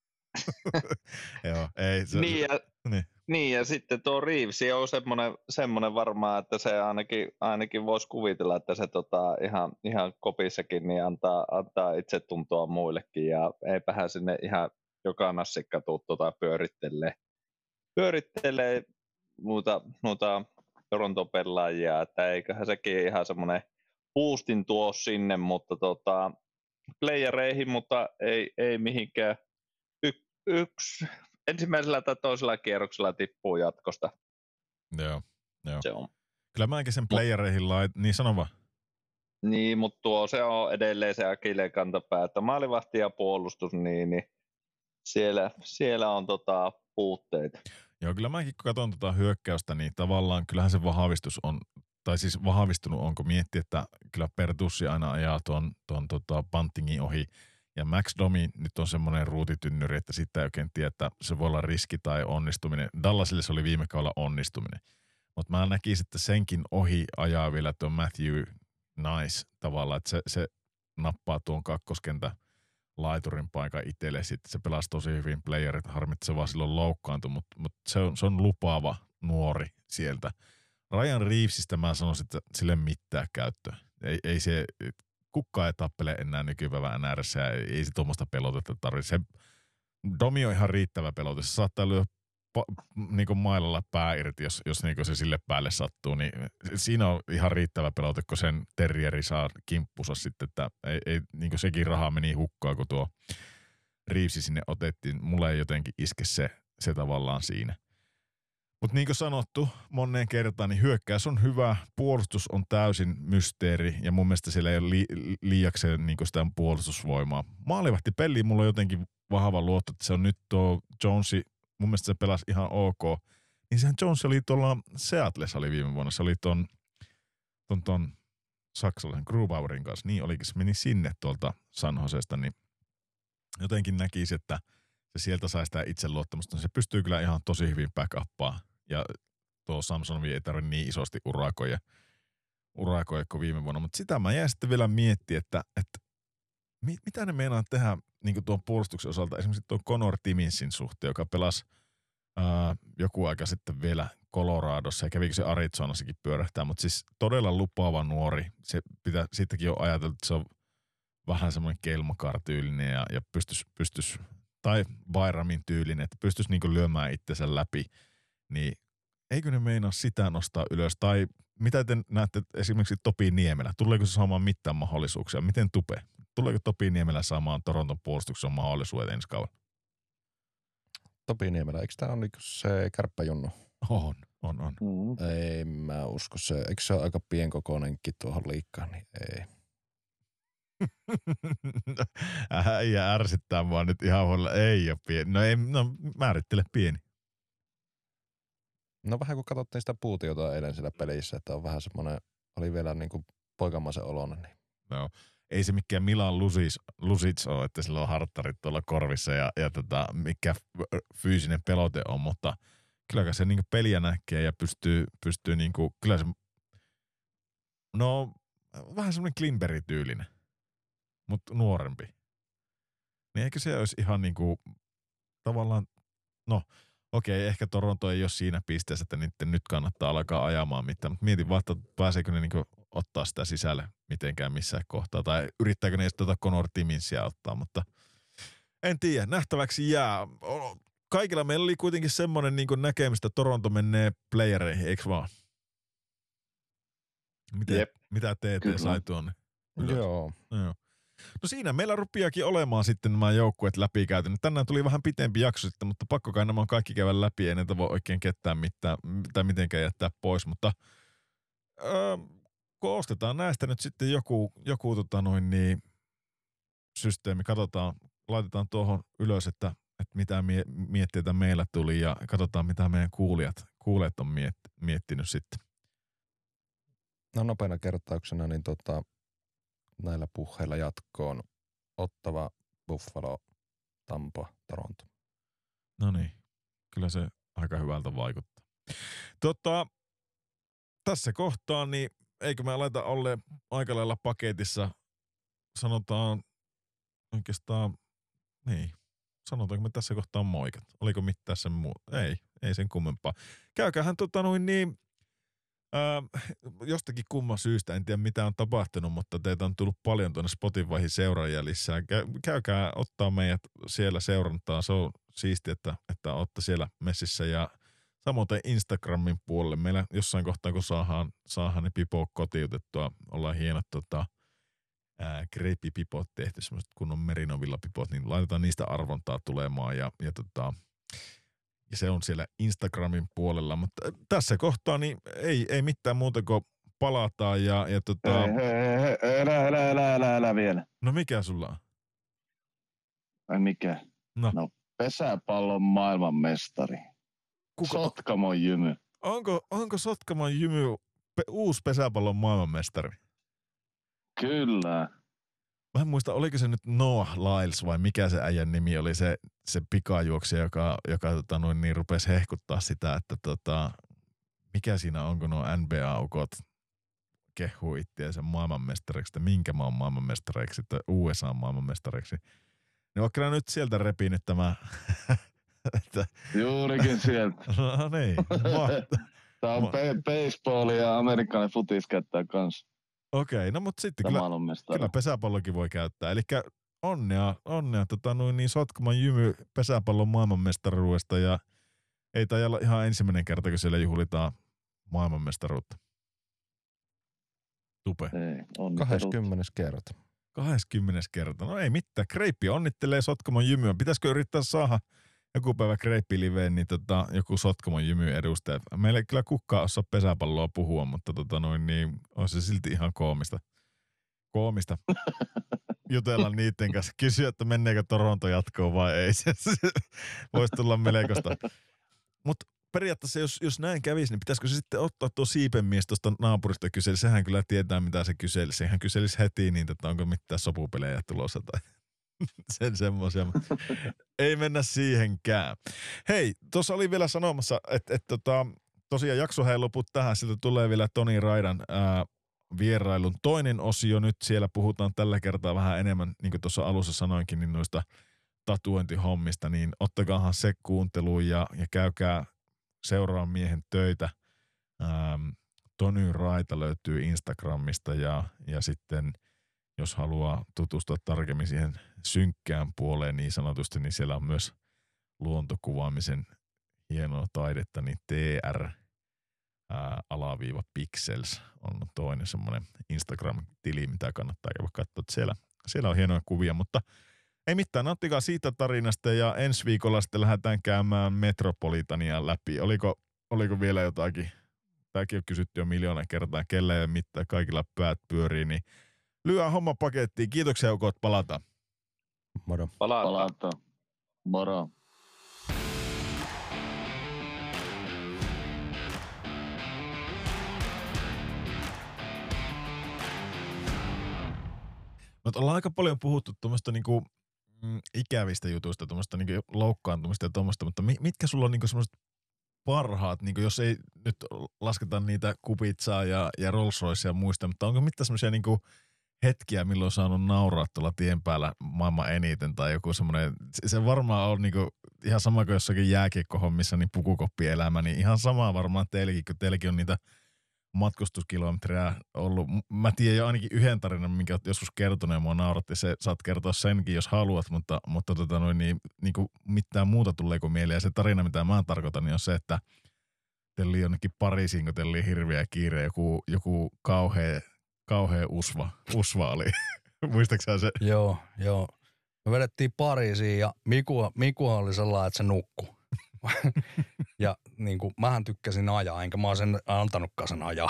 Joo, ei. Se, niin, ja, niin. niin, ja sitten tuo Reeves on semmoinen, semmoinen varmaan, että se ainakin, ainakin voisi kuvitella, että se tota, ihan, ihan kopissakin niin antaa, antaa itsetuntoa muillekin, ja eipähän sinne ihan joka nassikka tuu tota pyörittelee, pyörittelee muuta, muuta Toronto-pelaajia, että eiköhän sekin ihan semmoinen boostin tuo sinne, mutta tota, playereihin, mutta ei, ei mihinkään. Y- yksi ensimmäisellä tai toisella kierroksella tippuu jatkosta. Joo, joo. Se on. Kyllä mäkin sen playereihin lait, niin sano vaan. Niin, mutta tuo se on edelleen se Akilleen kantapää, että maalivahti ja puolustus, niin, niin siellä, siellä on tota puutteita. Joo, kyllä mäkin kun katson tota hyökkäystä, niin tavallaan kyllähän se vahvistus on, tai siis vahvistunut onko mietti, että kyllä Pertussi aina ajaa tuon, tuon tota Buntingin ohi, ja Max Domi nyt on semmoinen ruutitynnyri, että sitten ei oikein tiedä, että se voi olla riski tai onnistuminen. Dallasille se oli viime kaudella onnistuminen. Mutta mä näkisin, että senkin ohi ajaa vielä tuon Matthew Nice tavallaan, että se, se nappaa tuon kakkoskentän laiturin paikan itselle. Sitten se pelasi tosi hyvin playerit, harmi, että se vaan silloin loukkaantui, mutta mut se, on, se on lupaava nuori sieltä. Ryan Reevesistä mä sanoisin, että sille mitään käyttöä. Ei, ei se, kukaan ei tappele enää nykypäivän ääressä ja ei se tuommoista pelotetta tarvitse. Se Domi on ihan riittävä pelote. Se saattaa lyödä pa- niinku mailalla pää irti, jos, jos niinku se sille päälle sattuu, niin siinä on ihan riittävä pelote, kun sen terrieri saa kimppusa sitten, että ei, ei niinku sekin raha meni hukkaan, kun tuo Reevesi sinne otettiin. Mulle ei jotenkin iske se, se tavallaan siinä. Mutta niin kuin sanottu moneen kertaan, niin hyökkäys on hyvä, puolustus on täysin mysteeri ja mun mielestä siellä ei ole li- liiakseen niin sitä puolustusvoimaa. Maalivahti peliin mulla on jotenkin vahva luotto, että se on nyt tuo Jonesi, mun mielestä se pelasi ihan ok. Niin sehän Jones oli tuolla Seattleissa oli viime vuonna, se oli ton, ton, ton saksalaisen Grubauerin kanssa, niin olikin, se meni sinne tuolta San Josesta, niin jotenkin näkisi, että se sieltä sai sitä itseluottamusta. Se pystyy kyllä ihan tosi hyvin backuppaa. Ja tuo Samsonovi ei tarvitse niin isosti urakoja, urakoja kuin viime vuonna. Mutta sitä mä jäin sitten vielä miettimään, että, että mit, mitä ne meinaa tehdä niin tuon puolustuksen osalta. Esimerkiksi tuon Connor Timminsin suhteen, joka pelasi ää, joku aika sitten vielä Coloradossa ja kävikö se Arizonassakin pyörähtää. Mutta siis todella lupaava nuori. Se pitää, siitäkin on ajateltu, että se on vähän semmoinen kelmakaartyylinen ja, ja pystyisi, pystyisi tai Bayramin tyylinen, että pystyisi niinku lyömään itsensä läpi, niin eikö ne meinaa sitä nostaa ylös? Tai mitä te näette esimerkiksi Topi Niemelä? Tuleeko se saamaan mitään mahdollisuuksia? Miten Tupe? Tuleeko Topi Niemelä saamaan Toronton puolustuksen mahdollisuudet ensi kaudella? Topi Niemelä, eikö tämä ole niinku se kärppäjunnu? On, on, on. Mm. Ei mä usko se. Eikö se ole aika pienkokoinenkin tuohon liikkaan, niin ei. Äijä ärsyttää mua nyt ihan huolella. Ei ole pieni. No ei, no määrittele pieni. No vähän kun katsottiin sitä puutiota eilen siellä pelissä, että on vähän semmoinen, oli vielä niinku poikamaisen oloinen. Niin. No, ei se mikään Milan Lusic, Lusic ole, että sillä on harttarit tuolla korvissa ja, ja tota, mikä fyysinen pelote on, mutta kyllä se niinku peliä näkee ja pystyy, pystyy niinku, kyllä se, no vähän semmoinen Klimberg-tyylinen, mutta nuorempi. Niin eikö se olisi ihan niinku tavallaan, no okei, ehkä Toronto ei ole siinä pisteessä, että niiden nyt kannattaa alkaa ajamaan mitään, mutta mietin vaan, että pääseekö ne niinku ottaa sitä sisälle mitenkään missään kohtaa, tai yrittääkö ne edes tuota Connor Timminsia ottaa, mutta en tiedä, nähtäväksi jää. Kaikilla meillä oli kuitenkin semmoinen niinku näkemys, että Toronto menee playereihin, eikö vaan? Miten, Jep. mitä T T sai tuonne? Joo. Joo. No siinä meillä rupeakin olemaan sitten nämä joukkueet läpikäyty. Tänään tuli vähän pitempi jakso sitten, mutta pakko kai nämä on kaikki käydä läpi, ei näitä voi oikein ketään mitään, tai mitenkään jättää pois, mutta öö, koostetaan näistä nyt sitten joku, joku tota noin niin, systeemi, katsotaan, laitetaan tuohon ylös, että, että mitä mie- mietteitä meillä tuli ja katsotaan mitä meidän kuulijat, kuulijat on miet- miettinyt sitten. No nopeana kertauksena, niin tota, näillä puheilla jatkoon Ottava, Buffalo, Tampa, Toronto. No niin, kyllä se aika hyvältä vaikuttaa. Tota, tässä kohtaa, niin eikö me aleta olla aika lailla paketissa, sanotaan oikeastaan, niin, sanotaanko me tässä kohtaa moikat? Oliko mitään sen muu? Ei, ei sen kummempaa. Käykäähän tota noin niin, ää, jostakin kumman syystä, en tiedä mitä on tapahtunut, mutta teitä on tullut paljon tuonne Spotifyhin seuraajia lisää. Käykää ottaa meidät siellä seurantaa, se on siistiä, että, että olette siellä messissä ja samoin Instagramin puolelle. Meillä jossain kohtaa, kun saadaan, saadaan ne pipot kotiutettua, ollaan hienot tota, kreippipipot tehty, semmoiset kunnon merinovilla pipot, niin laitetaan niistä arvontaa tulemaan ja, ja, tota, ja se on siellä Instagramin puolella. Mutta tässä kohtaa niin ei, ei mitään muuta kuin palataan ja, ja tota... Hei, hei, hei, elä, elä, elä, elä, elä vielä. No mikä sulla on? Ai mikä? No. no pesäpallon maailmanmestari. Kuka? Sotkamon Jymy. Onko, onko Sotkamon Jymy pe, uusi pesäpallon maailmanmestari? Kyllä. Mä en muista, oliko se nyt Noah Lyles vai mikä se äijän nimi oli, se, se pikajuoksija, joka, joka tota, noin, niin rupesi hehkuttaa sitä, että tota, mikä siinä on, kun nuo N B A-ukot kehuu itseänsä maailmanmestariksi, että minkä maan maailmanmestariksi, että U S A maailmanmestariksi. Niin onko kyllä nyt sieltä repinyt tämä... että... Juurikin sieltä. No niin. Tämä on be- baseball ja amerikkalainen futis käyttää kanssa. Okei, no mutta sitten kyllä, kyllä pesäpallokin voi käyttää. Eli onnea, onnea tota noin niin Sotkaman Jymy pesäpallon maailmanmestaruudesta ja ei taida olla ihan ensimmäinen kerta, kun siellä juhlitaan maailmanmestaruutta. Tupe. Ei, on kaksikymmentä kerta. kaksikymmentä kerta. No ei mitään. Kreippi onnittelee Sotkamon Jymyä. Pitäisikö yrittää saada joku päivä Kreippi-liveen, niin tota, joku Sotkamon Jymy edustaja. Meillä ei kyllä kukaan osaa pesäpalloa puhua, mutta tota noin, niin on se silti ihan koomista. Koomista. Jutella niiden kanssa. Kysyä, että menneekö Toronto jatkoon vai ei. Se, se voisi tulla melkoista. Mutta periaatteessa, jos, jos näin kävisi, niin pitäisikö se sitten ottaa tuo siipenmies tuosta naapurista kyseli. Sehän kyllä tietää, mitä se kyseli. Sehän kyselisi heti, niin että onko mitään sopupelejä tulossa tai sen semmoisia. Ei mennä siihenkään. Hei, tuossa oli vielä sanomassa, että et, tota, tosiaan jakso hei loput tähän. Siltä tulee vielä Toni Raidan ää, vierailun toinen osio. Nyt siellä puhutaan tällä kertaa vähän enemmän, niin kuin tuossa alussa sanoinkin, niin noista tatuointihommista, niin ottakaahan se kuunteluun ja, ja käykää seuraavan miehen töitä. Ähm, Tony Raita löytyy Instagramista ja, ja sitten jos haluaa tutustua tarkemmin siihen synkkään puoleen niin sanotusti, niin siellä on myös luontokuvaamisen hienoa taidetta, niin T R ää, alaviiva pixels on toinen semmoinen Instagram-tili, mitä kannattaa käydä katsoa. Siellä, siellä on hienoja kuvia, mutta ei mitään, nauttikaa siitä tarinasta ja ensi viikolla sitten lähdetään käymään Metropolitania läpi. Oliko, oliko vielä jotakin? Tämäkin on kysytty jo miljoona kertaa, kellä ei ole mitään, kaikilla päät pyörii, niin lyö homma pakettiin. Kiitoksia, ukot, palataan. Moro. Palataan. Palataan. Moro. Mutta ollaan aika paljon puhuttu tuommoista niinku, mm, ikävistä jutuista, tuommoista niinku loukkaantumista ja tuommoista, mutta mitkä sulla on niinku semmoiset parhaat, niinku jos ei nyt lasketa niitä Kupitsaa ja, ja Rolls Roycea ja muista, mutta onko mitään semmoisia niinku hetkiä, milloin on saanut nauraa tuolla tien päällä maailman eniten tai joku semmoinen, se varmaan on niinku ihan sama kuin jossakin jääkiekkohommissa, niin pukukoppielämä, niin ihan sama varmaan teilläkin, kun teilläkin on niitä matkustuskilometrejä ollut. Mä tiedän jo ainakin yhden tarinan, minkä olet joskus kertonut ja mua nauratti. Se, saat kertoa senkin, jos haluat, mutta, mutta tota noin, niin, niin kuin mitään muuta tulee kuin mieleen. Ja se tarina, mitä mä tarkoitan, niin on se, että teillä oli jonnekin Pariisiin, kun teillä oli hirveä kiire. Joku, joku kauhea, kauhea usva, usva oli. Muistaaksä se? Joo, joo. Me vedettiin Pariisiin ja Miku, Miku oli sellainen, että se nukkui. Ja niin kuin, mähän tykkäsin ajaa, enkä mä oon sen antanutkaan sen ajaa.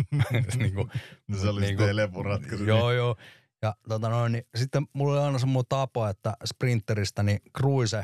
niin kuin, no se oli niin sitten leporatkaisu. Joo, joo. Ja tota noin, niin, sitten mulla oli aina semmoinen tapa, että sprinteristä niin cruise,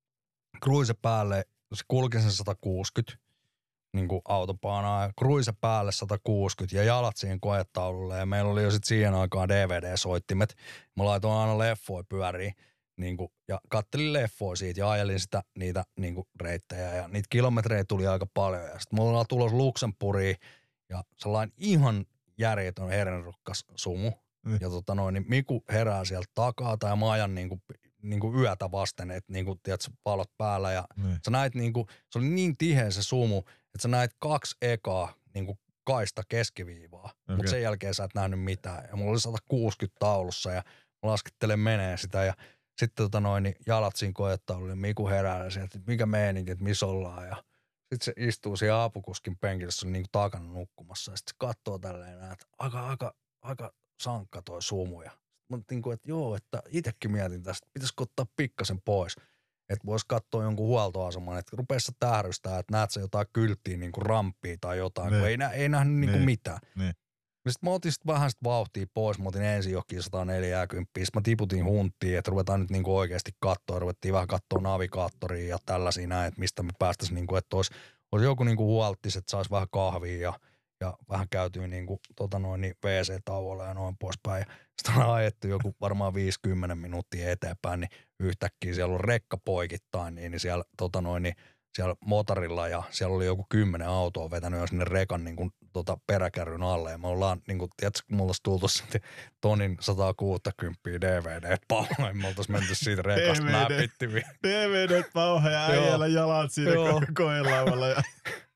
cruise päälle, se kulki sen sata kuusikymmentä niin kuin autopaanaa, ja cruise päälle sata kuusikymmentä ja jalat siihen koetaululle. Ja meillä oli jo sitten siihen aikaan D V D-soittimet. Mä laitoin aina leffoja pyöriin. Niin kuin, ja kattelin leffoja siitä ja ajelin sitä, niitä niin kuin, reittejä ja niitä kilometrejä tuli aika paljon. Ja sitten mulla oli tulos Luxemburgiin ja sellainen ihan järjetön hernerokas sumu. Mm. Ja tota noin, niin Miku herää sieltä takaa tai mä ajan niin kuin, niin kuin yötä vasten, että niin kuin, tiedätkö, palot päällä. Ja mm. sä näit niin kuin, se oli niin tiheä se sumu, että sä näit kaksi ekaa niin kuin kaista keskiviivaa. Okay. Mutta sen jälkeen sä et nähnyt mitään. Ja mulla oli sata kuusikymmentä taulussa ja mä laskettelen menee sitä ja sitten tota noin, niin jalat siinä koettaululle, niin Miku herää sieltä, että mikä meininki, että missä ollaan. Ja sitten se istuu siinä aapukuskin penkillä, se on niin kuin takana nukkumassa. Ja sitten se katsoo tälleen, että aika, aika, aika sankka toi sumu. Ja sitten niin kuin, että joo, että itsekin mietin tästä, pitäisikö ottaa pikkasen pois. Että vois katsoa jonkun huoltoaseman, että rupeessa tährystää, että näet sä jotain kylttiä, niin kuin rampia tai jotain, ne. kun ei, nä, ei nähnyt niin kuin mitään. Ne. Sitten mä otin sit vähän sit vauhtia pois, mä otin ensin johonkin sata neljäkymmentä, sitten mä tiputin hunttiin, että ruvetaan nyt niinku oikeasti katsoa, ruvettiin vähän katsoa navigaattoria ja tällaisia näin, että mistä me päästäisiin, niinku, että olisi, olisi joku niinku huolttis, että saisi vähän kahvia ja, ja vähän käytyy niinku, tota noin, niin W C-tauolla ja noin poispäin. Sitten on ajettu joku varmaan viisikymmentä minuuttia eteenpäin, niin yhtäkkiä siellä on rekka poikittain, niin, niin siellä tota noin, niin siellä motorilla ja siellä oli joku kymmenen autoa vetänyt jo sinne rekan niin kuin, tota, peräkärryn alle. Ja me ollaan, niin kuin, tiedätkö, kun me oltaisiin tultu sitten tonin sata kuusikymmentä D V D-pauhaa, me oltaisiin menty siitä rekasta läpittiviin. D V D-pauha ja äijällä jalat siinä koelaavalla. Ja...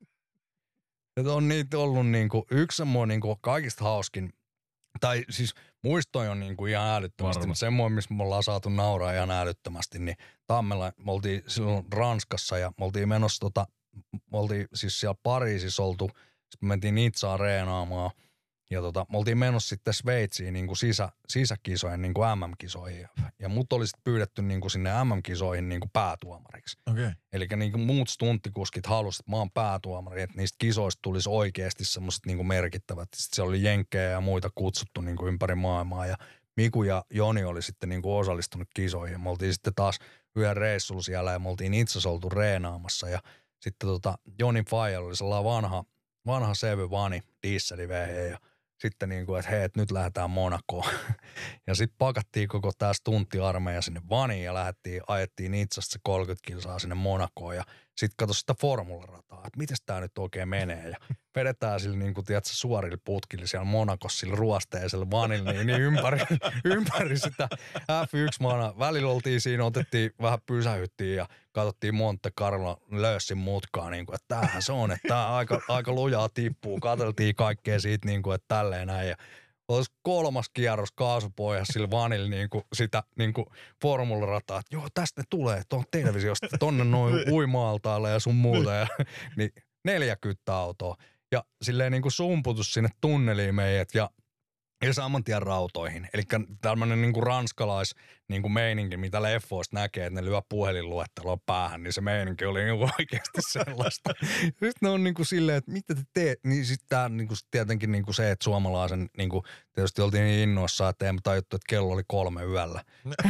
on niitä ollut niin kuin, yksi semmoinen niin kuin, kaikista hauskin, tai siis muistoja on niin kuin ihan älyttömästi, mutta semmoinen, missä me ollaan saatu nauraa ihan älyttömästi, niin Tammella me oltiin silloin Ranskassa ja me oltiin menossa tota me oltiin siis siellä Pariisissa oltu, sitten me mentiin Nizzaan reenaamaan ja tota, me oltiin menossa sitten Sveitsiin niin kuin sisä, sisäkisoihin, niin kuin M M-kisoihin ja mut oli sitten pyydetty niin kuin sinne M M-kisoihin niin kuin päätuomariksi. Okay. Eli niin kuin muut stunttikuskit halusivat, että mä oon päätuomari, että niistä kisoista tulisi oikeasti semmoiset niin kuin merkittävät. Sitten siellä oli jenkkejä ja muita kutsuttu niin kuin ympäri maailmaa ja Miku ja Joni oli sitten niin kuin osallistunut kisoihin. Me oltiin sitten taas yhden reissulla siellä ja me oltiin itse asiassa oltu reenaamassa ja sitten tota Jonin faijalla oli sellainen vanha, vanha Sevy Vani, dieselivehje ja sitten niin kuin, että hei, että nyt lähdetään Monacoon. Ja sitten pakattiin koko tää stunttiarmeija sinne Vaniin ja lähdettiin, ajettiin itse asiassa kolmekymmentä kilsaa sinne Monacoon ja sitten katso sitä formularataa, että mites tää nyt oikein menee ja vedetään sille niin kuin, tiedätkö, suorille putkille siellä Monacossa sille ruosteiselle Vanille niin, niin ympäri, ympäri sitä F yksi maana. Välillä oltiin siinä, otettiin vähän pysähyttiin ja katsottiin Monte Carlo löyssin mutkaa, niin kuin, että tämähän se on, että tää aika, aika lujaa tippuu. Katseltiin kaikkea siitä, niin kuin, että tälleen näin ja olisi kolmas kierros kaasupohjassa sillä Vanilla niin kuin sitä niin kuin formularataa, että joo, tästä ne tulee tuon televisiosta tonne noin uima-altaalle ja sun muuta. Ja, niin neljäkymmentä autoa. Ja silleen niin kuin sumputus sinne tunneliin meidät ja, ja saman tien rautoihin. Eli tämmöinen niin kuin ranskalais niin kuin meininki, mitä leffoista näkee, että ne lyö puhelinluetteloa päähän, niin se meininki oli niin kuin oikeasti sellaista. Sitten ne on niin kuin silleen, että mitä te teet, niin sitten tämä niin kuin tietenkin niin kuin se, että suomalaisen, niin kuin tietysti oltiin niin innoissaan, että ei me tajuttu, että kello oli kolme yöllä.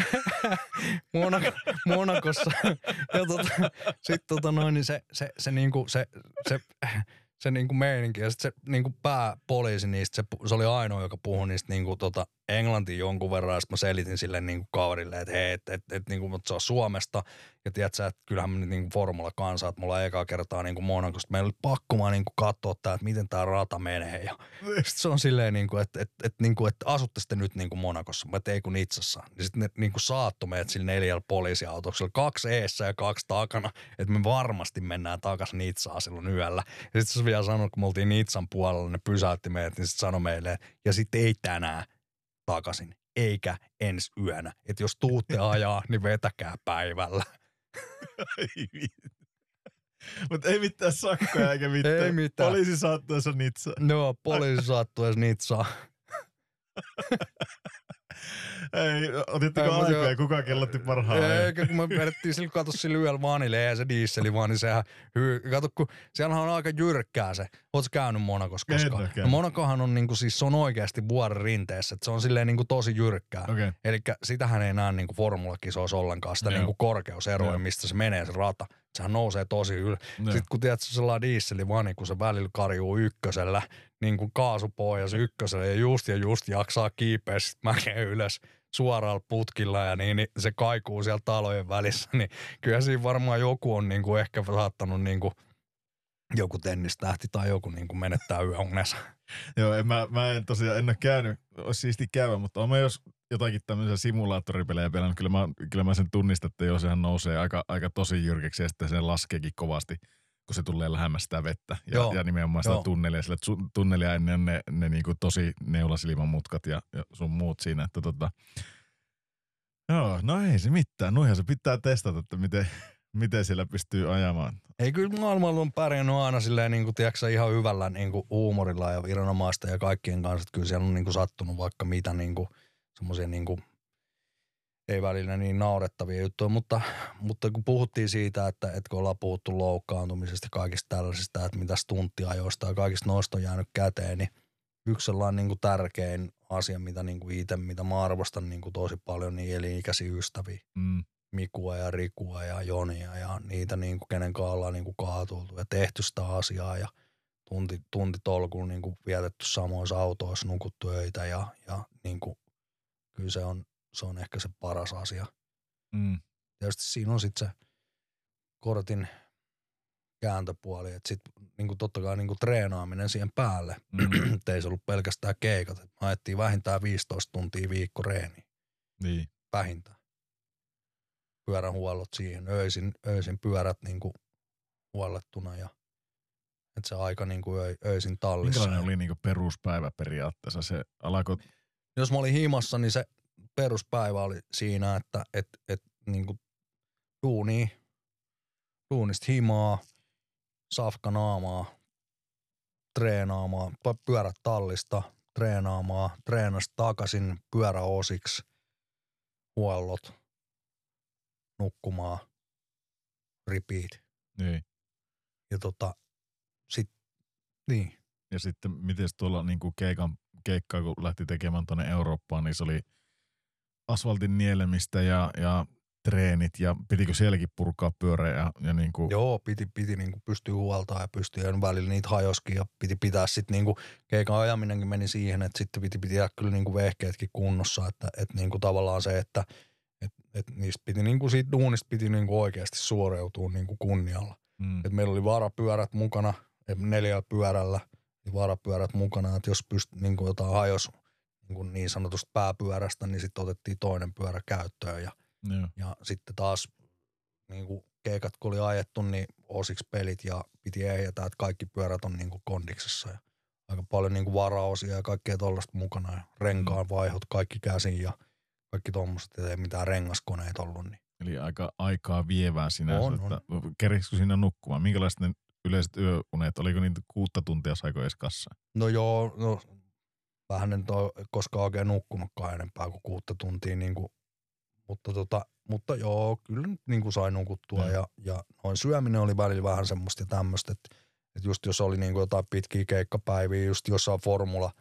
Monaco, Monacossa. Ja tota, sitten tota noin, niin se, se, se, niin kuin, se, se, se niinku meininki. Ja sitten se niinku pääpoliisi niistä, se, se oli ainoa, joka puhui niistä niinku tota englantia jonkun verran. Ja sitten mä selitin sille niinku kaverille, että hei, että et, et, niinku, se on Suomesta. Ja tiedätkö, että kyllähän me nyt niinku formula-kansa, että mulla on ekaa kertaa niinku Monacosta. Meillä oli pakko vaan niinku katsoa tää, että miten tää rata menee. Ja sitten se on silleen, niinku, että et, et, niinku, et asutte sitten nyt niinku Monacossa. Mä tein kun Nizzassa. Ja sitten ne niinku saatto meidät sillä neljällä poliisiautoksella. Kaksi eessä ja kaksi takana. Että me varmasti mennään takaisin Nizzaan silloin yöllä. Ja sitten se vielä sanoi, kun me oltiin Nizzan puolella, ne pysäytti meidät, niin sitten sanoi meille, ja sitten ei tänään takaisin, eikä ensi yönä. Että jos tuutte ajaa, niin vetäkää päivällä. Mutta ei mitään sakkoja eikä mitään. Ei mitään. Poliisi saattuessa Nizzaa. No, poliisi saattuessa Nizzaa. Ei, otitteko aikaa ja kuka kellotti parhaan? Eikä, kun me vedettiin sillä, kato sillä yöllä Vanille, ei se dieseli vaan, niin sehän hyy... Kato, kun siellähän on aika jyrkkää se. Ootko käynyt Monacossa koskaan? No Monacohan on niinku, siis se on oikeasti vuoren rinteessä, että se on silleen niinku tosi jyrkkää. Okay. Elikkä sitähän ei näe niinku formulakisoissa ollenkaan sitä niinku korkeuseroa, mistä se menee se rata. Sehän nousee tosi yl. Sitten kun tiedät sellainen dieseli vani, kun se välillä karjuu ykkösellä, niin kuin kaasupohjassa ykkösellä ja just ja just jaksaa kiipeä sit mäkeen ylös suoraan putkilla ja niin, niin se kaikuu siellä talojen välissä, niin kyllä siinä varmaan joku on niin kuin ehkä saattanut niin kuin joku tennistähti tai joku niin kuin menettää yöunensa. Joo, en, mä, mä en tosiaan en ole käynyt, olisi siisti käydä, mutta olen mä jos jotakin tämmöisiä simulaattoripelejä pelannut, kyllä mä, kyllä mä sen tunnistan, että joo, sehän nousee aika, aika tosi jyrkeksi ja sitten se laskeekin kovasti, kun se tulee lähemmäs sitä vettä ja, ja nimenomaan sitä tunnelia, sillä tunnelia ennen ne, ne niinku tosi neulasilman mutkat ja, ja sun muut siinä, että tota, joo, no ei se mitään, noihan se pitää testata, että miten, miten siellä pystyy ajamaan. Ei kyllä maailmalla on pärjännyt aina silleen niin kuin, tiedätkö, ihan hyvällä niin kuin huumorilla ja viranomaista ja kaikkien kanssa, että kyllä siellä on niin kuin sattunut vaikka mitä niin kuin semmoisia niin kuin ei välillä niin naurettavia juttuja, mutta, mutta kun puhuttiin siitä, että, että kun ollaan puhuttu loukkaantumisesta ja kaikista tällaisista, että mitä stunttiajoista ja kaikista noista on jäänyt käteen, niin yksi sellainen niin kuin tärkein asia, mitä niin kuin itse, mitä mä arvostan niin kuin tosi paljon, niin elinikäisiä ystäviä. Mm. Mikua ja Rikua ja Jonia ja niitä, niin kuin, kenen kanssa ollaan niin kuin kaatultu ja tehty sitä asiaa ja tunti, tuntitolkulla niin kuin vietetty samoissa autoissa, nukuttu öitä ja, ja niin kuin, kyllä se on, se on ehkä se paras asia. Mm. Tietysti siinä on sitten se kortin kääntöpuoli, että sitten niin totta kai niin treenaaminen siihen päälle, mm. että ei se ollut pelkästään keikat. Me ajettiin vähintään viisitoista tuntia viikko reeniä. Niin. Vähintään. Pyörähuollot siihen, öisin, öisin pyörät niinku huollettuna ja että se aika niinku öi, öisin tallissa. Minkälainen oli niinku peruspäivä periaatteessa? Se alako... Jos mä olin himassa, niin se peruspäivä oli siinä, että et, et, niinku duuni, duunista himaa, safka naamaa, treenaamaan, pyörät tallista, treenaamaan, treenasta takaisin, pyöräosiksi, huollot, nukkumaan, repeat. Niin. Ja tota, sit, niin. Ja sitten miten tuolla niinku keikan, keikkaa, kun lähti tekemään tuonne Eurooppaan, niin se oli asfaltin nielemistä ja, ja treenit ja pitikö sielläkin purkaa pyörää ja, ja niinku... Joo, piti, piti niinku pystyä huoltaa ja pystyä välillä niitä hajoskin ja piti pitää sitten niinku keikan ajaminenkin meni siihen, että sitten piti pitää kyllä niinku vehkeetkin kunnossa, että et niinku tavallaan se, että et, et niistä piti niinku siitä duunista piti niinku oikeasti suoriutua niinku kunnialla. Mm. Et meillä oli varapyörät mukana, neljällä pyörällä, niin varapyörät mukana, että jos pyst, niinku jotain hajos niinku niin sanotusta pääpyörästä, niin sitten otettiin toinen pyörä käyttöön ja Joo. Ja sitten taas niin kuin keikat, kun oli ajettu, niin osiksi pelit ja piti ehjätä, että kaikki pyörät on niin kuin kondiksessa. Ja aika paljon niin kuin varaosia ja kaikkea tollaista mukana. Ja renkaan vaihot, kaikki käsin ja kaikki tommoset, ettei mitään rengaskoneet ollut. Niin. Eli aika aikaa vievää sinänsä. On, että keriksikö siinä nukkumaan? Minkälaiset ne yleiset yöunet? Oliko niitä kuutta tuntia saiko edes kassaan? No joo, no, vähän en ole koskaan oikein nukkunutkaan enempää kuin kuutta tuntia niin kuin. Mutta, tota, mutta joo, kyllä nyt niin kuin sai nukuttua ja, ja noin syöminen oli välillä vähän semmoista ja tämmöistä, että, että just jos oli niin kuin jotain pitkiä keikkapäiviä, just jossain formula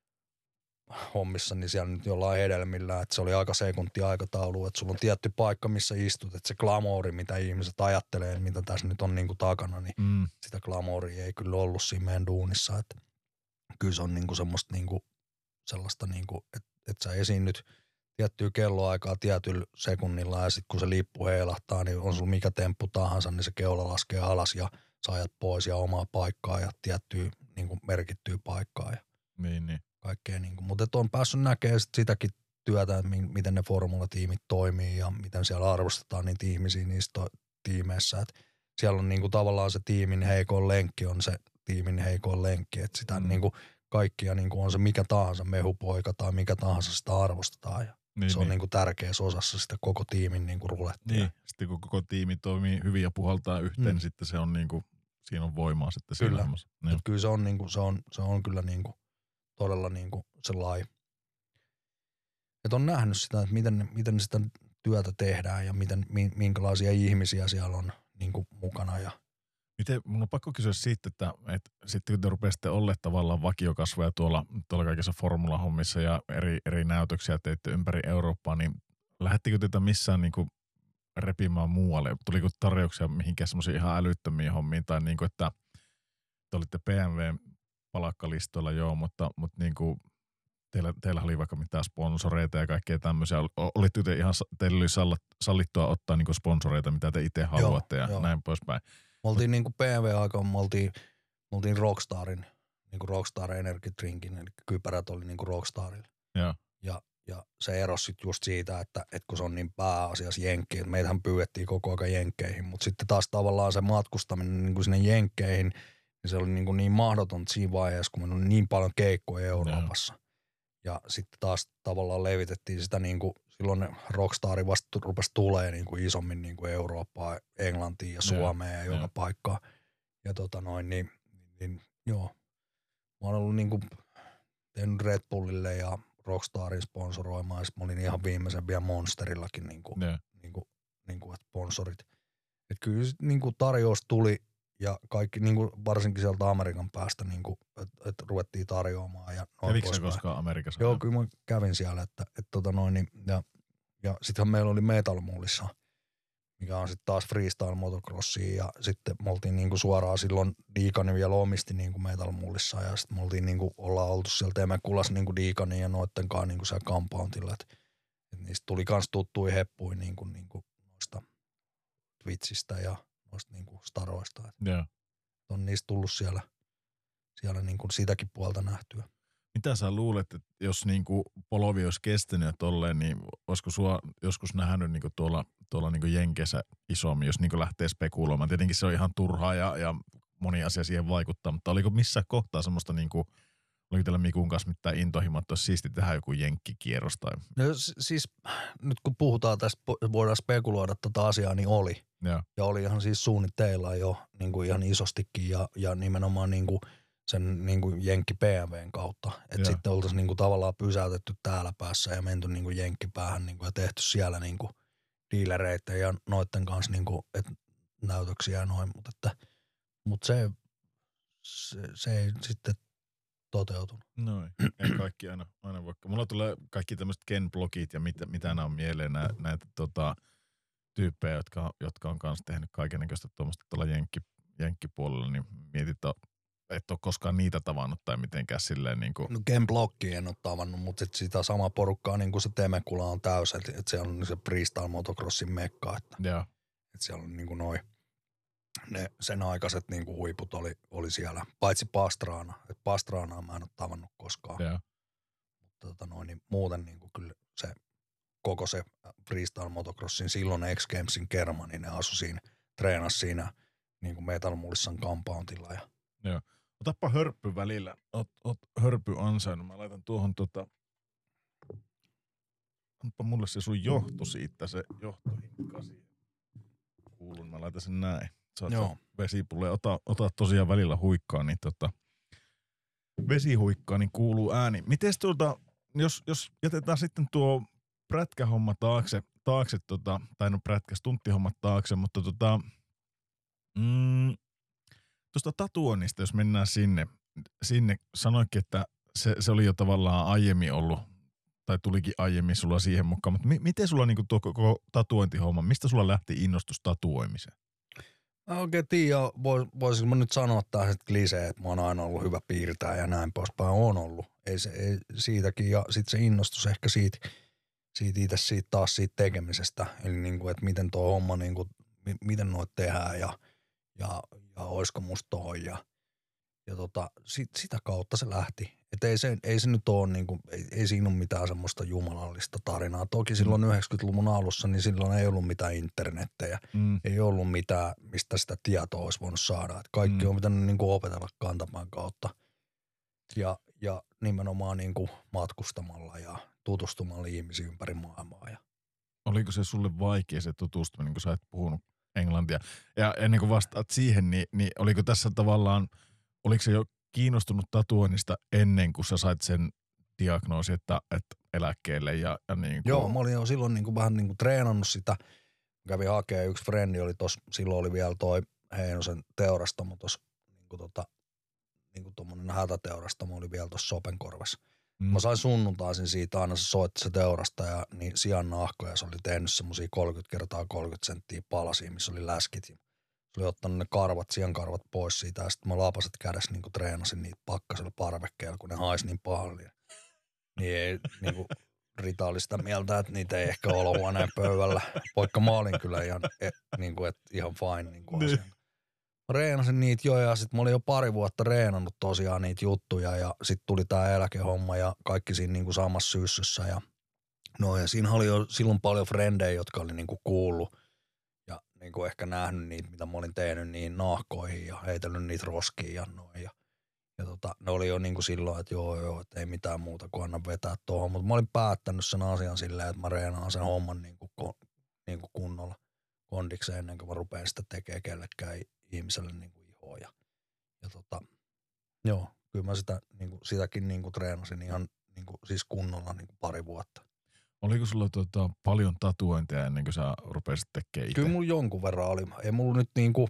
hommissa, niin siellä nyt jollain hedelmillä, että se oli aika sekuntia aikataulu, että sulla on tietty paikka, missä istut, että se glamouri, mitä ihmiset ajattelee, mitä tässä nyt on niin kuin takana, niin mm. sitä glamouria ei kyllä ollut siinä meidän duunissa, että kyllä se on niin kuin semmoista niin kuin, sellaista niin kuin, että, että sä esiinnyt tiettyä kelloaikaa tietyllä sekunnilla ja sitten kun se lippu heilahtaa, niin on sulla mikä temppu tahansa, niin se keula laskee alas ja sä ajat pois ja omaa paikkaa ja tiettyä niin kuin merkittyä paikkaa ja niin, niin. kaikkea. Niin kuin. Mutta on päässyt näkemään sit sitäkin työtä, että miten ne formulatiimit toimii ja miten siellä arvostetaan niitä ihmisiä niissä to- tiimeissä. Et siellä on niin kuin tavallaan se tiimin heikoin lenkki on se tiimin heikoin lenkki, että sitä mm. niin kuin kaikkia niin kuin on se mikä tahansa mehupoika tai mikä tahansa sitä arvostetaan ja niin, se on niin. Niin kuin tärkeässä osassa sitä koko tiimin niin kuin rulettia. Niin, sitten kun koko tiimi toimii hyvin ja puhaltaa yhteen, mm. sitten se on niin kuin, siinä on voimaa sitten siinä hommassa. Kyllä, kyllä se on, niin kuin, se on, se on kyllä niin kuin, todella niin kuin sellainen, että on nähnyt sitä, että miten, miten sitä työtä tehdään ja miten, minkälaisia ihmisiä siellä on niin kuin mukana ja miten, mun on pakko kysyä siitä, että, että sitten kun te rupesitte olleet tavallaan vakiokasvoja tuolla, tuolla kaikissa formulahommissa ja eri, eri näytöksiä teitte ympäri Eurooppaa, niin lähettikö teitä missään niin kuin repimään muualle? Tuliko tarjouksia mihinkään semmoisiin ihan älyttömiin hommiin tai niin kuin, että te olitte P M W-palakkalistoilla joo, mutta, mutta niin kuin teillä, teillä oli vaikka mitään sponsoreita ja kaikkea tämmöisiä. Olitte te ihan, teillä oli sallittua ottaa niin kuin sponsoreita, mitä te itse haluatte joo, ja joo. näin poispäin. Me oltiin niinku P M W-aikaan, me oltiin, me oltiin Rockstarin, niinku Rockstar Energy Drinkin, eli kypärät oli niinku Rockstarilla. Ja, ja, ja se erosi sit just siitä, että, että kun se on niin pääasiassa jenkki, että meitähän pyydettiin koko ajan jenkkeihin, mutta sitten taas tavallaan se matkustaminen niinku sinne jenkkeihin, niin se oli niinku niin mahdotonta siinä vaiheessa, kun meillä oli niin paljon keikkoja Euroopassa. Ja, ja sitten taas tavallaan levitettiin sitä niinku, silloin Rockstari vasta rupesi tulee niinku isommin niinku Eurooppaan, Englantiin ja Suomeen ja, ja joka ja. paikkaan. Ja tota noin, niin, niin joo. Mä oon ollut niinku tehnyt Red Bullille ja Rockstarin sponsoroimaan, ja sit mä olin ihan viimeisen vielä Monsterillakin niinku, niinku, niinku et sponsorit. Et kyllä sit niinku tarjous tuli ja kaikki niinku varsinkin sieltä Amerikan päästä niinku, että et ruvettiin tarjoamaan. Ja kävikö sä koskaan Amerikassa? Joo, kyllä mä kävin siellä, että et tota noin, niin, ja Ja sittenhän meillä oli Metal Mullissa, mikä on sitten taas freestyle motocrossia ja sitten me oltiin niinku suoraan silloin Diikani vielä omisti niinku Metal Mullissa ja sitten me oltiin niinku, ollaan oltu siellä Teemäkulassa niinku Diikanin ja noitten kanssa niinku siellä compoundilla, että et niistä tuli kans tuttuja heppuja niinku, niinku noista Twitchistä ja noista niinku staroista. Yeah. On niistä tullut siellä, siellä niinku sitäkin puolta nähtyä. Mitä sä luulet, että jos niinku polovi olisi kestänyt ja tolleen, niin olisiko sua joskus nähnyt niinku tuolla, tuolla niinku Jenkeissä isommin, jos niinku lähtee spekuloimaan? Tietenkin se on ihan turhaa ja, ja moni asia siihen vaikuttaa, mutta oliko missään kohtaa semmoista niinku oliko teillä Mikun kanssa mitään intohimoa, että olisi siisti tehdä joku jenkkikierros tai... No siis nyt kun puhutaan tästä, voidaan spekuloida tätä asiaa, niin oli. Joo. Ja oli ihan siis suunnitteilla jo niin kuin ihan isostikin ja, ja nimenomaan niin kuin sen niin kuin Jenkki B M W:n kautta. Että sitten oltaisiin niin kuin tavallaan pysäytetty täällä päässä ja menty niin kuin Jenkkipäähän niin kuin ja tehty siellä niin kuin dealereitä ja noitten kanssa niin kuin, et näytöksiä ja noin. Mutta, että, mutta se, se, se ei sitten toteutunut. Noin, ei kaikki aina, aina vaikka. Mulla tulee kaikki tämmöiset Ken-blogit ja mitä, mitä nämä on mieleen, nää, näitä tota, tyyppejä, jotka, jotka on kanssa tehnyt kaikennäköistä tuommoista tuolla jenkki, jenkkipuolella, niin mietit, et ole koskaan niitä tavannut tai mitenkään silleen niin kuin... No Ken-bloggia en ole tavannut, mutta sit sitä samaa porukkaa niin kuin se Temekula on täysin, että et siellä on se freestyle motocrossin mekka, että et siellä on niin kuin noi, ne sen aikaiset niin kuin huiput oli, oli siellä, paitsi Pastrana, että Pastranaa mä en ole tavannut koskaan, Joo. mutta tota noin, niin muuten niin kuin kyllä se koko se freestyle motocrossin silloin X Gamesin kerma, niin ne asui siinä, treenasi siinä niin kuin Metal Mullissan compoundilla ja joo. Otappa hörppy välillä. Oot, oot hörpy ansainnut. Mä laitan tuohon tota... Anpa mulle se sun johto siitä, se johtohinkka siihen. Kuulun, mä laitan sen näin. Saat joo. Vesipulleen. Ota, ota tosiaan välillä huikkaa, niin tota... Vesihuikkaa, niin kuuluu ääni. Mites tuota, jos, jos jätetään sitten tuo prätkähomma taakse, taakse tota, tai no prätkä stunttihommat taakse, mutta tota... Mm, tuosta tatuoinnista, jos mennään sinne, sinne sanoikin, että se, se oli jo tavallaan aiemmin ollut, tai tulikin aiemmin sulla siihen mukaan, mutta mi, miten sulla niinku tuo koko tatuointihomma, mistä sulla lähti innostus tatuoimiseen? Mä oikein tiedä, vois, voisinko mä nyt sanoa tähän klisee, että mä oon aina ollut hyvä piirtää ja näin poispäin, on ollut. Ei se, ei siitäkin, ja sitten se innostus ehkä siitä, siitä itse siitä taas siitä tekemisestä, eli niinku, että miten tuo homma, niinku, miten noit tehdään ja Ja, ja oisko musta tohon ja, ja tota, sit, sitä kautta se lähti. Että ei se, ei se nyt ole niinku, ei, ei siinä ole mitään semmoista jumalallista tarinaa. Toki silloin yhdeksänkymmentäluvun alussa, niin silloin ei ollut mitään internettejä. Mm. Ei ollut mitään, mistä sitä tietoa olisi voinut saada. Et kaikki mm. on pitänyt niinku opetella kantapään kautta. Ja, ja nimenomaan niinku matkustamalla ja tutustumalla ihmisiin ympäri maailmaa. Ja. Oliko se sulle vaikea se tutustuminen, kun sä et puhunut englantia? Ja ennen kuin vastaat siihen, niin, niin oliko tässä tavallaan, oliko se jo kiinnostunut tatuoinnista ennen kuin sä sait sen diagnoosi, että, että eläkkeelle ja, ja niin kuin... Joo, mä olin jo silloin niin kuin vähän niin kuin treenannut sitä. Kävin hakemaan, yksi frendi oli tossa, silloin oli vielä toi Heinosen teurastamo tossa, niin kuin tota, niin kuin tommonen hätäteurastamo oli vielä tossa Sopenkorvassa. Mm. Mä sain sunnuntaisin siitä, aina se soitti se teurastaja, niin sian nahkoja, se oli tehnyt semmosia kolmekymmentä kertaa kolmekymmentä senttiä palasia, missä oli läskit. Se oli ottanut ne karvat, sian karvat pois siitä ja sitten mä lapaset kädessä niin treenasin niitä pakkasella parvekkeella, kun ne haisi niin paljon. Niin ei, niin kuin Rita oli sitä mieltä, että niitä ei ehkä ole huoneen pöydällä, vaikka mä olin kyllä ihan, et, niin kuin, et, ihan fine niin kuin asian. Mä reenasin niitä jo ja sit mä olin jo pari vuotta reenannut tosiaan niitä juttuja ja sit tuli tää eläkehomma ja kaikki siinä niinku samassa syssyssä ja no ja siinä oli jo silloin paljon frendejä, jotka oli niinku kuullut ja niinku ehkä nähnyt niitä, mitä mä olin tehnyt niihin nahkoihin ja heitellyt niitä roskiin ja noin ja, ja tota, ne oli jo niinku silloin, että joo joo, että ei mitään muuta kuin anna vetää tohon, mutta mä olin päättänyt sen asian silleen, että mä reenaan sen homman niinku, niinku kunnolla kondikseen ennen kuin mä rupean sitä tekemään kellekään ihmiselle niinku ihoa ja, ja tota, joo, kyllä mä sitä, niinku, sitäkin niinku treenasin ihan niinku, siis kunnolla niinku pari vuotta. Oliko sulla tota, paljon tatuointeja ennen kuin sä rupesit tekemään itse? Kyllä mulla jonkun verran oli. Ei mulla nyt niinku,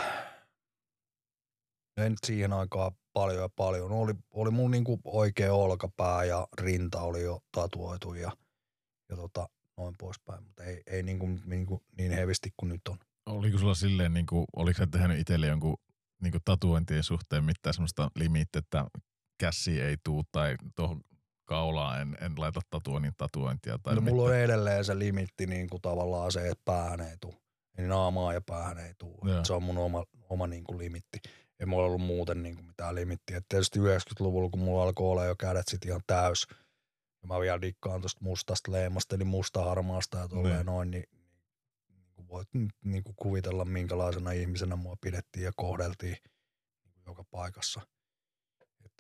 ei nyt siihen aikaan paljon ja paljon. Oli, oli mulla niinku oikea olkapää ja rinta oli jo tatuoitu ja, ja tota, noin poispäin, mutta ei, ei niinku, niinku niin hevisti kuin nyt on. Oliko sulla silleen, niin kuin, oliko sä tehnyt itselle jonkun niin kuin tatuointien suhteen mitään semmoista limiittiä, että käsi ei tuu tai tuohon kaulaan en, en laita tatuoinnin tatuointia? Tai no mitään? Mulla on edelleen se limitti niin kuin tavallaan se, että päähän ei tuu. Eli naamaa ja päähän ei tuu. Se on mun oma, oma niin kuin limitti. Ei mulla ollut muuten niin kuin mitään limittiä. Et tietysti yhdeksänkymmentäluvulla, kun mulla alkoi olla jo kädet sit ihan täys, ja mä vielä dikkaan tuosta mustasta leimasta, eli musta-harmaasta ja tolleen noin, niin voit niin kuin kuvitella, minkälaisena ihmisenä mua pidettiin ja kohdeltiin niin kuin joka paikassa. Et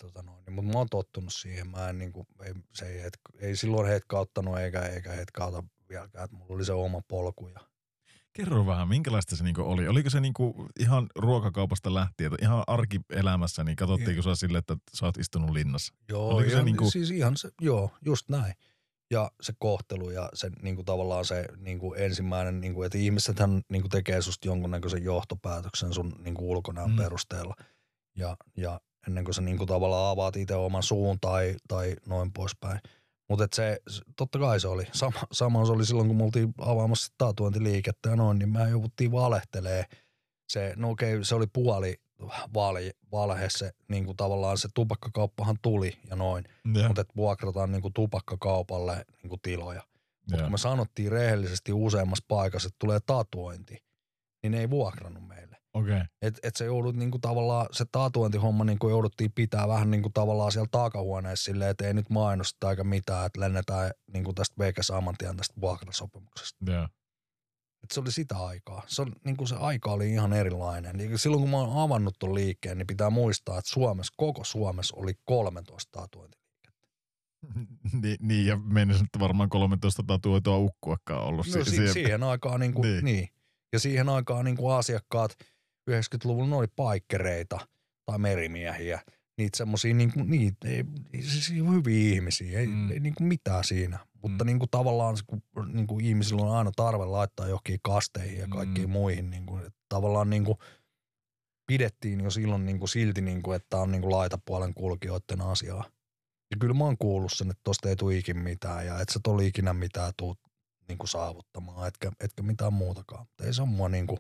tota noin, niin, mutta mä oon tottunut siihen. Mä en niinku, ei, se ei, het, ei silloin hetkauttanut eikä, eikä hetkauta vieläkään, että mulla oli se oma polku. Ja... Kerro vähän, minkälaista se niinku oli? Oliko se niinku ihan ruokakaupasta lähtien, ihan arkielämässä, niin katsottiinko sä sille, että sä oot istunut linnassa? Joo, Oliko ihan, se niinku... siis ihan se, joo, just näin. Ja se kohtelu ja se niinku tavallaan se niinku ensimmäinen, niinku, että ihmisethän niinku tekee susta jonkunnäköisen johtopäätöksen sun niinku ulkonäön mm. perusteella. Ja, ja ennen kuin sä niinku tavallaan avaat itse oman suun tai, tai noin poispäin. Mutta se, totta kai se oli. Sama, sama se oli silloin, kun me oltiin avaamassa tatuointiliikettä ja noin, niin me jouduttiin valehtelee. Se, no okei, se oli puoli valhe, valhe se niinku tavallaan se tupakkakauppahan tuli ja noin. Yeah. Mutta että vuokrataan niinku tupakkakaupalle niinku tiloja. Mutta yeah. kun me sanottiin rehellisesti useammassa paikassa, että tulee tatuointi, niin ne ei vuokrannut meille. Okay. Että et se joudut niinku tavallaan, se tatuointihomma niinku jouduttiin pitää vähän niinku tavallaan siellä takahuoneessa silleen, että ei nyt mainosta eikä mitään, että lennetään niinku tästä veikä saman tien tästä vuokrasopimuksesta. Yeah. Että se oli sitä aikaa. Se, oli, niinku se aika oli ihan erilainen. Niin silloin kun mä oon avannut ton liikkeen, niin pitää muistaa, että Suomessa, koko Suomessa oli kolmetoista tatuointiliikettä. Ni, niin, ja menisin, että varmaan kolmetoista tatuoitua ukkuakaan ollut. No si- siihen, siihen aikaan niinku, niin. niin. Ja siihen aikaan niinku asiakkaat yhdeksänkymmentäluvulla ne oli paikkereita tai merimiehiä. Niitä semmosia niinku, niitä ei, siis hyviä ihmisiä, ei, mm. ei niinku mitään siinä. Mutta mm. niinku tavallaan kun niinku ihmisillä on aina tarve laittaa johonkin kasteihin ja kaikkiin mm. muihin, niinku, tavallaan niinku pidettiin jo silloin niinku silti, niinku, että on niinku laitapuolen kulkijoiden asiaa. Ja kyllä mä oon kuullut sen, että tosta ei tule ikin mitään ja et sä tuli ikinä mitään tuu niinku saavuttamaan, etkä, etkä mitään muutakaan. Mutta ei se on mua niinku,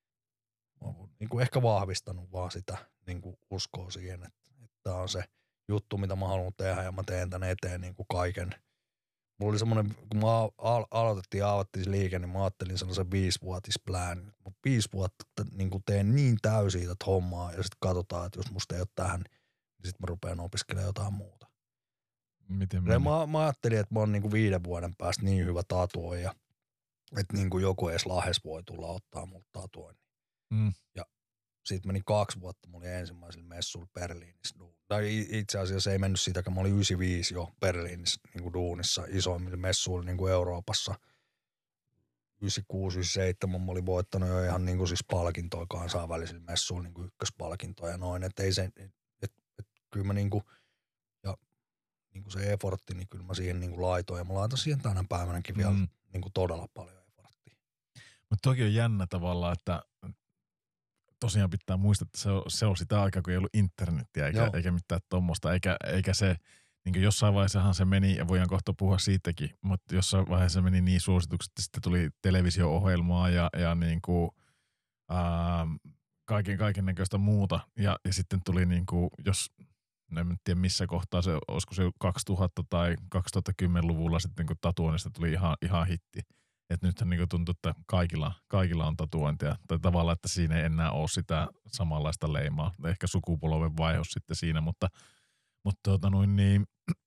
niinku ehkä vahvistanut vaan sitä niinku uskoa siihen, että, että tää on se juttu, mitä mä haluan tehdä ja mä teen tän eteen niinku kaiken. Mulla oli semmoinen, kun mä al- aloitettiin ja avattiin se liike, niin mä ajattelin sellaisen viisivuotispläni. Mä viisi vuotta niin teen niin täysiä tätä hommaa ja sitten katsotaan, että jos musta ei ole tähän, niin sitten mä rupean opiskelemaan jotain muuta. Miten mä, mä ajattelin, että mä oon niinku viiden vuoden päästä niin hyvä tatuoija, että niinku joku edes Lahes voi tulla ottaa multa tatuoinnin. Mm. Ja sitten meni kaksi vuotta, mä olin ensimmäisellä messulla Berliinissä. Tai itse asiassa ei mennyt siitäkään, mä olin yhdeksänkymmentäviisi jo Berliinissä niin duunissa isoimmilla messuilla niin Euroopassa. yhdeksänkymmentäkuusi yhdeksänkymmentäseitsemän mä olin voittanut jo ihan niin kuin siis palkintoja kansainvälisillä messuilla, niin kuin ykköspalkintoja ja noin. Että ei se, et, et, et, kyllä mä niin kuin, ja niin kuin se effortti, niin kyllä mä siihen niin kuin laitoin. Ja mä laitan siihen tänä päivänäkin vielä mm. niin kuin todella paljon efforttia. Mutta toki on jännä tavallaan, että tosiaan pitää muistaa, että se on, se on sitä aikaa, kun ei ollut internetiä eikä, eikä mitään tuommoista, eikä, eikä se, niin jossain vaiheessahan se meni, ja voidaan kohta puhua siitäkin, mutta jossain vaiheessa meni niin suositukset, että sitten tuli televisio-ohjelmaa ja, ja niin kuin, ää, kaiken, kaiken näköistä muuta, ja, ja sitten tuli niin kuin, jos, en tiedä missä kohtaa se, olisiko se kaksituhatta- tai kaksituhattakymmenluvulla sitten, kun tatuoinnista tuli ihan, ihan hitti. Että nythän niin tuntuu, että kaikilla, kaikilla on tatuointia. Tai tavallaan, että siinä ei enää ole sitä samanlaista leimaa. Ehkä sukupolven vaihos sitten siinä, mutta, mutta tuota noin niin,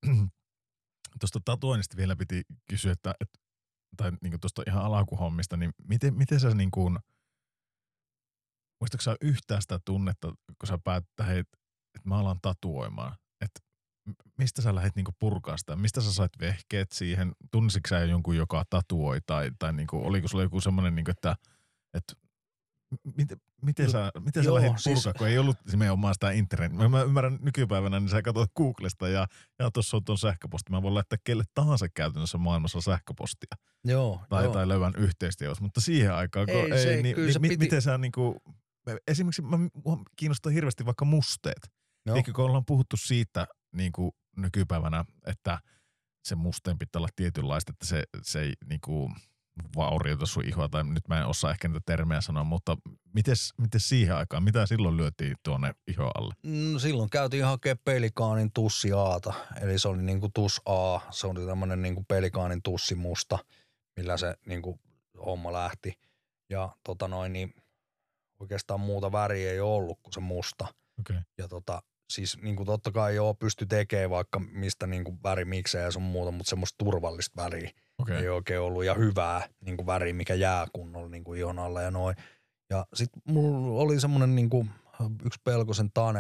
tuosta tatuoinnista vielä piti kysyä, että, että tai niin tuosta ihan alkuhommista, niin miten, miten sä niin kuin, muistatko sä yhtään sitä tunnetta, kun sä päätit, että hei, että mä alan tatuoimaan, että mistä sä lähdit niinku purkaa sitä? Mistä sä sait vehkeet siihen? Tunnisitko sä jonkun, joka tatuoi? Tai, tai niinku, oliko sulla joku semmoinen, niinku, että, että miten, miten sä, miten sä lähdit purkaa, siis, kun ei ollut nimenomaan sitä internet. Mä, mä ymmärrän nykypäivänä, niin sä katsot Googlesta ja, ja tuossa on tuon sähköposti. Mä voin laittaa kelle tahansa käytännössä maailmassa sähköpostia. Joo, tai, joo. tai löydän yhteistyössä. Mutta siihen aikaan, kun ei, ei niin, niin, piti... miten sä niinku, esimerkiksi mä, mua kiinnostaa hirveästi vaikka musteet. Joo. Eikö kun ollaan puhuttu siitä, niin kuin nykypäivänä, että se musteen pitää olla tietynlaista, että se, se ei niin kuin vaurioita sun ihoa, tai nyt mä en osaa ehkä niitä termejä sanoa, mutta mites, mites siihen aikaan, mitä silloin lyötiin tuonne iho alle? No, silloin käytiin hakemaan pelikaanin tussi Aata, eli se oli niin kuin tuss A, se oli tämmöinen niin kuin pelikaanin tussi musta, millä se niin kuin homma lähti, ja tota noin, niin oikeastaan muuta väriä ei ollut kuin se musta, okay. Ja tota siis niin kuin totta kai joo, pysty tekemään vaikka mistä niin kuin värimikseä ja sun muuta, mutta semmoista turvallista väriä okay. Ei oikein ollut ja hyvää niin kuin väriä, mikä jää kunnolla niin kuin ihon alla ja noin. Ja sit mulla oli semmoinen niin kuin yksi Pelkosen Tane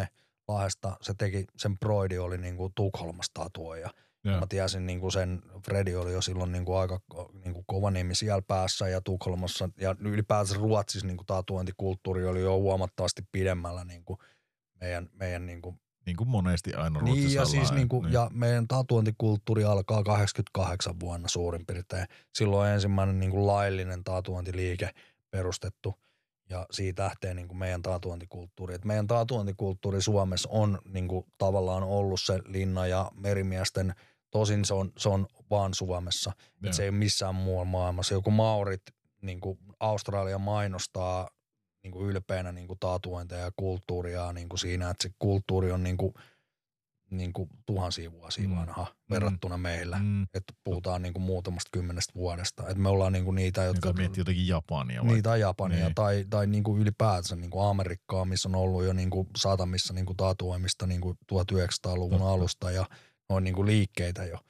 Lahdesta, se teki, sen Broidi oli niinku Tukholmasta tatuoija. Mä tiesin niinku sen, Fredi oli jo silloin niinku aika niinku kova nimi siellä päässä ja Tukholmassa ja ylipäänsä Ruotsissa niinku tatuointikulttuuri oli jo huomattavasti pidemmällä niinku meidän, meidän niinku niin kuin monesti aina Ruotsissa niin, ja, siis niinku, niin. ja meidän tatuointikulttuuri alkaa kahdeksankymmentäkahdeksan vuonna suurin piirtein. Silloin ensimmäinen niinku laillinen tatuointiliike perustettu ja siitä lähtee niinku meidän tatuointikulttuuri. Et meidän tatuointikulttuuri Suomessa on niinku tavallaan ollut se linna- ja merimiesten, tosin se on, se on vaan Suomessa. Et se ei ole missään muualla maailmassa. Joku Maurit, niinku Australia mainostaa niinku ylpeänä niinku tatuointeja ja kulttuuria niinku siinä, että se kulttuuri on niinku, niinku tuhansia vuosia Mm. vanha verrattuna meillä. Mm. Että puhutaan niinku muutamasta kymmenestä vuodesta. Että me ollaan niinku niitä, jotka Joka miettii jotenkin Japania. Vai? niitä Japania Niin. tai, tai niinku ylipäätänsä niinku Amerikkaa, missä on ollut jo niinku satamissa niinku tatuoimista niinku tuhatyhdeksänsataaluvun Totta. alusta ja noin niinku liikkeitä jo.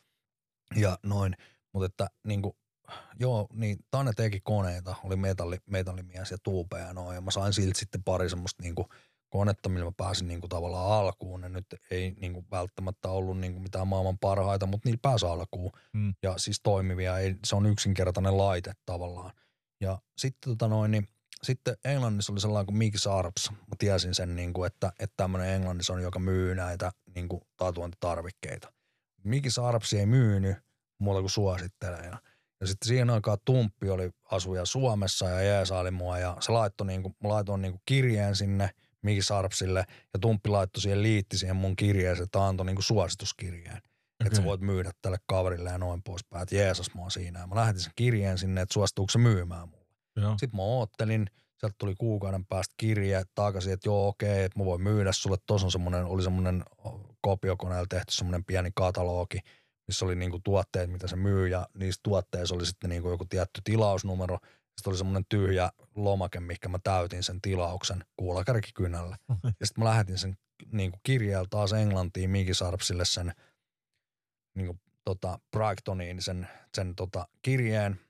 Ja noin, mutta että niinku, joo, niin Tanne teki koneita, oli metalli, metallimies ja tuupeja ja noin, ja mä sain silti sitten pari semmoista niinku konetta, millä mä pääsin niinku tavallaan alkuun. Ne nyt ei niinku välttämättä ollut niinku mitään maailman parhaita, mutta niillä pääsi alkuun. Mm. Ja siis toimivia, ei, se on yksinkertainen laite tavallaan. Ja sitten tota noin, niin sitten Englannissa oli sellainen kuin Mickey Sharps. Mä tiesin sen, niinku, että, että tämmöinen Englannissa on, joka myy näitä niinku tatuointitarvikkeita. Mickey Sharps ei myynyt muuta kuin suosittelijana. Ja sitten siihen aikaan Tumppi oli asuja Suomessa ja jeesaili mua ja se laittoi niinku, mä laitoin niinku kirjeen sinne Mickey Sharpsille ja Tumppi laittoi siihen, liitti siihen mun kirjeeseen, että antoi niinku suosituskirjeen. Okay. Että sä voit myydä tälle kaverille ja noin poispäin, että jeesas mua siinä. Ja mä lähetin sen kirjeen sinne, että suostuuko se myymään mulle. Joo. Sitten mä oottelin, sieltä tuli kuukauden päästä kirje takaisin, että joo okei, että mä voin myydä sulle. Tuossa on semmonen, oli semmonen kopiokoneella tehty semmonen pieni katalogi, missä oli niinku tuotteet, mitä se myy, ja niissä tuotteissa oli sitten niinku joku tietty tilausnumero. Sitten oli semmoinen tyhjä lomake, mikä mä täytin sen tilauksen kuulakärkikynällä. Ja sitten mä lähetin sen niinku kirjeellä taas Englantiin Mickey Sharpsille sen niinku tota Brightoniin sen, sen tota kirjeen.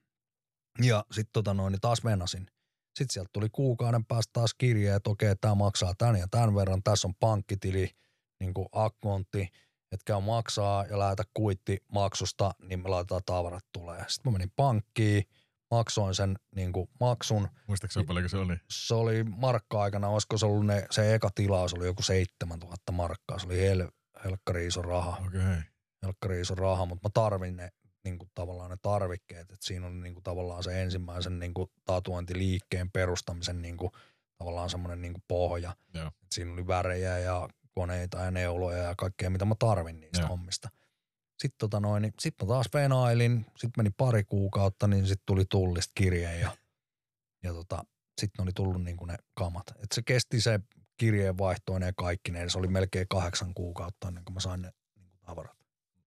Ja sitten tota noin, niin taas venasin. Sitten sieltä tuli kuukauden päästä taas kirje, että okei, tämä maksaa tän ja tämän verran. Tässä on pankkitili, niinku akkontti, että käy maksaa ja lähetä kuitti maksusta, niin me laitetaan tavarat tulee. Sitten mä menin pankkiin, maksoin sen niinku maksun. Muistaakseni paljonko se oli? Se oli markka-aikana, olisiko se ollut ne, se eka tilaus oli joku seitsemäntuhatta markkaa. Se oli hel, helkkari iso raha. Okei. Okay. Helkkari iso raha, mutta mä tarvin ne niinku tavallaan ne tarvikkeet. Että siinä oli niinku tavallaan se ensimmäisen niinku tatuointiliikkeen perustamisen niinku tavallaan semmoinen niinku pohja. Joo. Et siinä oli värejä ja koneita ja neuloja ja kaikkea, mitä mä tarvin niistä Joo. hommista. Sitten tota noin, niin sit mä taas venailin, sit meni pari kuukautta, niin sit tuli tullista kirje ja, ja tota, sitten oli tullut niinku ne kamat. Et se kesti se kirjeen vaihtoinen ja kaikki ne, se oli melkein kahdeksan kuukautta ennen kuin mä sain ne niinku tavarat.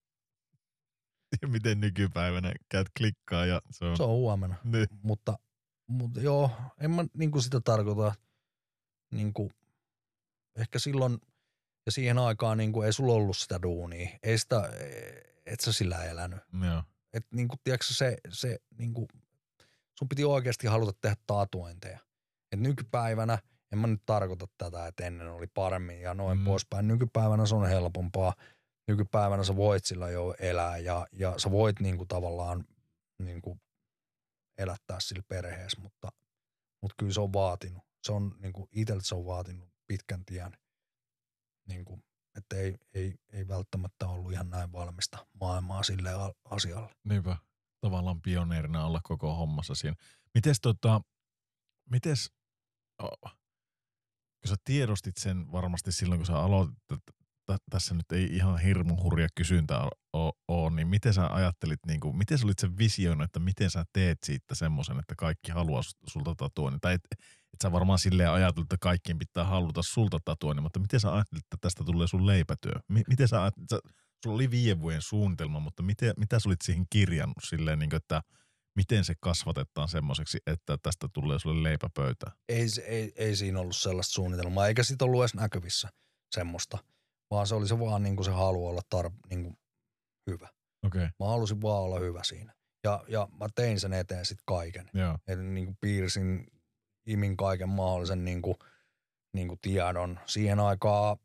Ja miten nykypäivänä käyt klikkaa ja se on... Se on huomenna, Niin. mutta, mutta joo, en mä niinku sitä tarkoita, niinku, ehkä silloin ja siihen aikaan niinku ei sulla ollut sitä duunia, ei sitä, et sä sillä elänyt. Joo. Et niinku, tiedätkö se, se niinku, sun piti oikeasti haluta tehdä tatuointeja. Et nykypäivänä, en mä nyt tarkoita tätä, että ennen oli paremmin ja noin Mm. poispäin. Nykypäivänä se on helpompaa. Nykypäivänä sä voit sillä jo elää ja, ja sä voit niinku tavallaan niinku elättää sillä perheessä, mutta, mutta kyllä se on vaatinut. Se on niinku, itseltä se on vaatinut pitkän tien. Niinku, että ei, ei, ei välttämättä ollut ihan näin valmista maailmaa sille asialle. Niinpä. Tavallaan pioneerina olla koko hommassa siinä. Mites tota, mites, oh, kun sä tiedostit sen varmasti silloin, kun sä aloitit, että t- tässä nyt ei ihan hirmu hurja kysyntä ole, niin miten sä ajattelit, niin kuin, miten sä olit sen vision, että miten sä teet siitä semmoisen, että kaikki haluaa sulta tatuoinnin, tai et, et sä varmaan silleen ajatellut, että kaikkien pitää haluta sulta tatuoinnin, mutta miten sä ajattelit, että tästä tulee sun leipätyö? M- miten sä ajattelit, sä, sulla oli viiden vuoden suunnitelma, mutta miten, mitä sä olit siihen kirjannut silleen, niin kuin, että miten se kasvatetaan semmoiseksi, että tästä tulee sulle leipäpöytään? Ei, ei, ei siinä ollut sellaista suunnitelmaa, eikä sit ollut edes näkyvissä semmoista, vaan se oli se vaan niin kuin se halu olla tar- niin kuin hyvä. Okei. Okay. Mä halusin vaan olla hyvä siinä. Ja, ja mä tein sen eteen sit kaiken. Joo. Eli niin kuin piirsin, imin kaiken mahdollisen niin kuin, niin kuin tiedon. Siihen aikaan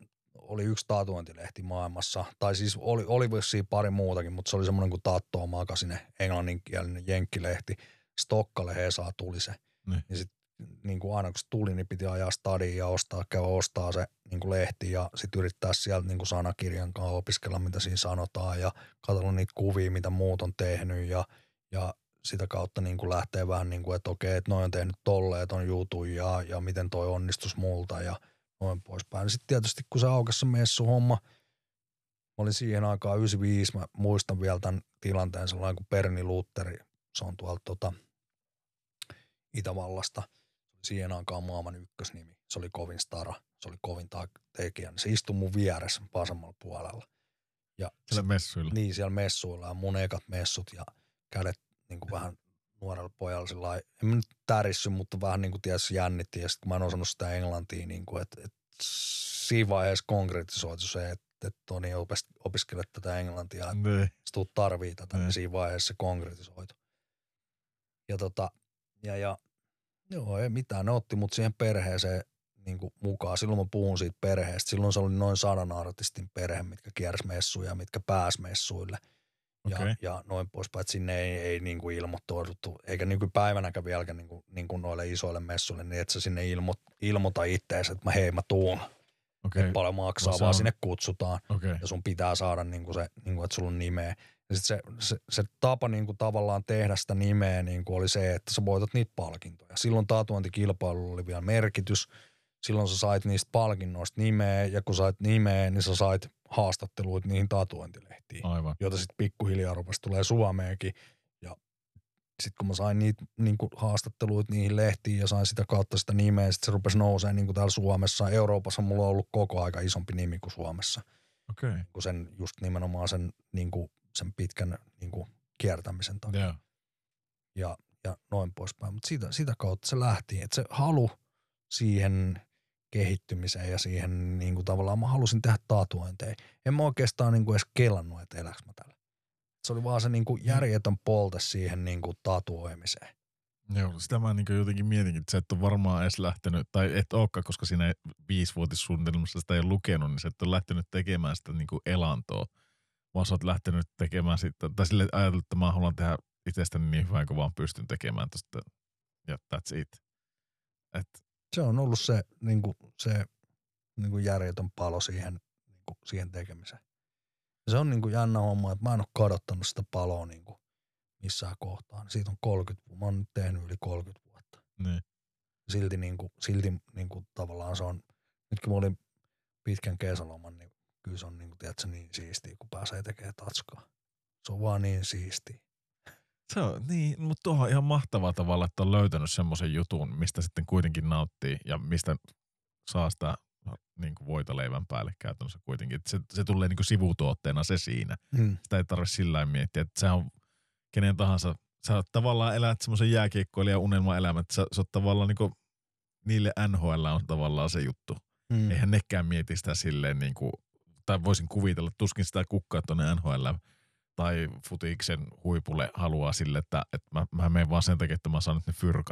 oli yksi tatuointilehti maailmassa, tai siis oli, oli vissiin pari muutakin, mutta se oli semmoinen kuin Tattoo Magazine, englanninkielinen jenkkilehti. Stokkale Hesa tuli se. Ne. Ja sit niin kuin aina kun se tuli, niin piti ajaa stadiin ja ostaa, käydä ostaa se niin kuin lehti ja sitten yrittää sieltä niin kuin sanakirjan kanssa opiskella, mitä siinä sanotaan ja katsella niitä kuvia, mitä muut on tehnyt ja, ja sitä kautta niin kuin lähtee vähän niin kuin, että okei, että noi on tehnyt tolleen, että on jutun ja, ja miten toi onnistus multa ja noin poispäin. Sitten tietysti kun se aukesi se messuhomma, mä olin siihen aikaan yhdeksänkymmentäviisi, mä muistan vielä tämän tilanteen sellainen kuin Berni Lutheri, se on tuolta tota, Itävallasta. Siihen aikaan maailman ykkösnimi. Se oli kovin stara, se oli kovin tekijä. Se istui mun vieressä vasemmalla puolella. Ja siellä messuilla. Niin, siellä messuilla ja mun ekat messut ja kädet niin kuin vähän nuorella pojalla sillä en mä nyt tärissy, mutta vähän niin kuin tietysti jännitti. Ja sitten kun mä en osannut sitä englantia, niin kuin, että, että siinä vaiheessa konkretisoitu se, että, että Toni opiskelet tätä englantia, että sä tuut tarvii tätä, niin siinä vaiheessa se konkretisoitu. Ja tota, ja, ja joo, ei mitään. Ne otti mut siihen perheeseen niin kuin mukaan. Silloin mä puhun siitä perheestä. Silloin se oli noin sadan artistin perhe, mitkä kiersi messuja, mitkä pääsi messuille. Okay. Ja, ja noin poispäin, että sinne ei, ei niin kuin ilmoittauduttu, eikä nykypäivänäkään vieläkään niin kuin, niin kuin noille isoille messuille, niin että sä sinne ilmo, ilmoita ittees, että mä hei mä tuun. Okay. Että paljon maksaa, vaan on... sinne kutsutaan. Okay. Ja sun pitää saada niin kuin se, niin kuin, että sulla on nimeä. Ja sit se, se, se tapa niin kuin tavallaan tehdä sitä nimeä niin kuin oli se, että sä voitat niitä palkintoja. Silloin tatuointikilpailulla oli vielä merkitys. Silloin sä sait niistä palkinnoista nimeä, ja kun sait nimeä, niin sä sait haastatteluita niihin tatuointilehtiin. Aivan. Joita sitten pikkuhiljaa rupesi tulee Suomeenkin. Ja sitten kun mä sain niitä niin kuin haastatteluita niihin lehtiin ja sain sitä kautta sitä nimeä, sitten se rupesi nousemaan niin kuin täällä Suomessa. Euroopassa mulla on ollut koko aika isompi nimi kuin Suomessa. Okei. Okay. Kun sen just nimenomaan sen, niin kuin, sen pitkän niin kuin kiertämisen takia. Yeah. Ja, ja noin poispäin. Mutta sitä, sitä kautta se lähti, että se halu siihen kehittymiseen ja siihen niin kuin tavallaan mä halusin tehdä tatuointeja. En mä oikeastaan niin kuin edes kelannut, että eläks mä täällä. Se oli vaan se niin kuin järjetön polte siihen niin kuin tatuoimiseen. Joo, sitä mä niin kuin jotenkin mietinkin, että sä et ole varmaan edes lähtenyt, tai et olekaan, koska siinä viisivuotissuunnitelmassa sitä ei ole lukenut, niin sä et ole lähtenyt tekemään sitä niin kuin elantoa, vaan sä oot lähtenyt tekemään sitä, tai silleen ajatellut, että mä haluan tehdä itsestäni niin hyvän, kun vaan pystyn tekemään tosta, ja that's it. Et se on ollut se, niin kuin, se niin kuin järjetön palo siihen, niin kuin, siihen tekemiseen. Se on niin kuin jännä homma, että mä en ole kadottanut sitä paloa niin kuin missään kohtaan. Siitä on kolmekymmentä, mä oon nyt tehnyt yli kolmekymmentä vuotta. Ne. Silti, niin kuin, silti niin kuin, tavallaan se on, nyt kun mä olin pitkän kesäloman, niin kyllä se on niin kuin, tiedätkö, niin siistiä, kun pääsee tekemään tatskaa. Se on vaan niin siistiä. Se on niin, mutta tuohon on ihan mahtavaa tavalla, että on löytänyt semmoisen jutun, mistä sitten kuitenkin nauttii ja mistä saa sitä niin kuin voita leivän päälle käytännössä kuitenkin. Se, se tulee niin kuin sivutuotteena se siinä. Hmm. Sitä ei tarvitse sillä lailla miettiä, että se on kenen tahansa. Sä tavallaan elät semmoisen jääkiekkoilijan unelmaelämän, että sä, sä oot tavallaan niin kuin, niille N H L on tavallaan se juttu. Hmm. Eihän nekään mieti sitä silleen niin kuin, tai voisin kuvitella, tuskin sitä kukkaa tuonne N H L tai futiksen huipulle haluaa sille, että, että mä, mä menen vaan sen takia, että mä saan nyt ne fyrkat.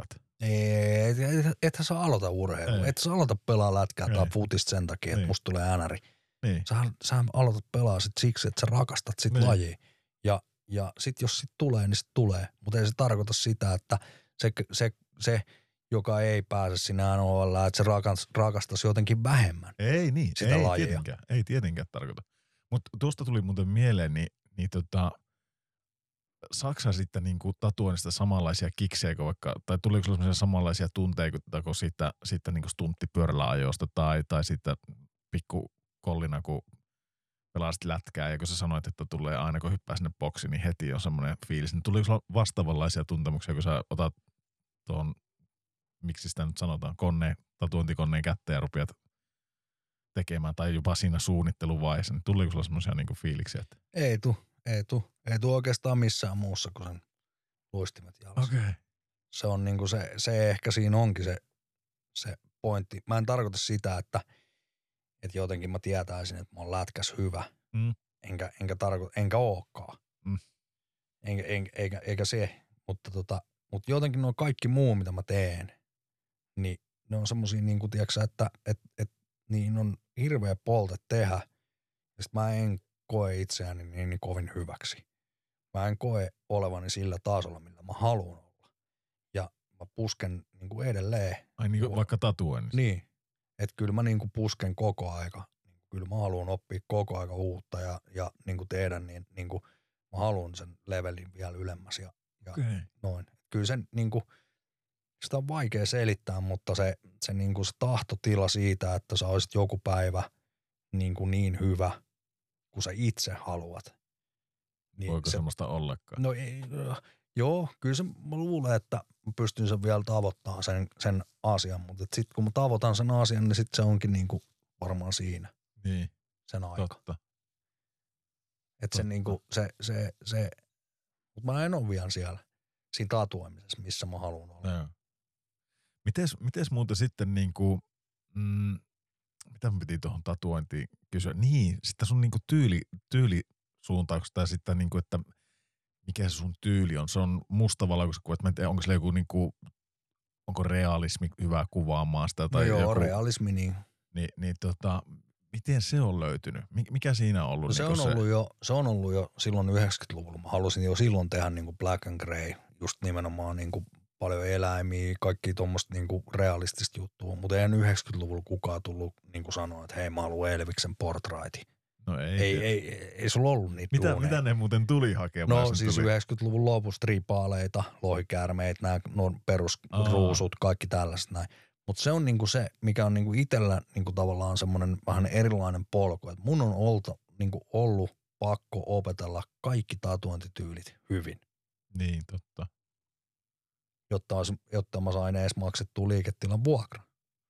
Ei, et, et, ethän sä aloita urheilua. Et sä aloita pelaa lätkää Ei. tai futista sen takia, että musta tulee äänäri. Niin. Sä, sä aloitat pelaa sit siksi, että sä rakastat sit niin. lajia. Ja, ja sit jos sit tulee, niin sit tulee. Mutta ei se tarkoita sitä, että se, se, se joka ei pääse sinne N H L, että se rakastaisi jotenkin vähemmän ei niin, sitä ei lajia. Tietenkään, ei tietenkään tarkoita. Mutta tuosta tuli muuten mieleen, niin Niin tota, Saksa sitten niinku tatuoinnista samanlaisia kiksejä, vaikka, tai tuliko sellaisia samanlaisia tunteita kuin siitä, siitä niinku stunttipyörällä ajoista tai, tai sitten pikku kollina, kun pelasit lätkää ja kun sä sanoit, että tulee aina kun hyppää sinne boksiin, niin heti on semmoinen fiilis. Niin tuliko vastaavanlaisia tuntemuksia, kun sä otat tuon, miksi sitä nyt sanotaan, koneen, tatuointikoneen kättä ja rupeat tekemään tai jopa siinä suunnitteluvaiheessa, niin tuliko sulla semmoisia niinku fiiliksiä? Että ei tu, ei tu. Ei tu oikeastaan missään muussa kuin sen luistimet jalassa. Okay. Se on niinku se, se ehkä siinä onkin se, se pointti. Mä en tarkoita sitä, että, että jotenkin mä tietäisin, että mä oon lätkäs hyvä. Mm. Enkä, enkä, tarkoita, enkä ookaan. Mm. Enkä, enkä, eikä, eikä se, mutta, tota, mutta jotenkin nuo kaikki muu, mitä mä teen, niin ne on semmosia niinku, tiiäksä, että et, et, niin on hirveä polte tehdä, ja sit mä en koe itseäni niin, niin kovin hyväksi. Mä en koe olevani sillä tasolla, millä mä haluan olla. Ja mä pusken niin kuin edelleen. Ai niin kuin vaikka tatuoinnissa? Niin, että kyllä mä niin kuin pusken koko aika. Kyllä mä haluan oppia koko aika uutta ja, ja niin kuin tehdä, niin, niin kuin mä haluan sen levelin vielä ylemmäs ja, ja Okay. noin. Kyllä sen niin kuin, sitä on vaikea selittää, mutta se, se, niin kuin se tahtotila siitä, että sä olisit joku päivä niin, kuin niin hyvä, kun sä itse haluat. Niin Voiko se, semmoista ollakaan? no ei, joo, kyllä se, mä luulen, että mä pystyn sen vielä tavoittamaan sen, sen asian, mutta sitten kun mä tavoitan sen asian, niin sitten se onkin niin kuin varmaan siinä Niin, sen aika. totta. Että se Totta. niinku, se, se, se, mutta mä en ole vielä siellä, siinä tatuoimisessa, missä mä haluan olla. Joo. Mites, mites muuten sitten niinku, mm, mitä mä piti tuohon tatuointiin kysyä? Niin, sitten sun niinku tyyli, tyylisuuntauksesta tai sitten niinku, että mikä se sun tyyli on? Se on mustavalkoista kuva, että mä en tiedä, onko se joku niinku, onko realismi hyvä kuvaamaan sitä? Tai No joo, joku, realismi niin. niin, niin tota, miten se on löytynyt? Mikä siinä on ollut? No se, niinku on ollut jo, se on ollut jo silloin yhdeksänkymmentäluvulla. Mä halusin jo silloin tehdä niinku black and grey, just nimenomaan niinku paljon eläimiä, kaikki tuommoista niinku realistista juttua, mutta eihän yhdeksänkymmentäluvulla kukaan tullut niinku sanoa, että hei mä haluan Elviksen portraiti. No ei, Ei, ei, ei, ei sulla ollut niitä mitä, duuneja. mitä ne muuten tuli hakemaan? No jos siis tuli? yhdeksänkymmentäluvun lopussa tripaaleita, lohikäärmeitä, nämä perusruusut, kaikki tällaiset näin. Mutta se on niinku se, mikä on niinku itsellä niinku tavallaan semmoinen vähän erilainen polku. Et mun on olta, niinku ollut pakko opetella kaikki tatuointityylit hyvin, Niin, totta. jotta, olisi, jotta mä sain edes maksettua liiketilan vuokra.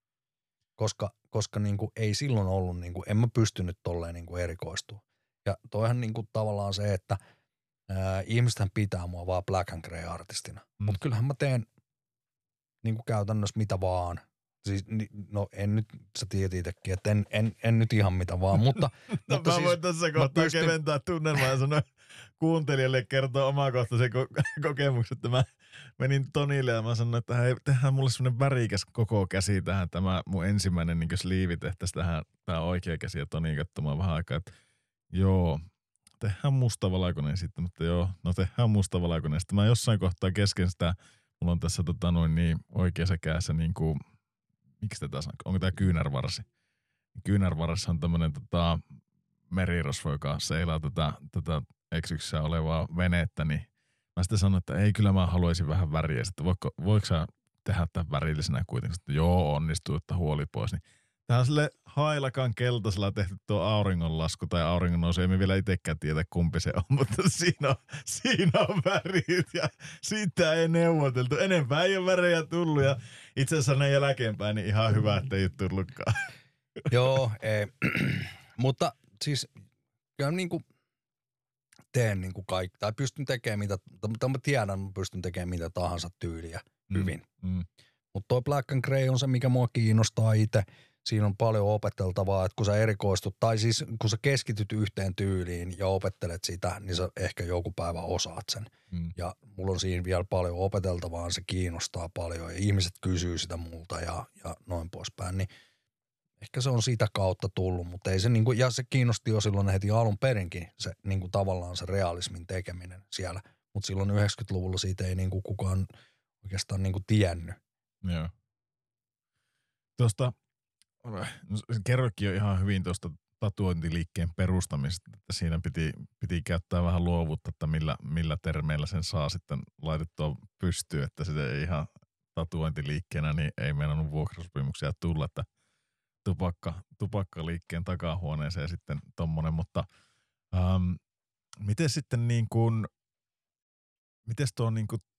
Koska, koska niinku ei silloin ollut, niinku, en mä pystynyt tolleen niinku erikoistua. Ja toihan niinku tavallaan se, että ää, ihmisethän pitää mua vaan black and grey artistina. Mm. Mutta kyllähän mä teen niinku käytännössä mitä vaan. Siis, ni- no en nyt, sä tiedät itsekin, että en, en, en nyt ihan mitä vaan, mutta, No, mutta mä siis, voin tässä kohtaa pystyn- keventää tunnelmaa ja sanoa kuuntelijalle kertoa omakohtaisen ko- kokemuksen, että mä menin Tonille ja mä sanoin, että hei, tehdään mulle semmoinen värikäs koko käsi tähän, tämä mun ensimmäinen niin sliivi tehtäisiin tähän, tää oikea käsi ja Toni katsomaan vähän aikaa, että joo, tehdään mustavalaikoinen sitten, mutta joo, no tehdään mustavalaikoinen. Sitten mä jossain kohtaa kesken sitä, mulla on tässä tota noin niin oikeassa kädessä niin kuin, miksi tätä sanoo, onko tää kyynärvarsi? Kyynärvarsi on tämmönen tota, merirosvo, joka seilaa tätä, tätä eksyksessä olevaa venettä, niin mä sitten sanoin, että ei, kyllä mä haluaisin vähän väriä. Sitten voiko, voiko sä tehdä tämän värillisenä kuitenkin? Sitten joo, onnistuu, että huoli pois. Niin tää on sille hailakan keltaisella tehty tuo auringonlasku tai auringon nousu. Emme vielä itsekään tiedä, kumpi se on, mutta siinä on, siinä on värit ja siitä ei neuvoteltu. Enempää ei ole värejä tullut ja itse asiassa näin jälkeenpäin niin ihan hyvä, että ei ole tullutkaan. joo, ei. Mutta siis kyllä niinku teen niinku kaikki, tai pystyn tekemään mitä, tai mä tiedän, mä pystyn tekemään mitä tahansa tyyliä hyvin. Mm, mm. Mutta toi black and grey on se, mikä mua kiinnostaa itse. Siinä on paljon opeteltavaa, että kun sä erikoistut, tai siis kun sä keskityt yhteen tyyliin ja opettelet sitä, niin sä ehkä joku päivä osaat sen. Mm. Ja mulla on siinä vielä paljon opeteltavaa, se kiinnostaa paljon ja ihmiset kysyy sitä multa ja, ja noin poispäin. Niin ehkä se on sitä kautta tullut, mutta ei se niinku, ja se kiinnosti jo silloin heti alun perinkin se niinku tavallaan se realismin tekeminen siellä. Mutta silloin yhdeksänkymmentäluvulla siitä ei niinku kukaan oikeastaan niinku tiennyt. Joo. Tuosta, kerrokin jo ihan hyvin tuosta tatuointiliikkeen perustamisesta, että siinä piti, piti käyttää vähän luovuutta, että millä, millä termeillä sen saa sitten laitettua pystyyn, että sitä ei ihan tatuointiliikkeenä, niin ei meinannut vuokrasopimuksia tulla, että tupakka, tupakkaliikkeen takahuoneeseen sitten tommonen, mutta ähm, miten sitten niin kuin, miten tuo niin kuin,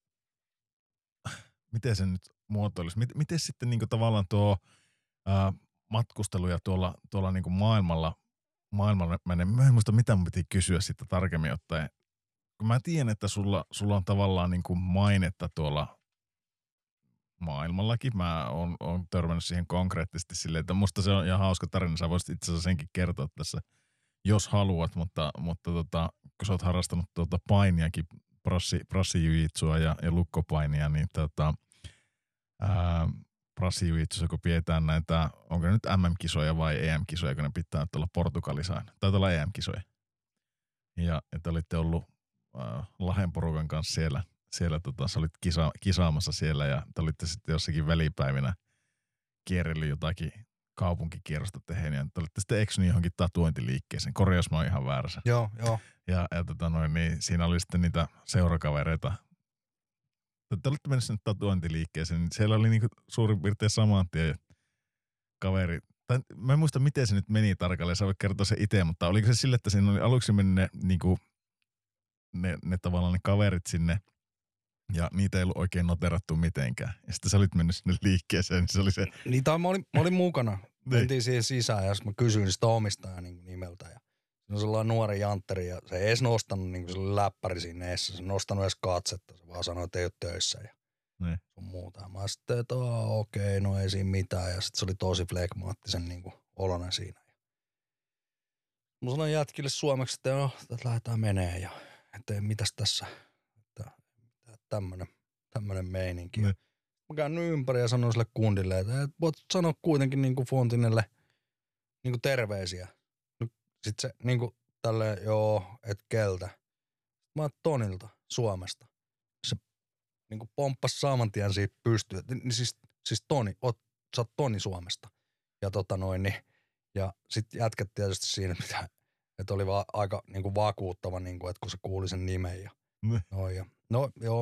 miten se nyt muotoilisi, miten, miten sitten niin kuin tavallaan tuo ää, matkusteluja tuolla, tuolla niin kuin maailmalla, maailmalla menee. Mä en muista, mitä mun piti kysyä sitten tarkemmin ottaen. Kun mä tiedän, että sulla, sulla on tavallaan niin kuin mainetta tuolla maailmallakin. Mä oon, oon törmännyt siihen konkreettisesti silleen, että musta se on ihan hauska tarina. Sä voisit itse asiassa senkin kertoa tässä, jos haluat, mutta, mutta tota, kun sä oot harrastanut tuota painiakin, brassijujitsua ja, ja lukkopainia, niin tota, ää, Brasilijutsussa, kun pidetään näitä, onko ne nyt M M-kisoja vai E M-kisoja, kun ne pitää olla Portugalissa aina. Taitaa olla E M-kisoja. Ja että olitte ollut äh, Lahden porukan kanssa siellä, siellä tota, sä olit kisa, kisaamassa siellä ja te olitte sitten jossakin välipäivinä kierrellyt jotakin kaupunkikierrosta tehden ja te olitte sitten eksynyt johonkin tatuointiliikkeeseen. Korjaus mä oon ihan väärässä. Joo, joo. Ja, ja tota noin, niin siinä oli sitten niitä seurakavereita. Te olitte mennyt sinne tatuointiliikkeeseen, niin siellä oli niinku suurin piirtein saman tien kaveri. Tai mä en muista, miten se nyt meni tarkalleen, sä voit kertoa se itse, mutta oliko se sille, että siinä oli aluksi mennyt ne, niinku, ne, ne tavallaan ne kaverit sinne, ja niitä ei ollut oikein noterattu mitenkään. Ja sitten sä olit mennyt sinne liikkeeseen, niin se oli se... Niin, tai mä olin, mä olin mukana. Niin. Mentiin siihen sisään ja mä kysyin sitä omistajaa niin nimeltä. Ja se on sellainen nuori jantteri ja se ei edes nostanut niin se oli läppäri siinä eessä. Se ei nostanut edes katsetta. Se vaan sanoi, että ei ole töissä ja Niin. sun muuta. Ja mä sitten, että okei, okay, no ei siinä mitään. Ja sitten se oli tosi flegmaattisen niin oloinen siinä. Mä sanoin jätkille suomeksi, että no, että lähdetään menee ja että mitäs tässä, että tämmönen, tämmönen meininki. Niin. Mä käyn ympäri ja sanon sille kundille, että voit sanoa kuitenkin niinku Fontinelle niinku terveisiä. Sitten se niinku tälleen, joo, et keltä. Mä oon Tonilta Suomesta. Se niinku pomppasi saman tien siitä pystyyn. Niin siis, siis Toni, oot, sä oot Toni Suomesta. Ja tota noin, niin, ja sit jätkät tietysti siinä, mitä, että oli vaan aika niinku vakuuttava, niinku, että kun se kuuli sen nimen ja Niin. no, ja, no joo,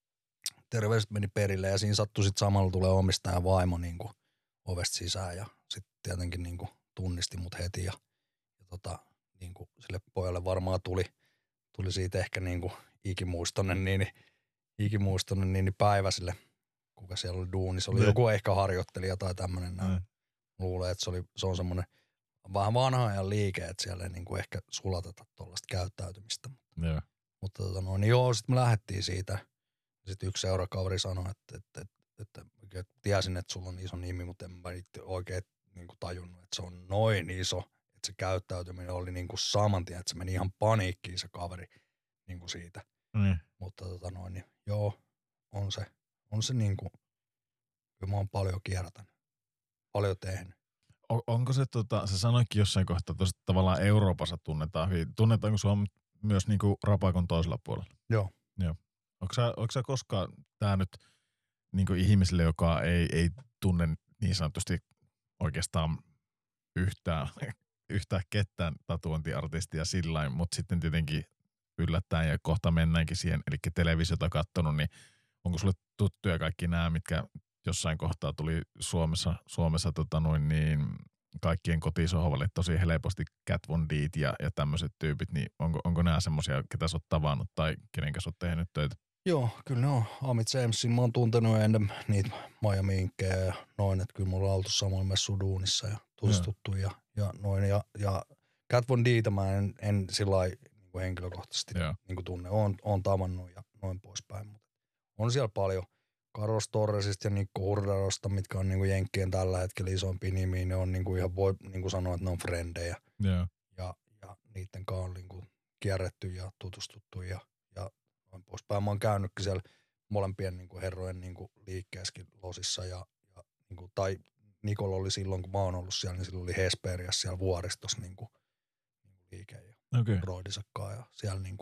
terveiset meni perille ja siinä sattui sitten samalla tulee omistajan vaimo niinku ovesta sisään ja sitten tietenkin niinku tunnisti mut heti ja, ja tota, niinku sille pojalle varmaan tuli, tuli siitä ehkä niinku ikimuistoinen niin, ikimuistoinen niin päivä sille, kuka siellä oli duuni. Se oli Ne. joku ehkä harjoittelija tai tämmönen näin. Ne. Luulen, että se, oli, se on semmoinen vähän vanha ajan liike, että siellä ei niinku ehkä sulateta tuollaista käyttäytymistä. Joo. Mutta tota no, niin joo, sitten me lähdettiin siitä. Sitten yksi seurakaveri sanoi, että, että, että, että, että tiesin, että sulla on iso nimi, mutta en mä itse oikein niin kuin tajunnut, että se on noin iso. Että se käyttäytyminen oli niin kuin saman tien, että se meni ihan paniikkiin se kaveri niin kuin siitä. Niin. Mutta tota noin, niin joo, on se, on se niin kuin, kyllä mä oon paljon kiertänyt, paljon tehnyt. On, onko se, tota, sä sanoikin jossain kohtaa, että tavallaan Euroopassa tunnetaan hyvin. Tunnetaanko sua myös niinku Rapakon toisella puolella? Joo. Joo. Onko sä, onko sä koskaan tää nyt niinku ihmiselle, joka ei, ei tunne niin sanotusti oikeastaan yhtään, yhtään ketään tatuointiartistia sillain, mutta sitten tietenkin yllättäen ja kohta mennäänkin siihen, eli televisiota kattonut, niin onko sulle tuttuja kaikki nämä, mitkä jossain kohtaa tuli Suomessa, Suomessa tota noin niin, kaikkien kotisohvalle tosi helposti Kat Von D't ja, ja tämmöiset tyypit, niin onko, onko nämä semmoisia, ketä sä oot tavannut tai kenen kanssa oot tehnyt töitä? Joo, kyllä ne on. Amit Jamesin mä oon tuntenut ennen niitä Miami-inkkejä ja noin, että kyllä mulla on oltu samoin messu duunissa ja tutustuttu ja, ja noin. Ja, ja Kat Von Dtä mä en, en sillä lailla niin henkilökohtaisesti niin tunne. Oon, oon tavannut ja noin poispäin, mutta on siellä paljon. Carlos Torresista ja Nikko Hurdarosta, mitkä on niinku jenkkien tällä hetkellä isompia nimiä, ne on niinku ihan voi niinku sanoa, että ne on frendejä. Joo. Ja, ja niiden kanssa on niinku kierretty ja tutustuttu ja, ja noin poispäin. Mä oon käynytkin siellä molempien niinku herrojen niinku liikkeessäkin Losissa ja, ja niinku, tai Nikolla oli silloin, kun mä oon ollut siellä, niin silloin oli Hesperiassa siellä vuoristossa niinku, niinku liike ja Okay. Broidisakkaa ja siellä niinku.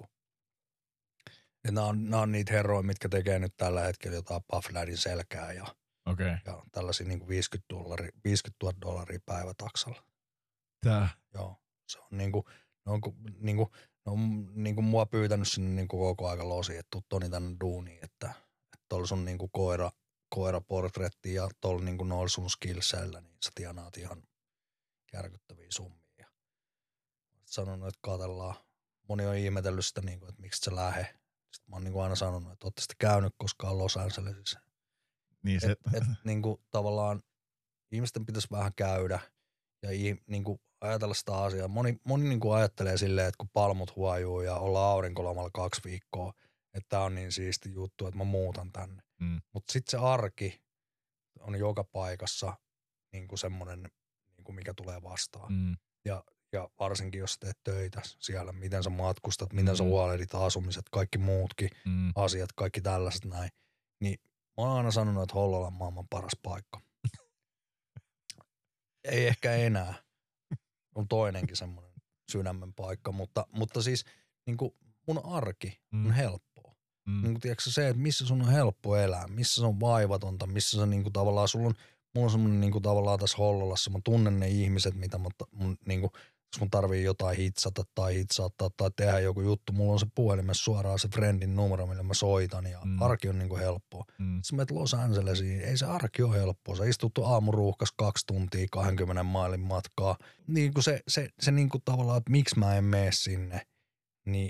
Ja nämä on, nämä on niitä herroja, mitkä tekee nyt tällä hetkellä jotain Puff Daddyn selkää ja, Okay. ja tällaisia niin kuin viisikymmentätuhatta dollaria päivätaksalla. Tää. Joo, se on niin kuin, ne on, niin kuin, ne on niin kuin mua pyytänyt sinne niin kuin koko aika losi, että tuu Toni tänne duuniin, että, että tuolla sun niin kuin koira, koiraportretti ja tuolla niin kuin noilla sun skillsellä, niin sä tienaat ihan järkyttäviä summia. Ja sanonut, että katsellaan. Moni on ihmetellyt sitä, niin kuin, että miksi se lähe. Sitten mä oon niin aina sanonut, että ootte sitten käynyt koskaan Los Angelesissa. Niin se, Että et, niin kuin, tavallaan ihmisten pitäisi vähän käydä ja niin kuin, ajatella sitä asiaa. Moni, moni niin kuin ajattelee silleen, että kun palmut huojuu ja ollaan aurinkolomalla kaksi viikkoa, että tää on niin siisti juttu, että mä muutan tänne. mm. Mutta sitten se arki on joka paikassa niin kuin semmoinen, niin kuin mikä tulee vastaan. Mm. Ja, ja varsinkin, jos teet töitä siellä, miten sä matkustat, miten Mm. sä huolehdit asumiset, kaikki muutkin Mm. asiat, kaikki tällaiset näin. Niin mä oon aina sanonut, että Hollola on maailman paras paikka. ei ehkä enää. On toinenkin semmoinen sydämen paikka, mutta, mutta siis niin kuin mun arki Mm. on helppoa. Mm. Niin kuin tiedätkö se, että missä sun on helppo elää, missä se on vaivatonta, missä se niin kuin tavallaan, sulla on, mulla on semmoinen niin kuin tavallaan tässä Hollolassa, mä tunnen ne ihmiset, mitä mä, mun, niin kuin, jos mun tarvii jotain hitsata tai hitsauttaa tai tehdä joku juttu, mulla on se puhelimessa suoraan se friendin numero, millä mä soitan ja Mm. arki on niin kuin helppoa. Mm. Sä menet Los Angelesiin, ei se arki ole helppoa. Sä istut aamuruuhkas kaksi tuntia kaksikymmentä mailin matkaa. Niin kuin se, se, se niin kuin tavallaan, että miksi mä en mene sinne, niin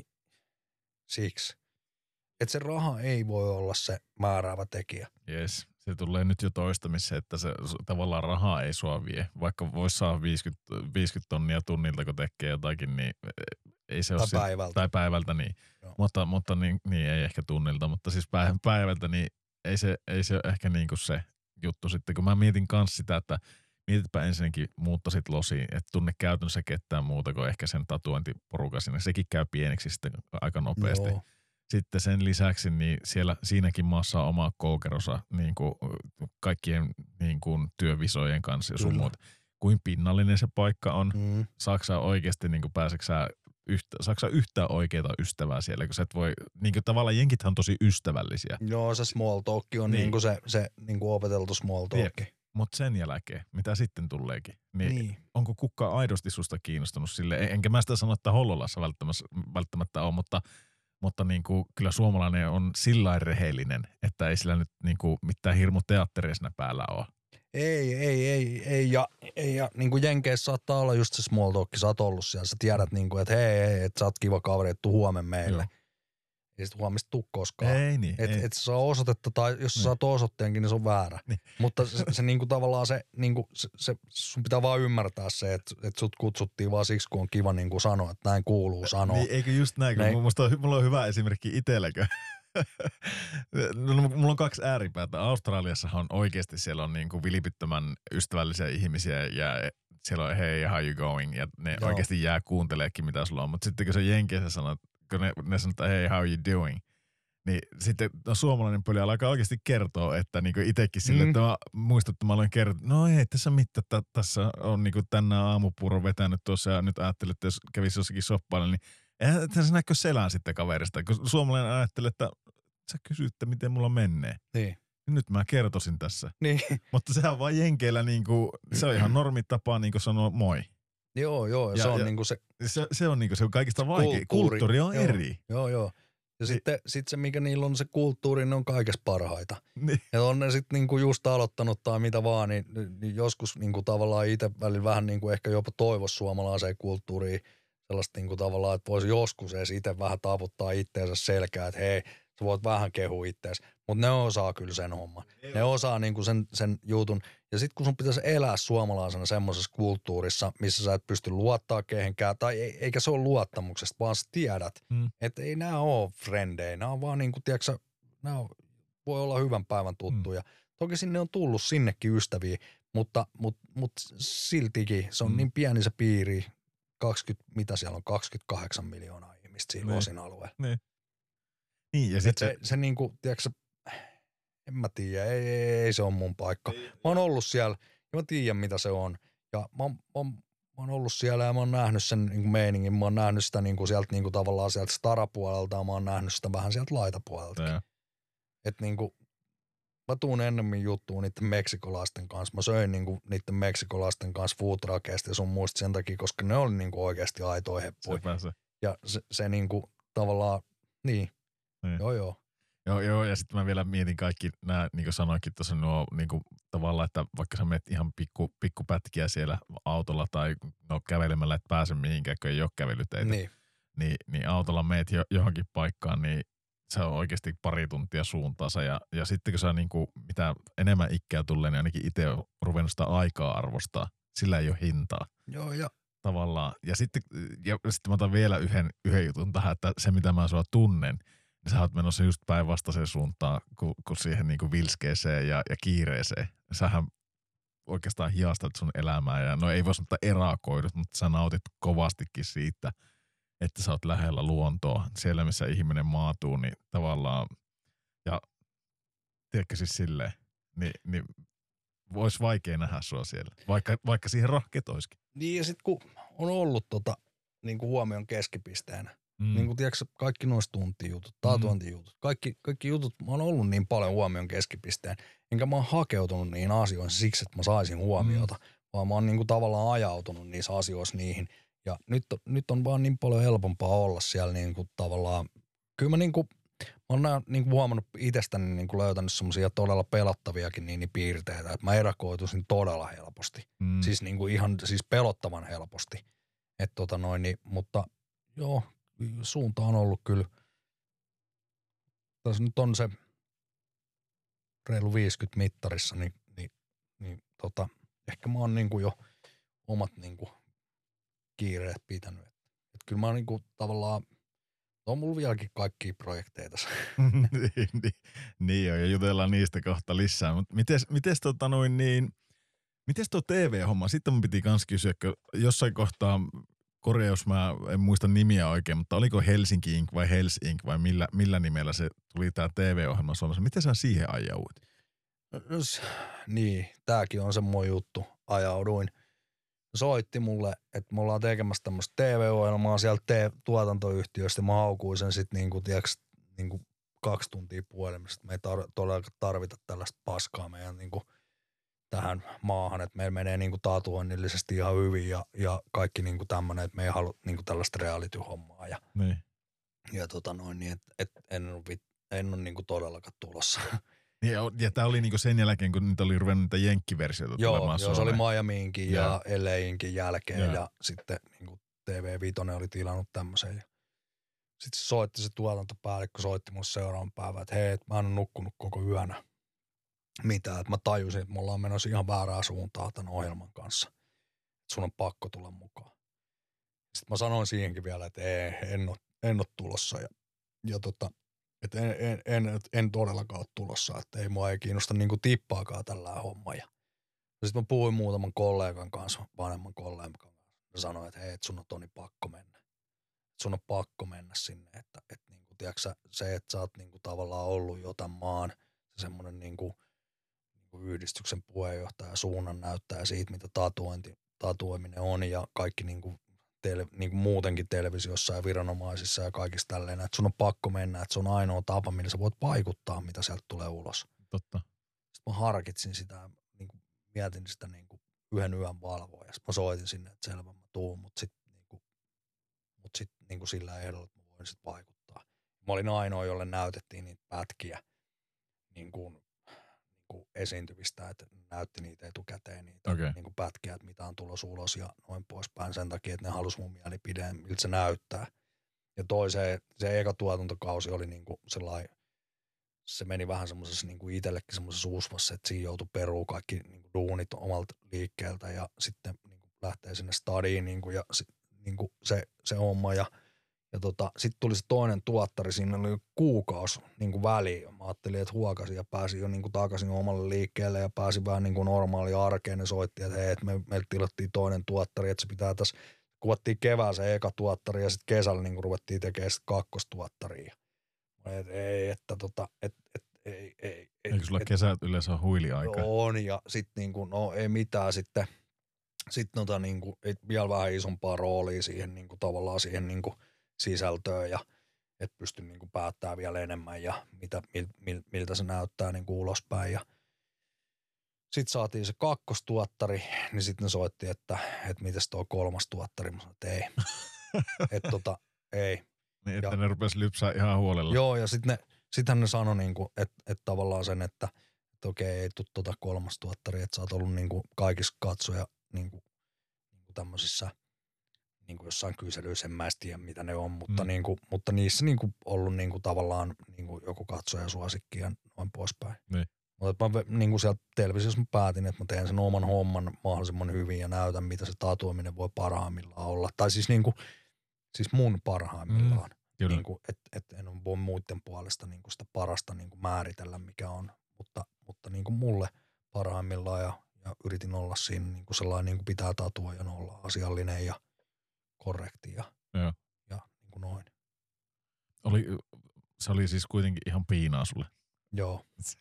siksi. Että se raha ei voi olla se määräävä tekijä. Jes, se tulee nyt jo toistamissa, että se tavallaan rahaa ei sua vie. Vaikka vois saa viisikymmentä, viisikymmentä tonnia tunnilta, kun tekee jotakin, niin ei se Tai ole... päivältä. Tai päivältä, niin. Joo. Mutta, mutta niin, niin, ei ehkä tunnilta, mutta siis päivältä, päivältä niin ei se, ei se ole ehkä niin kuin se juttu sitten. Kun mä mietin kans sitä, että mietitpä ensinnäkin muuttasit losiin, että tunne käytännössä ketään muuta kuin ehkä sen tatuointiporukan sinne. Sekin käy pieneksi sitten aika nopeasti. Joo. Sitten sen lisäksi niin siellä siinäkin maassa on oma koukerosa niin kuin kaikkien niin kuin työvisojen kanssa ja sun Kyllä. muut. Kuin pinnallinen se paikka on. Mm. Saksa oikeasti niin pääseksä yhtä, Saksa yhtään oikeita ystävää siellä, kun sä et voi, niin kuin tavallaan jenkithän on tosi ystävällisiä. Joo, se small talk on Niin. niin. kuin se, se niin kuin opeteltu small talk. Mutta sen jälkeen, mitä sitten tuleekin, niin, niin Niin. onko kukaan aidosti susta kiinnostunut sille? Enkä mä sitä sano, että Hollolassa välttämättä, välttämättä ole, mutta, mutta niin kuin, kyllä suomalainen on sillain rehellinen, että ei sillä nyt niin kuin mitään hirmu teatteria siinä päällä ole. Ei, ei, ei, ei, ja, ei, ja niin kuin Jenkeissä saattaa olla just se small talk, sä oot ollut siellä, sä tiedät niin kuin, että hei, hei, että sä oot kiva kaveri, että tuu huomenna meille. Joo. Ei sit huomista tuu koskaan. Ei niin. Että ei. et sä saa osoitetta tai jos sä Niin. saat osoitteenkin, niin se on väärä. Niin. Mutta se, se niinku tavallaan se, niinku, se, se, sun pitää vaan ymmärtää se, että et sut kutsuttiin vaan siksi, kun on kiva niinku sanoa, että näin kuuluu sanoa. Niin, eikö just näin, kun Näin. musta on, mulla on hyvä esimerkki itselläkö. No, mulla on kaksi ääripäätä. Australiassahan on oikeasti, siellä on niin kuin vilpittömän ystävällisiä ihmisiä ja siellä on hei, how you going? Ja ne Joo. oikeasti jää kuunteleekin, mitä sulla on. Mutta sitten kun se Jenkeissä sanoo, kun ne, ne sanoo, että hei, how you doing? Niin sitten no, suomalainen pöly alkaa oikeasti kertoa, että niinku itsekin sille, Mm. että mä muistan, että mä aloin kertoa, no ei tässä mitään, että tässä on niinku tänään aamupuuro vetänyt tuossa ja nyt ajattelin, että jos kävisi jossakin shoppailla, niin eihän tässä näkö selän sitten kaverista, kun suomalainen ajattelee, että sä kysyt, että miten mulla menee. Niin. Nyt mä kertoisin tässä. Niin. Mutta sehän on vaan jenkeillä niinku, se on ihan normitapa niinku sanoa moi. Joo, joo. Ja- se on ja- niinku se Se, se on niinku se on kaikista vaikea. kulttuuri. Kulttuuri on Joo. eri. Joo, joo. Ja Niin. sitten sit se, mikä niillä on se kulttuuri, ne on kaikessa parhaita. Niin. Ja on ne sitten niinku just aloittanut tai mitä vaan, niin, niin joskus niinku tavallaan itse välillä vähän niinku ehkä jopa toivoisi suomalaiseen kulttuuriin sellaista niinku tavallaan, että voisi joskus edes itse vähän taputtaa itteensä selkää, että hei, sä voit vähän kehua ittees. Mutta ne osaa kyllä sen homman. Ne osaa niinku sen, sen jutun. Ja sitten kun sun pitäisi elää suomalaisena semmoisessa kulttuurissa, missä sä et pysty luottaa kehenkään, tai ei, eikä se ole luottamuksesta, vaan sä tiedät, Mm. että ei nämä ole frendejä. Nämä on vaan niinku, tiedätkö, nämä on, voi olla hyvän päivän tuttuja. Mm. Toki sinne on tullut sinnekin ystäviä, mutta, mutta, mutta siltikin se on Mm. niin pieni se piiri, kaksikymmentä, mitä siellä on, kaksikymmentäkahdeksan miljoonaa ihmistä siinä Niin. osin alueella. Niin, ja Et sitten se, se niinku, tiedätkö, en mä tiedä, ei, ei, ei se on mun paikka. Mä oon ollut siellä ja mä tiedän mitä se on. Ja mä, oon- mä, oon- mä oon ollut siellä ja mä oon nähnyt sen niinku meiningin. Mä oon nähnyt sitä niinku sieltä niinku tavallaan sieltä starapuolelta ja mä oon nähnyt sitä vähän sieltä laitapuolelta. Joo. Että niinku, mä tuun ennemmin juttuun niiden meksikolaisten kanssa. Mä söin niinku niiden meksikolaisten kanssa foodtruckeista ja sun muista sen takia, koska ne oli niinku oikeasti aitoja heppuja. sepä se. Ja se, se niinku tavallaan, niin, Niin. joo joo. Joo, joo, ja sitten mä vielä mietin kaikki nämä, niin kuin sanoinkin tuossa nuo niin kuin, tavallaan, että vaikka sä menet ihan pikku, pikku pätkiä siellä autolla tai no, kävelemällä, et pääse mihinkään, kun ei ole kävelyteitä, niin, Niin. niin autolla meet jo, johonkin paikkaan, niin se on oikeasti pari tuntia suuntaansa. Ja, ja sitten kun sä niin kuin, mitä enemmän ikää tulee, niin ainakin itse on ruvennut sitä aikaa arvostaa. Sillä ei ole hintaa Joo, ja tavallaan. Ja sitten, ja sitten mä otan vielä yhden, yhden jutun tähän, että se mitä mä sua tunnen, niin sä oot menossa just päinvastaiseen suuntaan kuin, kuin siihen niin kuin vilskeeseen ja, ja kiireeseen. Sähän oikeastaan hiastat sun elämää ja no ei voi sanoa, että erakoidut, mutta sä nautit kovastikin siitä, että sä oot lähellä luontoa. Siellä, missä ihminen maatuu, niin tavallaan, ja tiedätkö siis silleen, niin, niin olisi vaikea nähdä sua siellä, vaikka, vaikka siihen rahkeet olisikin. Niin ja sit kun on ollut tota, niin kuin huomion keskipisteenä, Mm. niin kuin tiedätkö, kaikki noista tuntijutut, tatuointijutut, kaikki, kaikki jutut, mä oon ollut niin paljon huomion keskipisteen, enkä mä oon hakeutunut niihin asioihin siksi, että mä saisin huomiota, mm. vaan mä oon niin kuin tavallaan ajautunut niissä asioissa niihin. Ja nyt, nyt on vaan niin paljon helpompaa olla siellä niin kuin tavallaan, kyllä mä niin kuin, mä oon nää, niin kuin huomannut itsestäni niin kuin löytänyt semmosia todella pelottaviakin niin, niin piirteitä, että mä erakoituisin todella helposti. Mm. Siis niin kuin ihan siis pelottavan helposti. Et tota noin, niin, mutta joo, suunta on ollut kyllä. Tässä nyt on se reilu viisikymmentä mittarissa, niin, niin, niin tota, ehkä mä oon niin kuin jo omat niin kuin kiireet pitänyt. Et, et kyllä mä oon niin kuin tavallaan, on mulla vieläkin kaikkia projekteja tässä. niin, niin, niin on, ja jutellaan niistä kohta lisää. Mutta mites, mites tota noin niin, mites tuo T V-homma? Sitten mun piti kans kysyä, kun jossain kohtaa, korjaus mä en muista nimiä oikein, mutta oliko Helsinki Inc vai Hells Inc vai millä, millä nimellä se tuli tää T V-ohjelma Suomessa? Miten sä siihen ajauit? No, niin, tääkin on semmoinen juttu. Ajauduin. Soitti mulle, että me ollaan tekemässä tämmöistä T V-ohjelmaa sieltä T- tuotantoyhtiöstä. Mä haukuin sen sitten niinku, tiiäks, niinku kaksi tuntia puhelimesta. Me ei tar- todella tarvita tällaista paskaa meidän niinku tähän maahan, että meillä menee niinku tatuoinnillisesti ihan hyvin ja, ja kaikki niinku tämmöinen, että me ei halua niinku tällaista reality-hommaa. Ja, Niin. ja tota noin, niin että et en ole, en ole niinku todellakaan tulossa. Ja, ja tää oli niinku sen jälkeen, kun nyt oli ruvennut niitä jenkkiversioita Joo, tulemaan joo se oli Suomeen. Miamiinkin ja, ja L A:nkin jälkeen Joo. ja sitten niin T V viisi oli tilannut tämmöisen. Ja sitten se soitti se tuotantopäällikkö, soitti mulle seuraavan päivän, että hei, et mä en ole nukkunut koko yönä mitään. Että mä tajusin, että me ollaan menossa ihan väärää suuntaa tämän ohjelman kanssa. Että sun on pakko tulla mukaan. Sitten mä sanoin siihenkin vielä, että ei, en ole, en ole tulossa. Ja, ja tota, että en, en, en, en todellakaan ole tulossa, että ei mua ei kiinnosta niinku tippaakaan tällä homma. Ja sitten mä puhuin muutaman kollegan kanssa, vanhemman kollegan kanssa. Ja sanoin, että hei, et sun on Toni pakko mennä. Et sun on pakko mennä sinne, että et niinku, tiiäksä, se, että sä oot niinku tavallaan ollut jo tämän maan, se semmoinen niinku, niinku yhdistyksen puheenjohtaja, suunnan näyttäjä siitä, mitä tatuointi, tatuoiminen on ja kaikki niinku, tele, niinku muutenkin televisiossa ja viranomaisissa ja kaikissa tälleen, että sun on pakko mennä, että se on ainoa tapa, millä sä voit vaikuttaa, mitä sieltä tulee ulos. Totta. Sitten mä harkitsin sitä, niinku, mietin sitä niinku, yhden yön valvoa ja sitten mä soitin sinne, että selvä mä tuun, mutta sitten niinku, mut sit, niinku sillä ehdolla, että mä voin sitten vaikuttaa. Mä olin ainoa, jolle näytettiin niitä pätkiä niinku, niinku esiintyvistä, että näytti niitä etukäteen, niitä Okay. niinku pätkiä, että mitä on tulossa ulos ja noin poispäin sen takia, että ne halusi mun mielipideen, miltä se näyttää. Ja toiseen, se eka tuotantokausi oli niinku sellainen, se meni vähän semmoisessa niinku itsellekin semmoisessa usvassa, että siinä joutui peruu kaikki niinku duunit omalta liikkeeltä ja sitten niinku lähtee sinne stadiin niinku ja sit, niinku se, se homma ja, ja tota, sitten tuli se toinen tuottari, siinä oli kuukausi niinku väliin. Mä ajattelin, että huokasin ja pääsin jo niinku takaisin omalle liikkeelle ja pääsin vähän niinku normaali arkeen. Ne soitti, että hei, että me, meiltä tilattiin toinen tuottari, että se pitää tässä, kuvattiin kevään se eka tuottari ja sitten kesällä niinku ruvettiin tekemään sit kakkostuottaria. Et ei, että tota, et, et, ei, ei. Et, Eikö sulla et, kesät yleensä ole huiliaika? on ja sit niinku, no ei mitään sitten, sit nota niinku, vielä vähän isompaa roolia siihen niinku tavallaan siihen niinku sisältöön ja et pysty niinku päättämään vielä enemmän ja mitä, mil, mil, miltä se näyttää niinku ulospäin ja sitten saatiin se kakkostuottari, niin sitten ne soitti, että, että mites tuo kolmas tuottari, mä sanoin, että ei, että tota, ei. Niin, että Ja- ne rupes lypsää ihan huolella. Joo, ja sitten sittenhän ne sanoi, niinku, että et tavallaan sen, että et okei, ei tule tota kolmas tuottari, että sä oot ollut niinku kaikissa katsoja niinku, niinku tämmöisissä niinku jossain kyselyissä, en mä edes tiedä mitä ne on, mutta, Mm. niinku, mutta niissä niinku ollut niinku tavallaan niinku joku katsoja suosikki ja noin poispäin. Niin. Mutta mä niinku sieltä televisiossa mä päätin, että mä teen sen oman homman mahdollisimman hyvin ja näytän, mitä se tatuoiminen voi parhaimmillaan olla. Tai siis niinku, siis mun parhaimmillaan. Kyllä. Niin kuin, et, et en voi muiden puolesta niin kuin sitä parasta niin kuin määritellä, mikä on, mutta, mutta niin kuin mulle parhaimmillaan ja, ja yritin olla siinä niin kuin sellainen, niin kuin pitää tatuoijan olla asiallinen ja korrekti ja, Joo. ja niin kuin noin. Oli, se oli siis kuitenkin ihan piinaa sulle. Joo.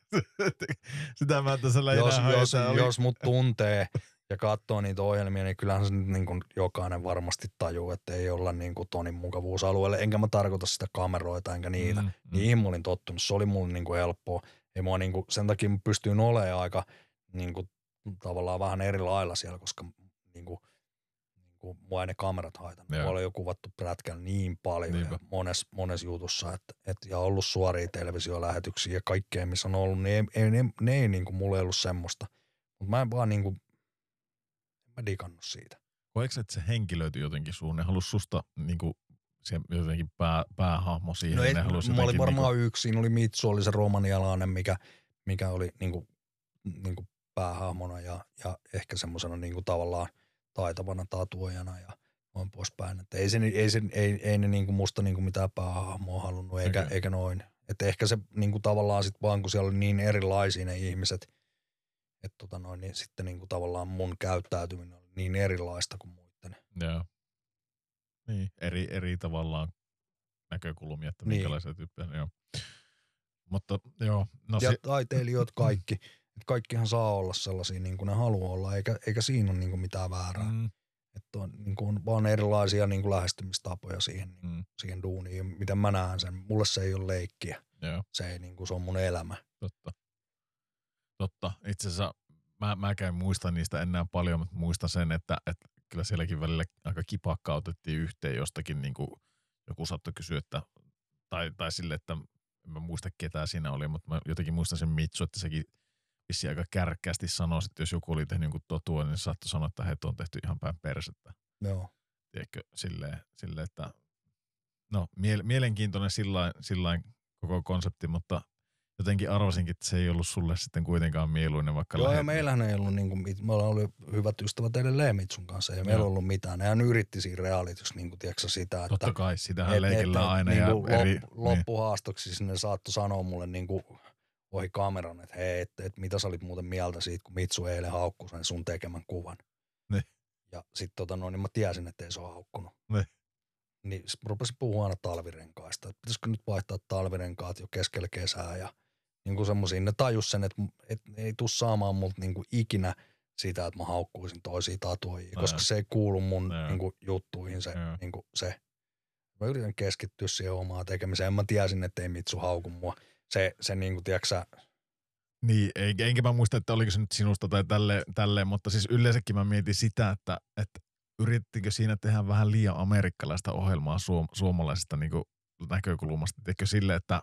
Sitä mä tässä Jos, jos, oli. jos mut tuntee ja katsoo niitä ohjelmia, niin kyllähän se nyt niin kuin jokainen varmasti tajuu, että ei olla niin kuin Tonin mukavuusalueelle. Enkä mä tarkoita sitä kameroita enkä niitä. Mm, mm. Niihin mä olin tottunut. Se oli mulle niin kuin helppoa. Ei mua niin kuin, sen takia mä pystyin olemaan aika niin kuin, tavallaan vähän eri lailla siellä, koska niin kuin, niin kuin, mua ei ne kamerat haitannut. Mulla oli jo kuvattu prätkällä niin paljon Niinpä. ja mones, mones jutussa. Et, et, ja ollut suoria televisiolähetyksiä ja kaikkea, missä on ollut. Niin ei, ei, ne, ne ei niin kuin, mulla ei ollut semmoista. Mutta mä en vaan niin kuin, mä digannut siitä. Voiko että se henkilöity jotenkin suun? Ne halus susta niinku se jotenkin pää, päähahmo siihen. No ei, ne mä olin varmaan niinku... yksi. Siinä oli Mitsu, oli se romanialainen, mikä, mikä oli niinku, niinku päähahmona ja, ja ehkä semmoisena niinku tavallaan taitavana tatuojana ja noin poispäin. Että ei, se, ei, se, ei, ei ne niinku musta niinku mitään päähahmoa halunnut eikä, okay. eikä noin. Että ehkä se niinku tavallaan sit vaan, kun siellä oli niin erilaisia ne ihmiset, että tota noin, niin sitten niinku tavallaan mun käyttäytyminen oli niin erilaista kuin muiden. Joo. Niin, eri, eri tavallaan näkökulmia, että niin. minkälaisia tyyppejä. Joo. Mutta joo. No ja se... taiteilijat kaikki. Että kaikkihan saa olla sellaisia niin kuin ne haluaa olla, eikä, eikä siinä ole niin kuin mitään väärää. Mm. Että on, niin kuin on vaan erilaisia niin kuin lähestymistapoja siihen, niin, mm. siihen duuniin, miten mä näen sen. Mulle se ei ole leikkiä. Joo. Se, ei, niin kuin, se on mun elämä. Totta. Totta. Itse asiassa mä, mäkään muistan niistä enää paljon, mutta muistan sen, että, että kyllä sielläkin välillä aika kipakka otettiin yhteen jostakin, niin kuin joku saattoi kysyä, että, tai, tai sille, että en mä muista ketään siinä oli, mutta mä jotenkin muistan sen Mitsu, että sekin vissiin aika kärkkäästi sanoi, että jos joku oli tehnyt jonkun totua, niin saattoi sanoa, että he on tehty ihan päin persettä. Joo. Tiedätkö, silleen, silleen, että no mie- mielenkiintoinen sillain, sillain koko konsepti, mutta jotenkin arvasinkin, että se ei ollut sulle sitten kuitenkaan mieluinen, vaikka Joo, lähet... ja meillähän ei ollut, niin kuin, me ollaan ollut hyvät ystävät edelleen Mitsun kanssa, ei meillä ollut mitään. Nehän yritti siinä realityssä, niin kuin, tiedätkö sitä, että... Totta kai, sitähän leikellään aina. Niin ja lop, eri, loppuhaastoksi niin. Sinne saattoi sanoa mulle niin kuin ohi kameran, että hei, että et, mitä sä olit muuten mieltä siitä, kun Mitsu eilen haukkui sen sun tekemän kuvan. Ne. Ja sit tota noin, niin mä tiesin, että ei se ole haukkunut. Ne. Niin rupesin puhua aina talvirenkaista, että pitäisikö nyt vaihtaa talvirenkaat jo keskellä kesää ja niinku semmosia, ne tajus sen, että et ei tuu saamaan multa niinku ikinä sitä, että mä haukkuisin toisia tatuojia, no koska jo. Se ei kuulu mun no niinku juttuihin se, no niinku se. Mä yritän keskittyä siihen omaan tekemiseen. Mä tiesin, että ei Mitsu hauku mua. Se, se niinku, tiedätkö sä... Niin, enkä mä muista, että oliko se nyt sinusta tai tälleen, tälleen mutta siis yleensäkin mä mietin sitä, että, että yrittikö siinä tehdä vähän liian amerikkalaista ohjelmaa suom- suomalaisesta niinku näkökulmasta. Tiedätkö sille, että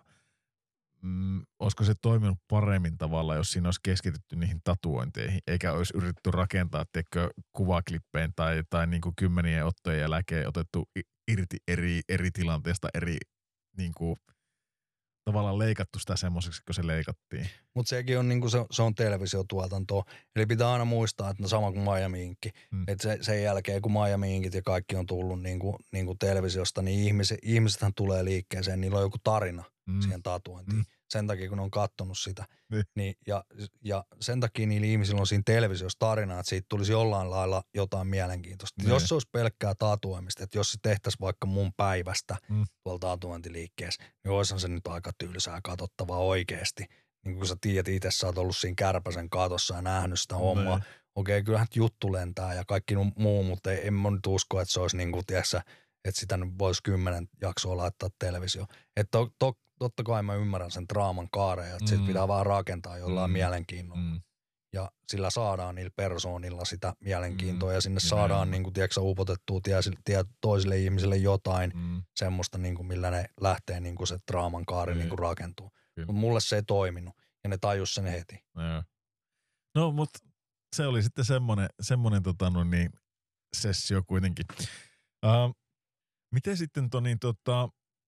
Mm, olisiko se toiminut paremmin tavalla, jos siinä olisi keskitytty niihin tatuointeihin, eikä olisi yritetty rakentaa tiedätkö, kuvaklippeen tai, tai niin kuin kymmenien ottojen jälkeen otettu irti eri, eri tilanteesta, eri niin kuin, tavallaan leikattu sitä semmoiseksi, kun se leikattiin. Mutta sekin on, niinku, se, se on televisiotuotantoa, eli pitää aina muistaa, että no sama kuin Miami Inkki, mm. että se, sen jälkeen kun Miami Inkit ja kaikki on tullut niinku, niinku televisiosta, niin ihmiset, ihmisethän tulee liikkeeseen, niillä on joku tarina mm. siihen tatuointiin. Mm. Sen takia, kun ne on kattonut sitä. Niin. Niin, ja, ja sen takia niillä ihmisillä on siinä televisiossa tarina, että siitä tulisi jollain lailla jotain mielenkiintoista. Niin. Jos se olisi pelkkää tatuoimista, että jos se tehtäisiin vaikka mun päivästä mm. tuolla tatuointiliikkeessä, niin olisihan se nyt aika tylsää katsottavaa oikeasti. Niin kun sä tiedät itse, sä oot ollut siinä kärpäsen katossa ja nähnyt sitä hommaa. Okei, okay, kyllähän juttu lentää ja kaikki muu, mutta ei, en mä nyt usko, että se olisi niin kuin, tiedätkö, että sitä nyt voisi kymmenen jaksoa laittaa televisio. Että to, to, totta kai mä ymmärrän sen draaman kaaren, että mm. sit pitää vaan rakentaa jollain mm. mielenkiinnolla. Mm. Ja sillä saadaan niillä persoonilla sitä mielenkiintoa mm. ja sinne mm. saadaan niin kuin, tiedätkö, upotettua tie, tie, toisille ihmisille jotain mm. semmoista, niin kuin, millä ne lähtee niin kuin se draaman kaari mm. niin kuin rakentuu. Mutta mulle se ei toiminut ja ne tajus sen heti. No, no mutta se oli sitten semmoinen, semmoinen tota, no niin, sessio kuitenkin. Uh, miten sitten to, niin, tota,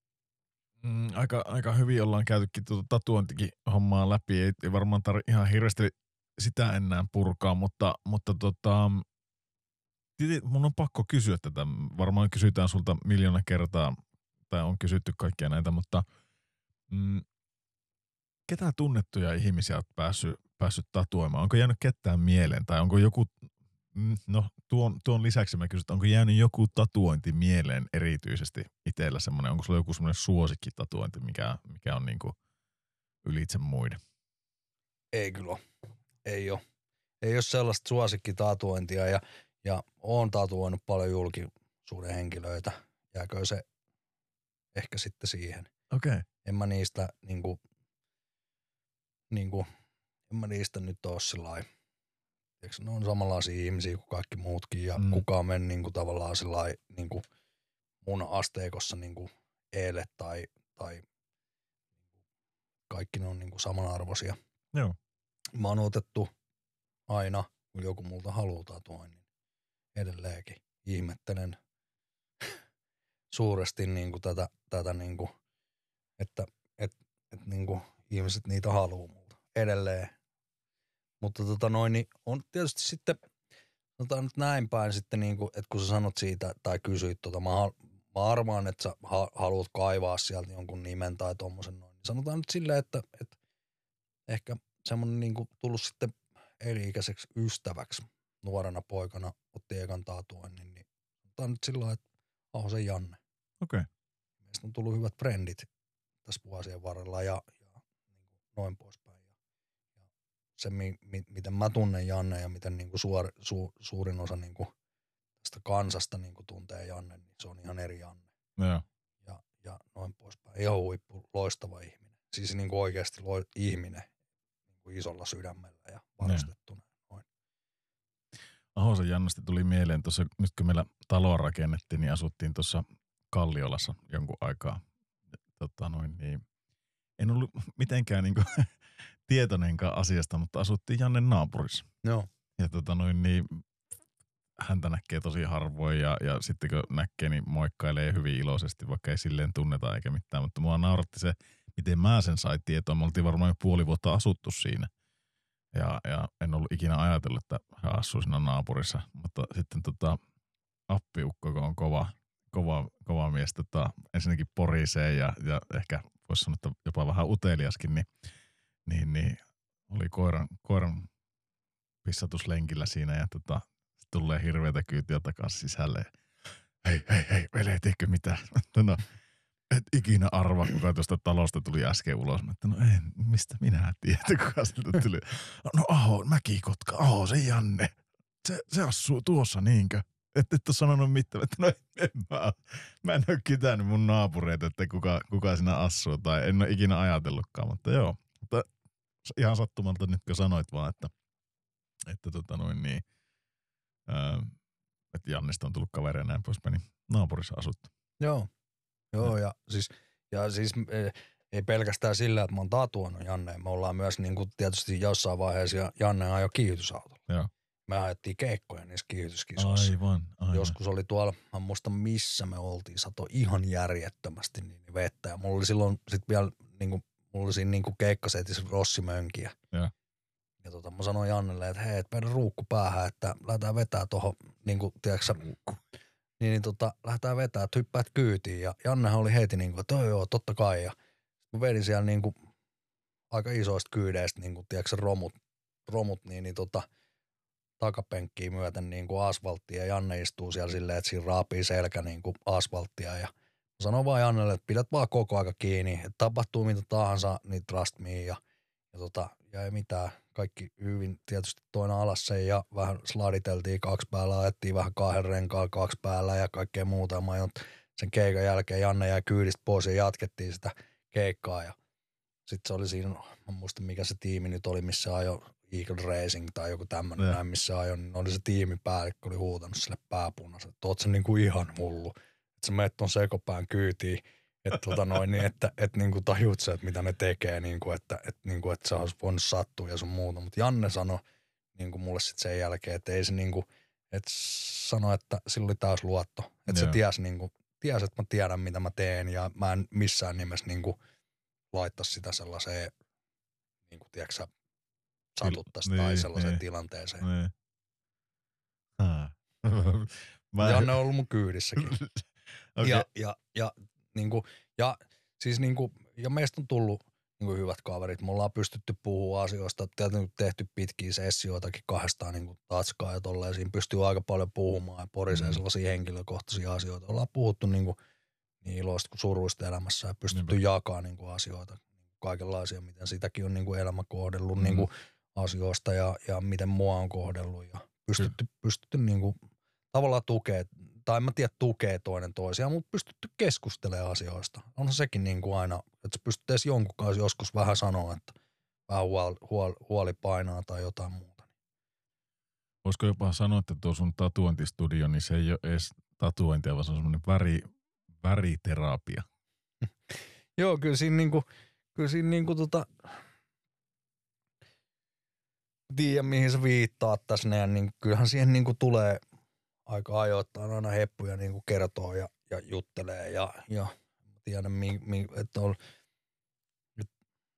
mm, aika, aika hyvin ollaan käytykin tuota tatuointikin hommaa läpi. Ei, ei varmaan tarvitse ihan hirveästi sitä enää purkaa, mutta, mutta tota, mun on pakko kysyä tätä. Varmaan kysytään sulta miljoona kertaa, tai on kysytty kaikkia näitä, mutta mm, ketä tunnettuja ihmisiä olet päässyt, päässyt tatuoimaan? Onko jäänyt ketään mieleen? Tai onko joku, no tuon, tuon lisäksi mä kysyn, onko jäänyt joku tatuointi mieleen erityisesti itsellä semmoinen? Onko sulla joku semmoinen suosikkitatuointi, mikä, mikä on niinku ylitse muiden? Ei kyllä ole. Ei ole. Ei ole sellaista suosikkitatuointia ja, ja oon tatuoinut paljon julkisuuden henkilöitä. Jääkö se ehkä sitten siihen. Okei. Okay. En mä niistä niinku, niinku, en mä niistä nyt oo sillai. Eikö ne on samanlaisia ihmisiä kuin kaikki muutkin ja mm. kukaan meni niinku tavallaan sillai niinku mun asteikossa niinku eelle tai, tai kaikki ne on niinku samanarvoisia. Joo. Mä oon otettu aina, kun joku multa haluaa tatuoinnin. Edelleenkin ihmettelen suuresti niinku tätä, tätä niinku, että et, et niinku ihmiset niitä haluaa multa edelleen. Mutta tota noin, niin on tietysti sitten, sanotaan nyt näin päin sitten niinku, että kun sä sanot siitä tai kysyit tota, mä, mä arvaan, että sä ha, haluat kaivaa sieltä jonkun nimen tai tommosen noin. Sanotaan nyt silleen, että, että ehkä semmonen niinku tullut sitten eli-ikäiseksi ystäväksi nuorena poikana, otti ekan tatuoinnin, niin sanotaan nyt sillä lailla, että Ahosen Janne. Okei. Okay. Meistä on tullut hyvät frendit tässä vuosien varrella ja, ja niin noin poispäin. Ja, ja se, mi, mi, miten mä tunnen Janne ja miten niin kuin suor, su, suurin osa niin kuin tästä kansasta niin kuin tuntee Janne, niin se on ihan eri Janne. No. Ja, ja noin poispäin. Ihan huippu, loistava ihminen. Siis niin kuin oikeasti lo, ihminen niin kuin isolla sydämellä ja varustettuna. Noin. Ahosen Jannasta tuli mieleen tuossa, nyt kun meillä taloa rakennettiin, niin asuttiin tuossa Kalliolassa jonkun aikaa. Tota noin, niin en ollut mitenkään niinku tietoinenkaan asiasta, mutta asuttiin Jannen naapurissa. Joo. Ja tota noin, niin häntä näkee tosi harvoin ja, ja sitten kun näkee, niin moikkailee hyvin iloisesti, vaikka ei silleen tunneta eikä mitään. Mutta mua nauratti se, miten mä sen sai tietoa. Me oltiin varmaan jo puoli vuotta asuttu siinä. Ja, ja en ollut ikinä ajatellut, että hän asuu siinä naapurissa. Mutta sitten tota, appiukko, kun on kova, kova, kova mies, tota, ensinnäkin porisee ja, ja ehkä voisi sanoa, että jopa vähän uteliaskin, niin, niin, niin oli koiran, koiran pissatuslenkillä siinä ja tota, tulee hirveätä kyytiä takaisin sisälle. Hei, hei, hei, veli, tiedätkö mitä? No, et ikinä arvaa, kuka tuosta talosta tuli äsken ulos. Mä että no en, mistä minä tiedän, kuka sieltä tuli. No Aho, Mäkikotka, Aho, se Janne. Se, se asuu tuossa niinkö? Että et ole sanonut mitään. Että no en mä, mä en ole kytänyt mun naapureita, että kuka, kuka siinä asuu. Tai en ole ikinä ajatellutkaan, mutta joo. Mutta ihan sattumalta nyt kun sanoit vaan, että, että tota noin niin, ää, että Jannista on tullut kaveria näin poispäin, niin naapurissa asuttu. Joo. Joo, ja siis, ja siis ei pelkästään sillä, että mä oon tatuoinut Janneen. Me ollaan myös niin kuin tietysti jossain vaiheessa Janne ajoi kiihdytysautolla. Joo. Me ajettiin keikkoja niissä kiihdytyskisoissa. Aivan, aivan. Joskus oli tuolla, mä muista missä me oltiin, sato ihan järjettömästi niin vettä. Ja mulla oli silloin sit vielä, niin kuin, mulla oli siinä niin kuin keikkasetissä rossimönkiä. Joo. Ja tota, mä sanoin Jannelle, että hei, et meidän ruukku päähän, että lähdetään vetää tohon, niin kuin, tiedätkö Niin, niin tota, lähdetään vetää, että hyppäät kyytiin. Ja Jannehan oli heti niin kuin, että joo, totta kai. Ja mä vedin siellä niin kuin aika isoista kyydeistä, niin kuin, tiedätkö romut, romut niin, niin tota, takapenkkiä myöten niin kuin asfalttia. Ja Janne istuu siellä silleen, että siinä raapii selkä niin kuin asfalttia. Ja mä sanoin vaan Jannelle, että pidät vaan koko aika kiinni. Että tapahtuu mitä tahansa, niin trust me. Ja, ja, tota, ja ei mitään. Kaikki hyvin tietysti toinen alas sen ja vähän sladiteltiin kaksi päällä, ajettiin vähän kahden renkaan kaksi päällä ja kaikkea muuta. Mä ajoin sen keikan jälkeen, Janne jäi kyydistä pois ja jatkettiin sitä keikkaa. Ja sitten se oli siinä, mä muistan mikä se tiimi nyt oli, missä ajoi Eagle Racing tai joku tämmönen näin, missä ajoi, niin oli se tiimipäällikkö, oli huutanut sille pääpunaiselle, että oot sä niinku ihan hullu, että sä meet ton sekopään kyytiin. Että tota noin, niin että et niinku tajut sä, että mitä ne tekee, niinku, että et niinku, et se olisi voinut sattua ja sun muuta. Mutta Janne sanoi niinku mulle sitten sen jälkeen, että ei se niinku, että sanoi, että sillä oli taas luotto. Että se tiesi, niinku, tiesi, että mä tiedän mitä mä teen ja mä en missään nimessä niinku laittaisi sitä sellaiseen, niinku tiedätkö satuttaisi niin, tai sellaiseen niin, tilanteeseen. Niin. Mä... Janne on ollut mun kyydissäkin. Okay. Ja, ja, ja Niinku, ja siis niinku, ja meistä on tullut niinku hyvät kaverit. Me ollaan pystytty puhumaan asioista, tehty pitkiä sessioitakin kahdestaan niinku tatskaa ja tolleen. Siinä pystyy aika paljon puhumaan ja porisee mm. sellaisia henkilökohtaisia asioita. Ollaan puhuttu niinku niin iloista kuin suruista elämässä ja pystytty Niinpä. jakaa niinku asioita kaikenlaisia, miten sitäkin on niinku elämä kohdellut Mm. niinku asioista ja, ja miten mua on kohdellut ja pystytty, pystytty niinku tavallaan tukee, tai en mä tiedä tukee toinen toisiaan, mutta pystytty keskustelemaan asioista. Onhan sekin niinku aina, että sä pystyt edes jonkun kanssa joskus vähän sanoa, että vähän huoli, huoli, huoli painaa tai jotain muuta. Voisiko jopa sanoa, että tuo sun tatuointistudio, niin se ei ole edes tatuointia, vaan se on semmoinen väri, väriterapia. Joo, kyllä siinä niinku, kyllä siinä niinku tota, tiedä mihin sä viittaat tässä näin, niin kyllähän siihen niinku tulee aika ajoittain aina heppuja niinku kertoo ja, ja juttelee ja, ja tiedän, mi, mi, että on, nyt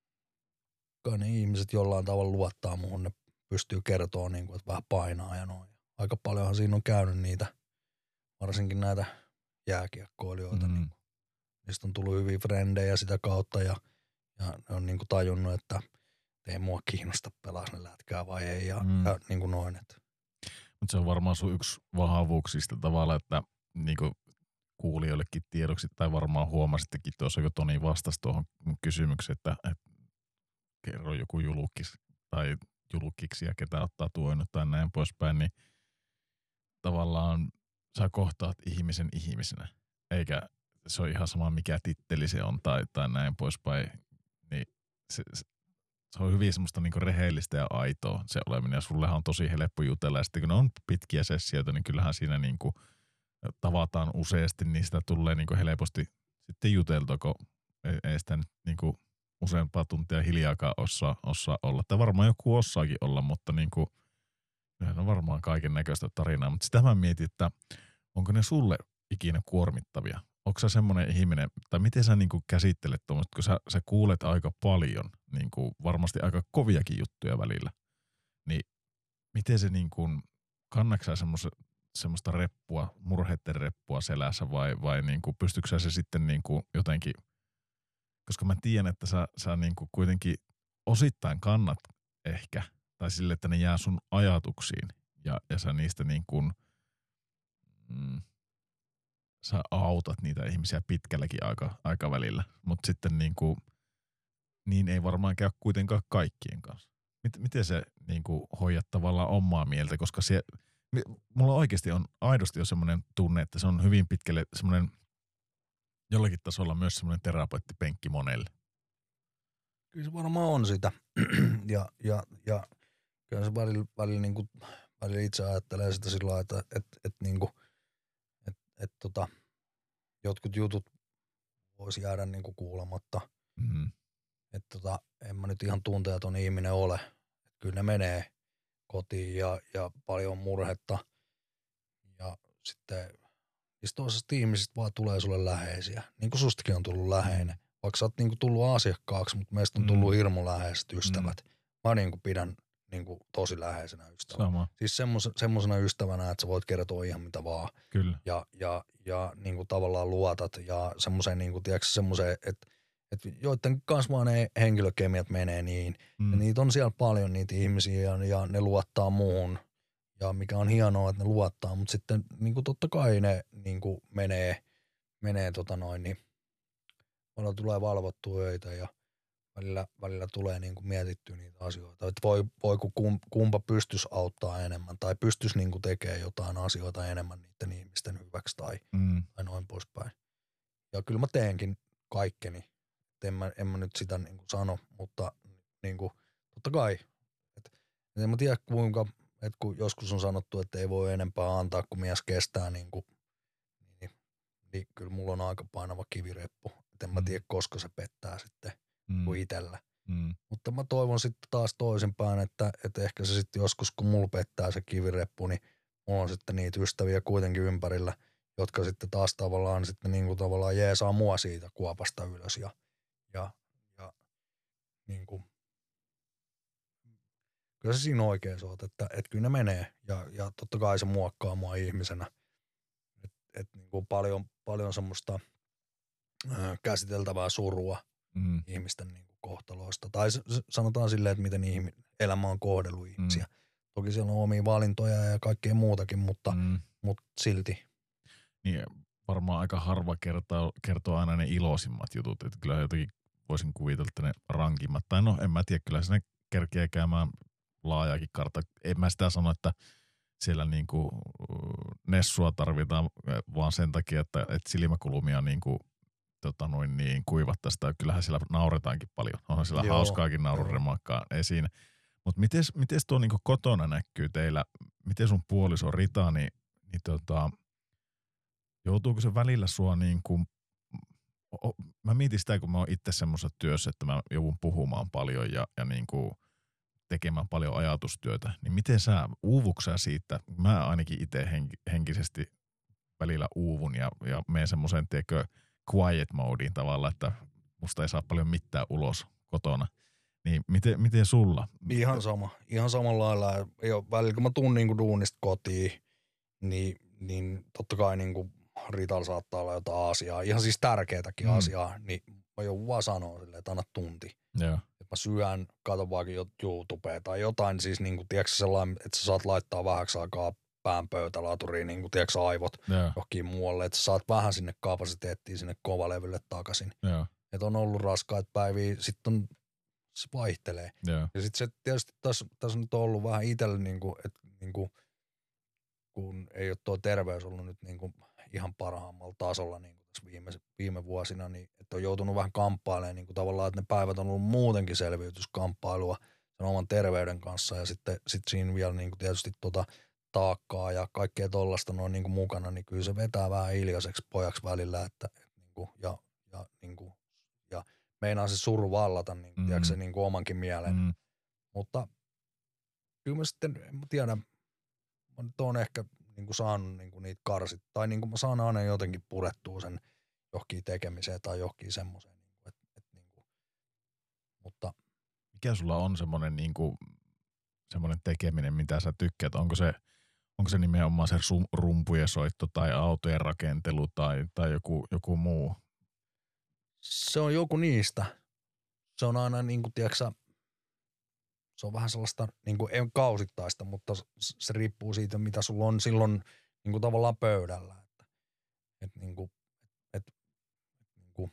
kai ne ihmiset jollain tavalla luottaa muuhun, ne pystyy kertoa niinku, että vähän painaa ja noin. Aika paljonhan siinä on käynyt niitä, varsinkin näitä jääkiekkoilijoita, Mm. niinku. Niistä on tullut hyviä frendejä sitä kautta ja, ja ne on niinku tajunnut, että ei mua kiinnosta pelaa ne lätkää vai ei ja, Mm. ja niinku noin. Että. Mutta se on varmaan sun yksi vahvuuksista tavalla, että niinku kuulijoillekin tiedoksi, tai varmaan huomasittekin tuossa, kun Toni vastasi tuohon kysymykseen, että, että kerro joku julkis tai julkiksi ja ketä ottaa tuonut tai näin poispäin, niin tavallaan sä kohtaat ihmisen ihmisenä, eikä se ole ihan sama mikä titteli se on tai, tai näin poispäin, niin se, se, se on hyvin semmoista niinku rehellistä ja aitoa se oleminen ja sullehan on tosi helppo jutella ja sitten kun ne on pitkiä sessioita, niin kyllähän siinä niinku tavataan useasti, niin sitä tulee niinku helposti sitten juteltua, kun ei, ei sitä nyt niinku useampaa tuntia hiljaakaan osaa, osaa olla. Tai varmaan joku osaakin olla, mutta niinku, on varmaan kaiken näköistä tarinaa. Mutta sitä mä mietin, että onko ne sulle ikinä kuormittavia? Onko sä semmoinen ihminen, tai miten sä niinku käsittelet tuommoista, kun sä, sä kuulet aika paljon, niinku varmasti aika koviakin juttuja välillä, niin miten se niinku, kannaksä semmoista, semmoista reppua, murheiden reppua selässä vai, vai niinku, pystytkö sä se sitten niinku jotenkin, koska mä tiedän, että sä, sä niinku kuitenkin osittain kannat ehkä, tai sille, että ne jää sun ajatuksiin ja, ja sä niistä niinku, mm, sä autat niitä ihmisiä pitkälläkin aika, aikavälillä, mutta sitten niinku, niin ei varmaan käy kuitenkaan kaikkien kanssa. Miten, miten se niinku hoidat tavallaan omaa mieltä, koska se, mulla oikeasti on aidosti jo semmoinen tunne, että se on hyvin pitkälle semmoinen jollakin tasolla myös semmoinen terapeuttipenkki monelle. Kyllä se varmaan on sitä. ja, ja, ja kyllä se välillä, välillä, niin kuin, välillä itse ajattelee sitä sillä lailla, että et, et, niin kuin, et, et, tota, jotkut jutut voisi jäädä niin kuin kuulematta. Mm. Että tota, en mä nyt ihan tunteeton ihminen ole. Et kyllä ne menee kotiin ja, ja paljon murhetta. Ja sitten siis toisesta ihmisistä vaan tulee sulle läheisiä. Niin kuin sustakin on tullut läheinen. Vaikka sä oot niin kuin tullut asiakkaaksi, mutta meistä on tullut Mm. hirmu läheiset ystävät. Mm. Mä niin kuin pidän niin kuin tosi läheisenä ystävänä. Sama, Siis semmos, semmosena ystävänä, että sä voit kertoa ihan mitä vaan. kyllä. Ja, ja, ja niin kuin tavallaan luotat ja semmoiseen, niin kuin, tiedätkö, semmoiseen, että, että joiden kanssa vaan ne henkilökemiat menee niin. Mm. Ja niitä on siellä paljon niitä ihmisiä ja, ja ne luottaa muuhun. Ja mikä on hienoa, että ne luottaa, mutta sitten niin kuin totta kai ne niin kuin menee, menee tota noin, niin välillä tulee valvottua öitä ja välillä, välillä tulee niin kuin mietittyä niitä asioita. Että voi, voi kun kumpa pystyisi auttaa enemmän tai pystyisi niin kuin tekemään jotain asioita enemmän niiden ihmisten hyväksi tai, Mm. tai noin poispäin. Ja kyllä mä teenkin kaikkeni. En mä, en mä nyt sitä niin kuin sano, mutta niin kuin, totta kai. Et, en mä tiedä kuinka, että kun joskus on sanottu, että ei voi enempää antaa, kun mies kestää, niin, kuin, niin, niin kyllä mulla on aika painava kivireppu. Et en mä Mm. tiedä, koska se pettää sitten Mm. kuin itsellä. Mm. Mutta mä toivon sitten taas toisinpäin, että, että ehkä se sitten joskus, kun mulla pettää se kivireppu, niin mulla on sitten niitä ystäviä kuitenkin ympärillä, jotka sitten taas tavallaan sitten niin kuin tavallaan jeesaa mua siitä kuopasta ylös ja, ja, ja niin kuin, kyllä se siinä oikein oot, että, että kyllä ne menee ja, ja totta kai se muokkaa mua ihmisenä. Et, et niin kuin paljon, paljon semmoista ää, käsiteltävää surua Mm. ihmisten niin kuin kohtaloista. Tai s- s- sanotaan silleen, että miten ihmi, elämä on kohdellut ihmisiä. Mm. Toki siellä on omia valintoja ja kaikkea muutakin, mutta, Mm. mutta silti. Niin varmaan aika harva kertoo, kertoo aina ne iloisimmat jutut, että kyllä jotenkin voisin kuvitella, että ne rankimmat. Tai no, en mä tiedä, kyllä se ne kerkeä käymään laajaakin kartta. En mä sitä sano, että siellä niinku Nessua tarvitaan vaan sen takia, että, että silmäkulumia niinku, tota noin niin kuivattaisi. Tai kyllähän siellä nauretaankin paljon. Onhan siellä Joo, hauskaakin naururemakkaa esiin. Mutta miten tuo niinku kotona näkyy teillä? Miten sun puoliso Rita, niin, niin tota, joutuuko se välillä sua niinku, o, mä mietin sitä, kun mä oon itse semmoisessa työssä, että mä joudun puhumaan paljon ja, ja niinku tekemään paljon ajatustyötä, niin miten sä, uuvuko sä siitä? Mä ainakin itse henk, henkisesti välillä uuvun ja, ja menen semmoisen, tiedätkö, quiet modeen tavalla, että musta ei saa paljon mitään ulos kotona. Niin miten, miten sulla? Ihan sama. Ihan samalla lailla. Jo, välillä kun mä tuun niinku duunista kotiin, niin, niin totta kai niinku Ritalla saattaa olla jotain asiaa, ihan siis tärkeätäkin mm. asiaa, niin mä joudun vaan sanoa silleen, että anna tunti. Joo. Että mä syön, katon vaikka YouTubea tai jotain siis niinku, tiedätkö sellainen, että sä saat laittaa vähäksi aikaa pään pöytälaturiin, niinku, tiedätkö aivot Joo. johonkin muualle, että sä saat vähän sinne kapasiteettiin sinne kovalevylle takaisin. Joo. Että on ollut raskaita päiviä, sitten on se vaihtelee. Joo. Ja sitten se tietysti tässä, tässä nyt on ollut vähän itselle, niinku, että niinku, kun ei ole tuo terveys ollut nyt niinku ihan parhaammalla tasolla niinku tässä viime, viime vuosina, niin että on joutunut vähän kamppailemaan niinku tavallaan, että ne päivät on ollut muutenkin selviytyskamppailua sen oman terveyden kanssa ja sitten sit siinä vielä niinku tietysti tota taakkaa ja kaikkea tollaista noin niinku mukana, niin kyllä se vetää vähän hiljaiseksi pojaksi välillä, että et niinku, ja, ja, niinku, ja meinaa se suru vallata niin, mm. tiedätkö, niin kuin omankin mielen. Mm. Mutta kyllä mä sitten, en mä tiedä, mä nyt oon ehkä niin kuin saanut niin kuin niitä karsit, tai niin kuin mä saan aina jotenkin purettua sen johonkin tekemiseen tai johonkin semmoiseen. Niin kuin, et, et, niin kuin, mutta mikä sulla on semmoinen niin kuin, semmoinen tekeminen, mitä sä tykkäät? Onko se, onko se nimenomaan se rumpujen soitto tai autojen rakentelu tai, tai joku, joku muu? Se on joku niistä. Se on aina niin kuin, tiedätkö, se on vähän sellaista, niin kuin, ei kausittaista, mutta se riippuu siitä, mitä sulla on silloin niin kuin, tavallaan pöydällä. Että, et, niin kuin, et, niin kuin,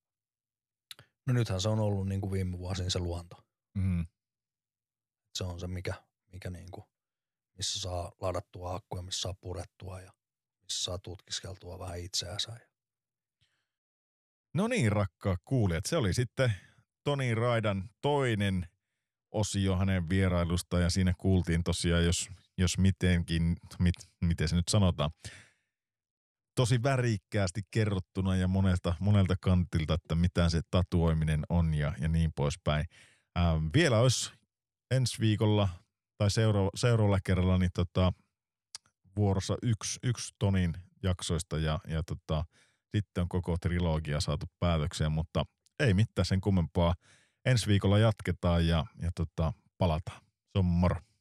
no nythän se on ollut niin kuin viime vuosina se luonto. Mm. Se on se, mikä, mikä niin kuin, missä saa ladattua akkuja, missä saa purettua ja missä saa tutkiskeltua vähän itseänsä. No niin, rakkaat kuulijat, se oli sitten Toni Raidan toinen osio hänen vierailusta ja siinä kuultiin tosiaan, jos, jos mitenkin, mit, miten se nyt sanotaan, tosi värikkäästi kerrottuna ja monelta, monelta kantilta, että mitä se tatuoiminen on ja, ja niin poispäin. Ähm, vielä olisi ensi viikolla tai seura- seuraavalla kerralla niin tota, vuorossa yksi, yksi Tonin jaksoista ja, ja tota, sitten on koko trilogia saatu päätökseen, mutta ei mitään sen kummempaa. Ensi viikolla jatketaan ja, ja tota, palataan. Se on moro.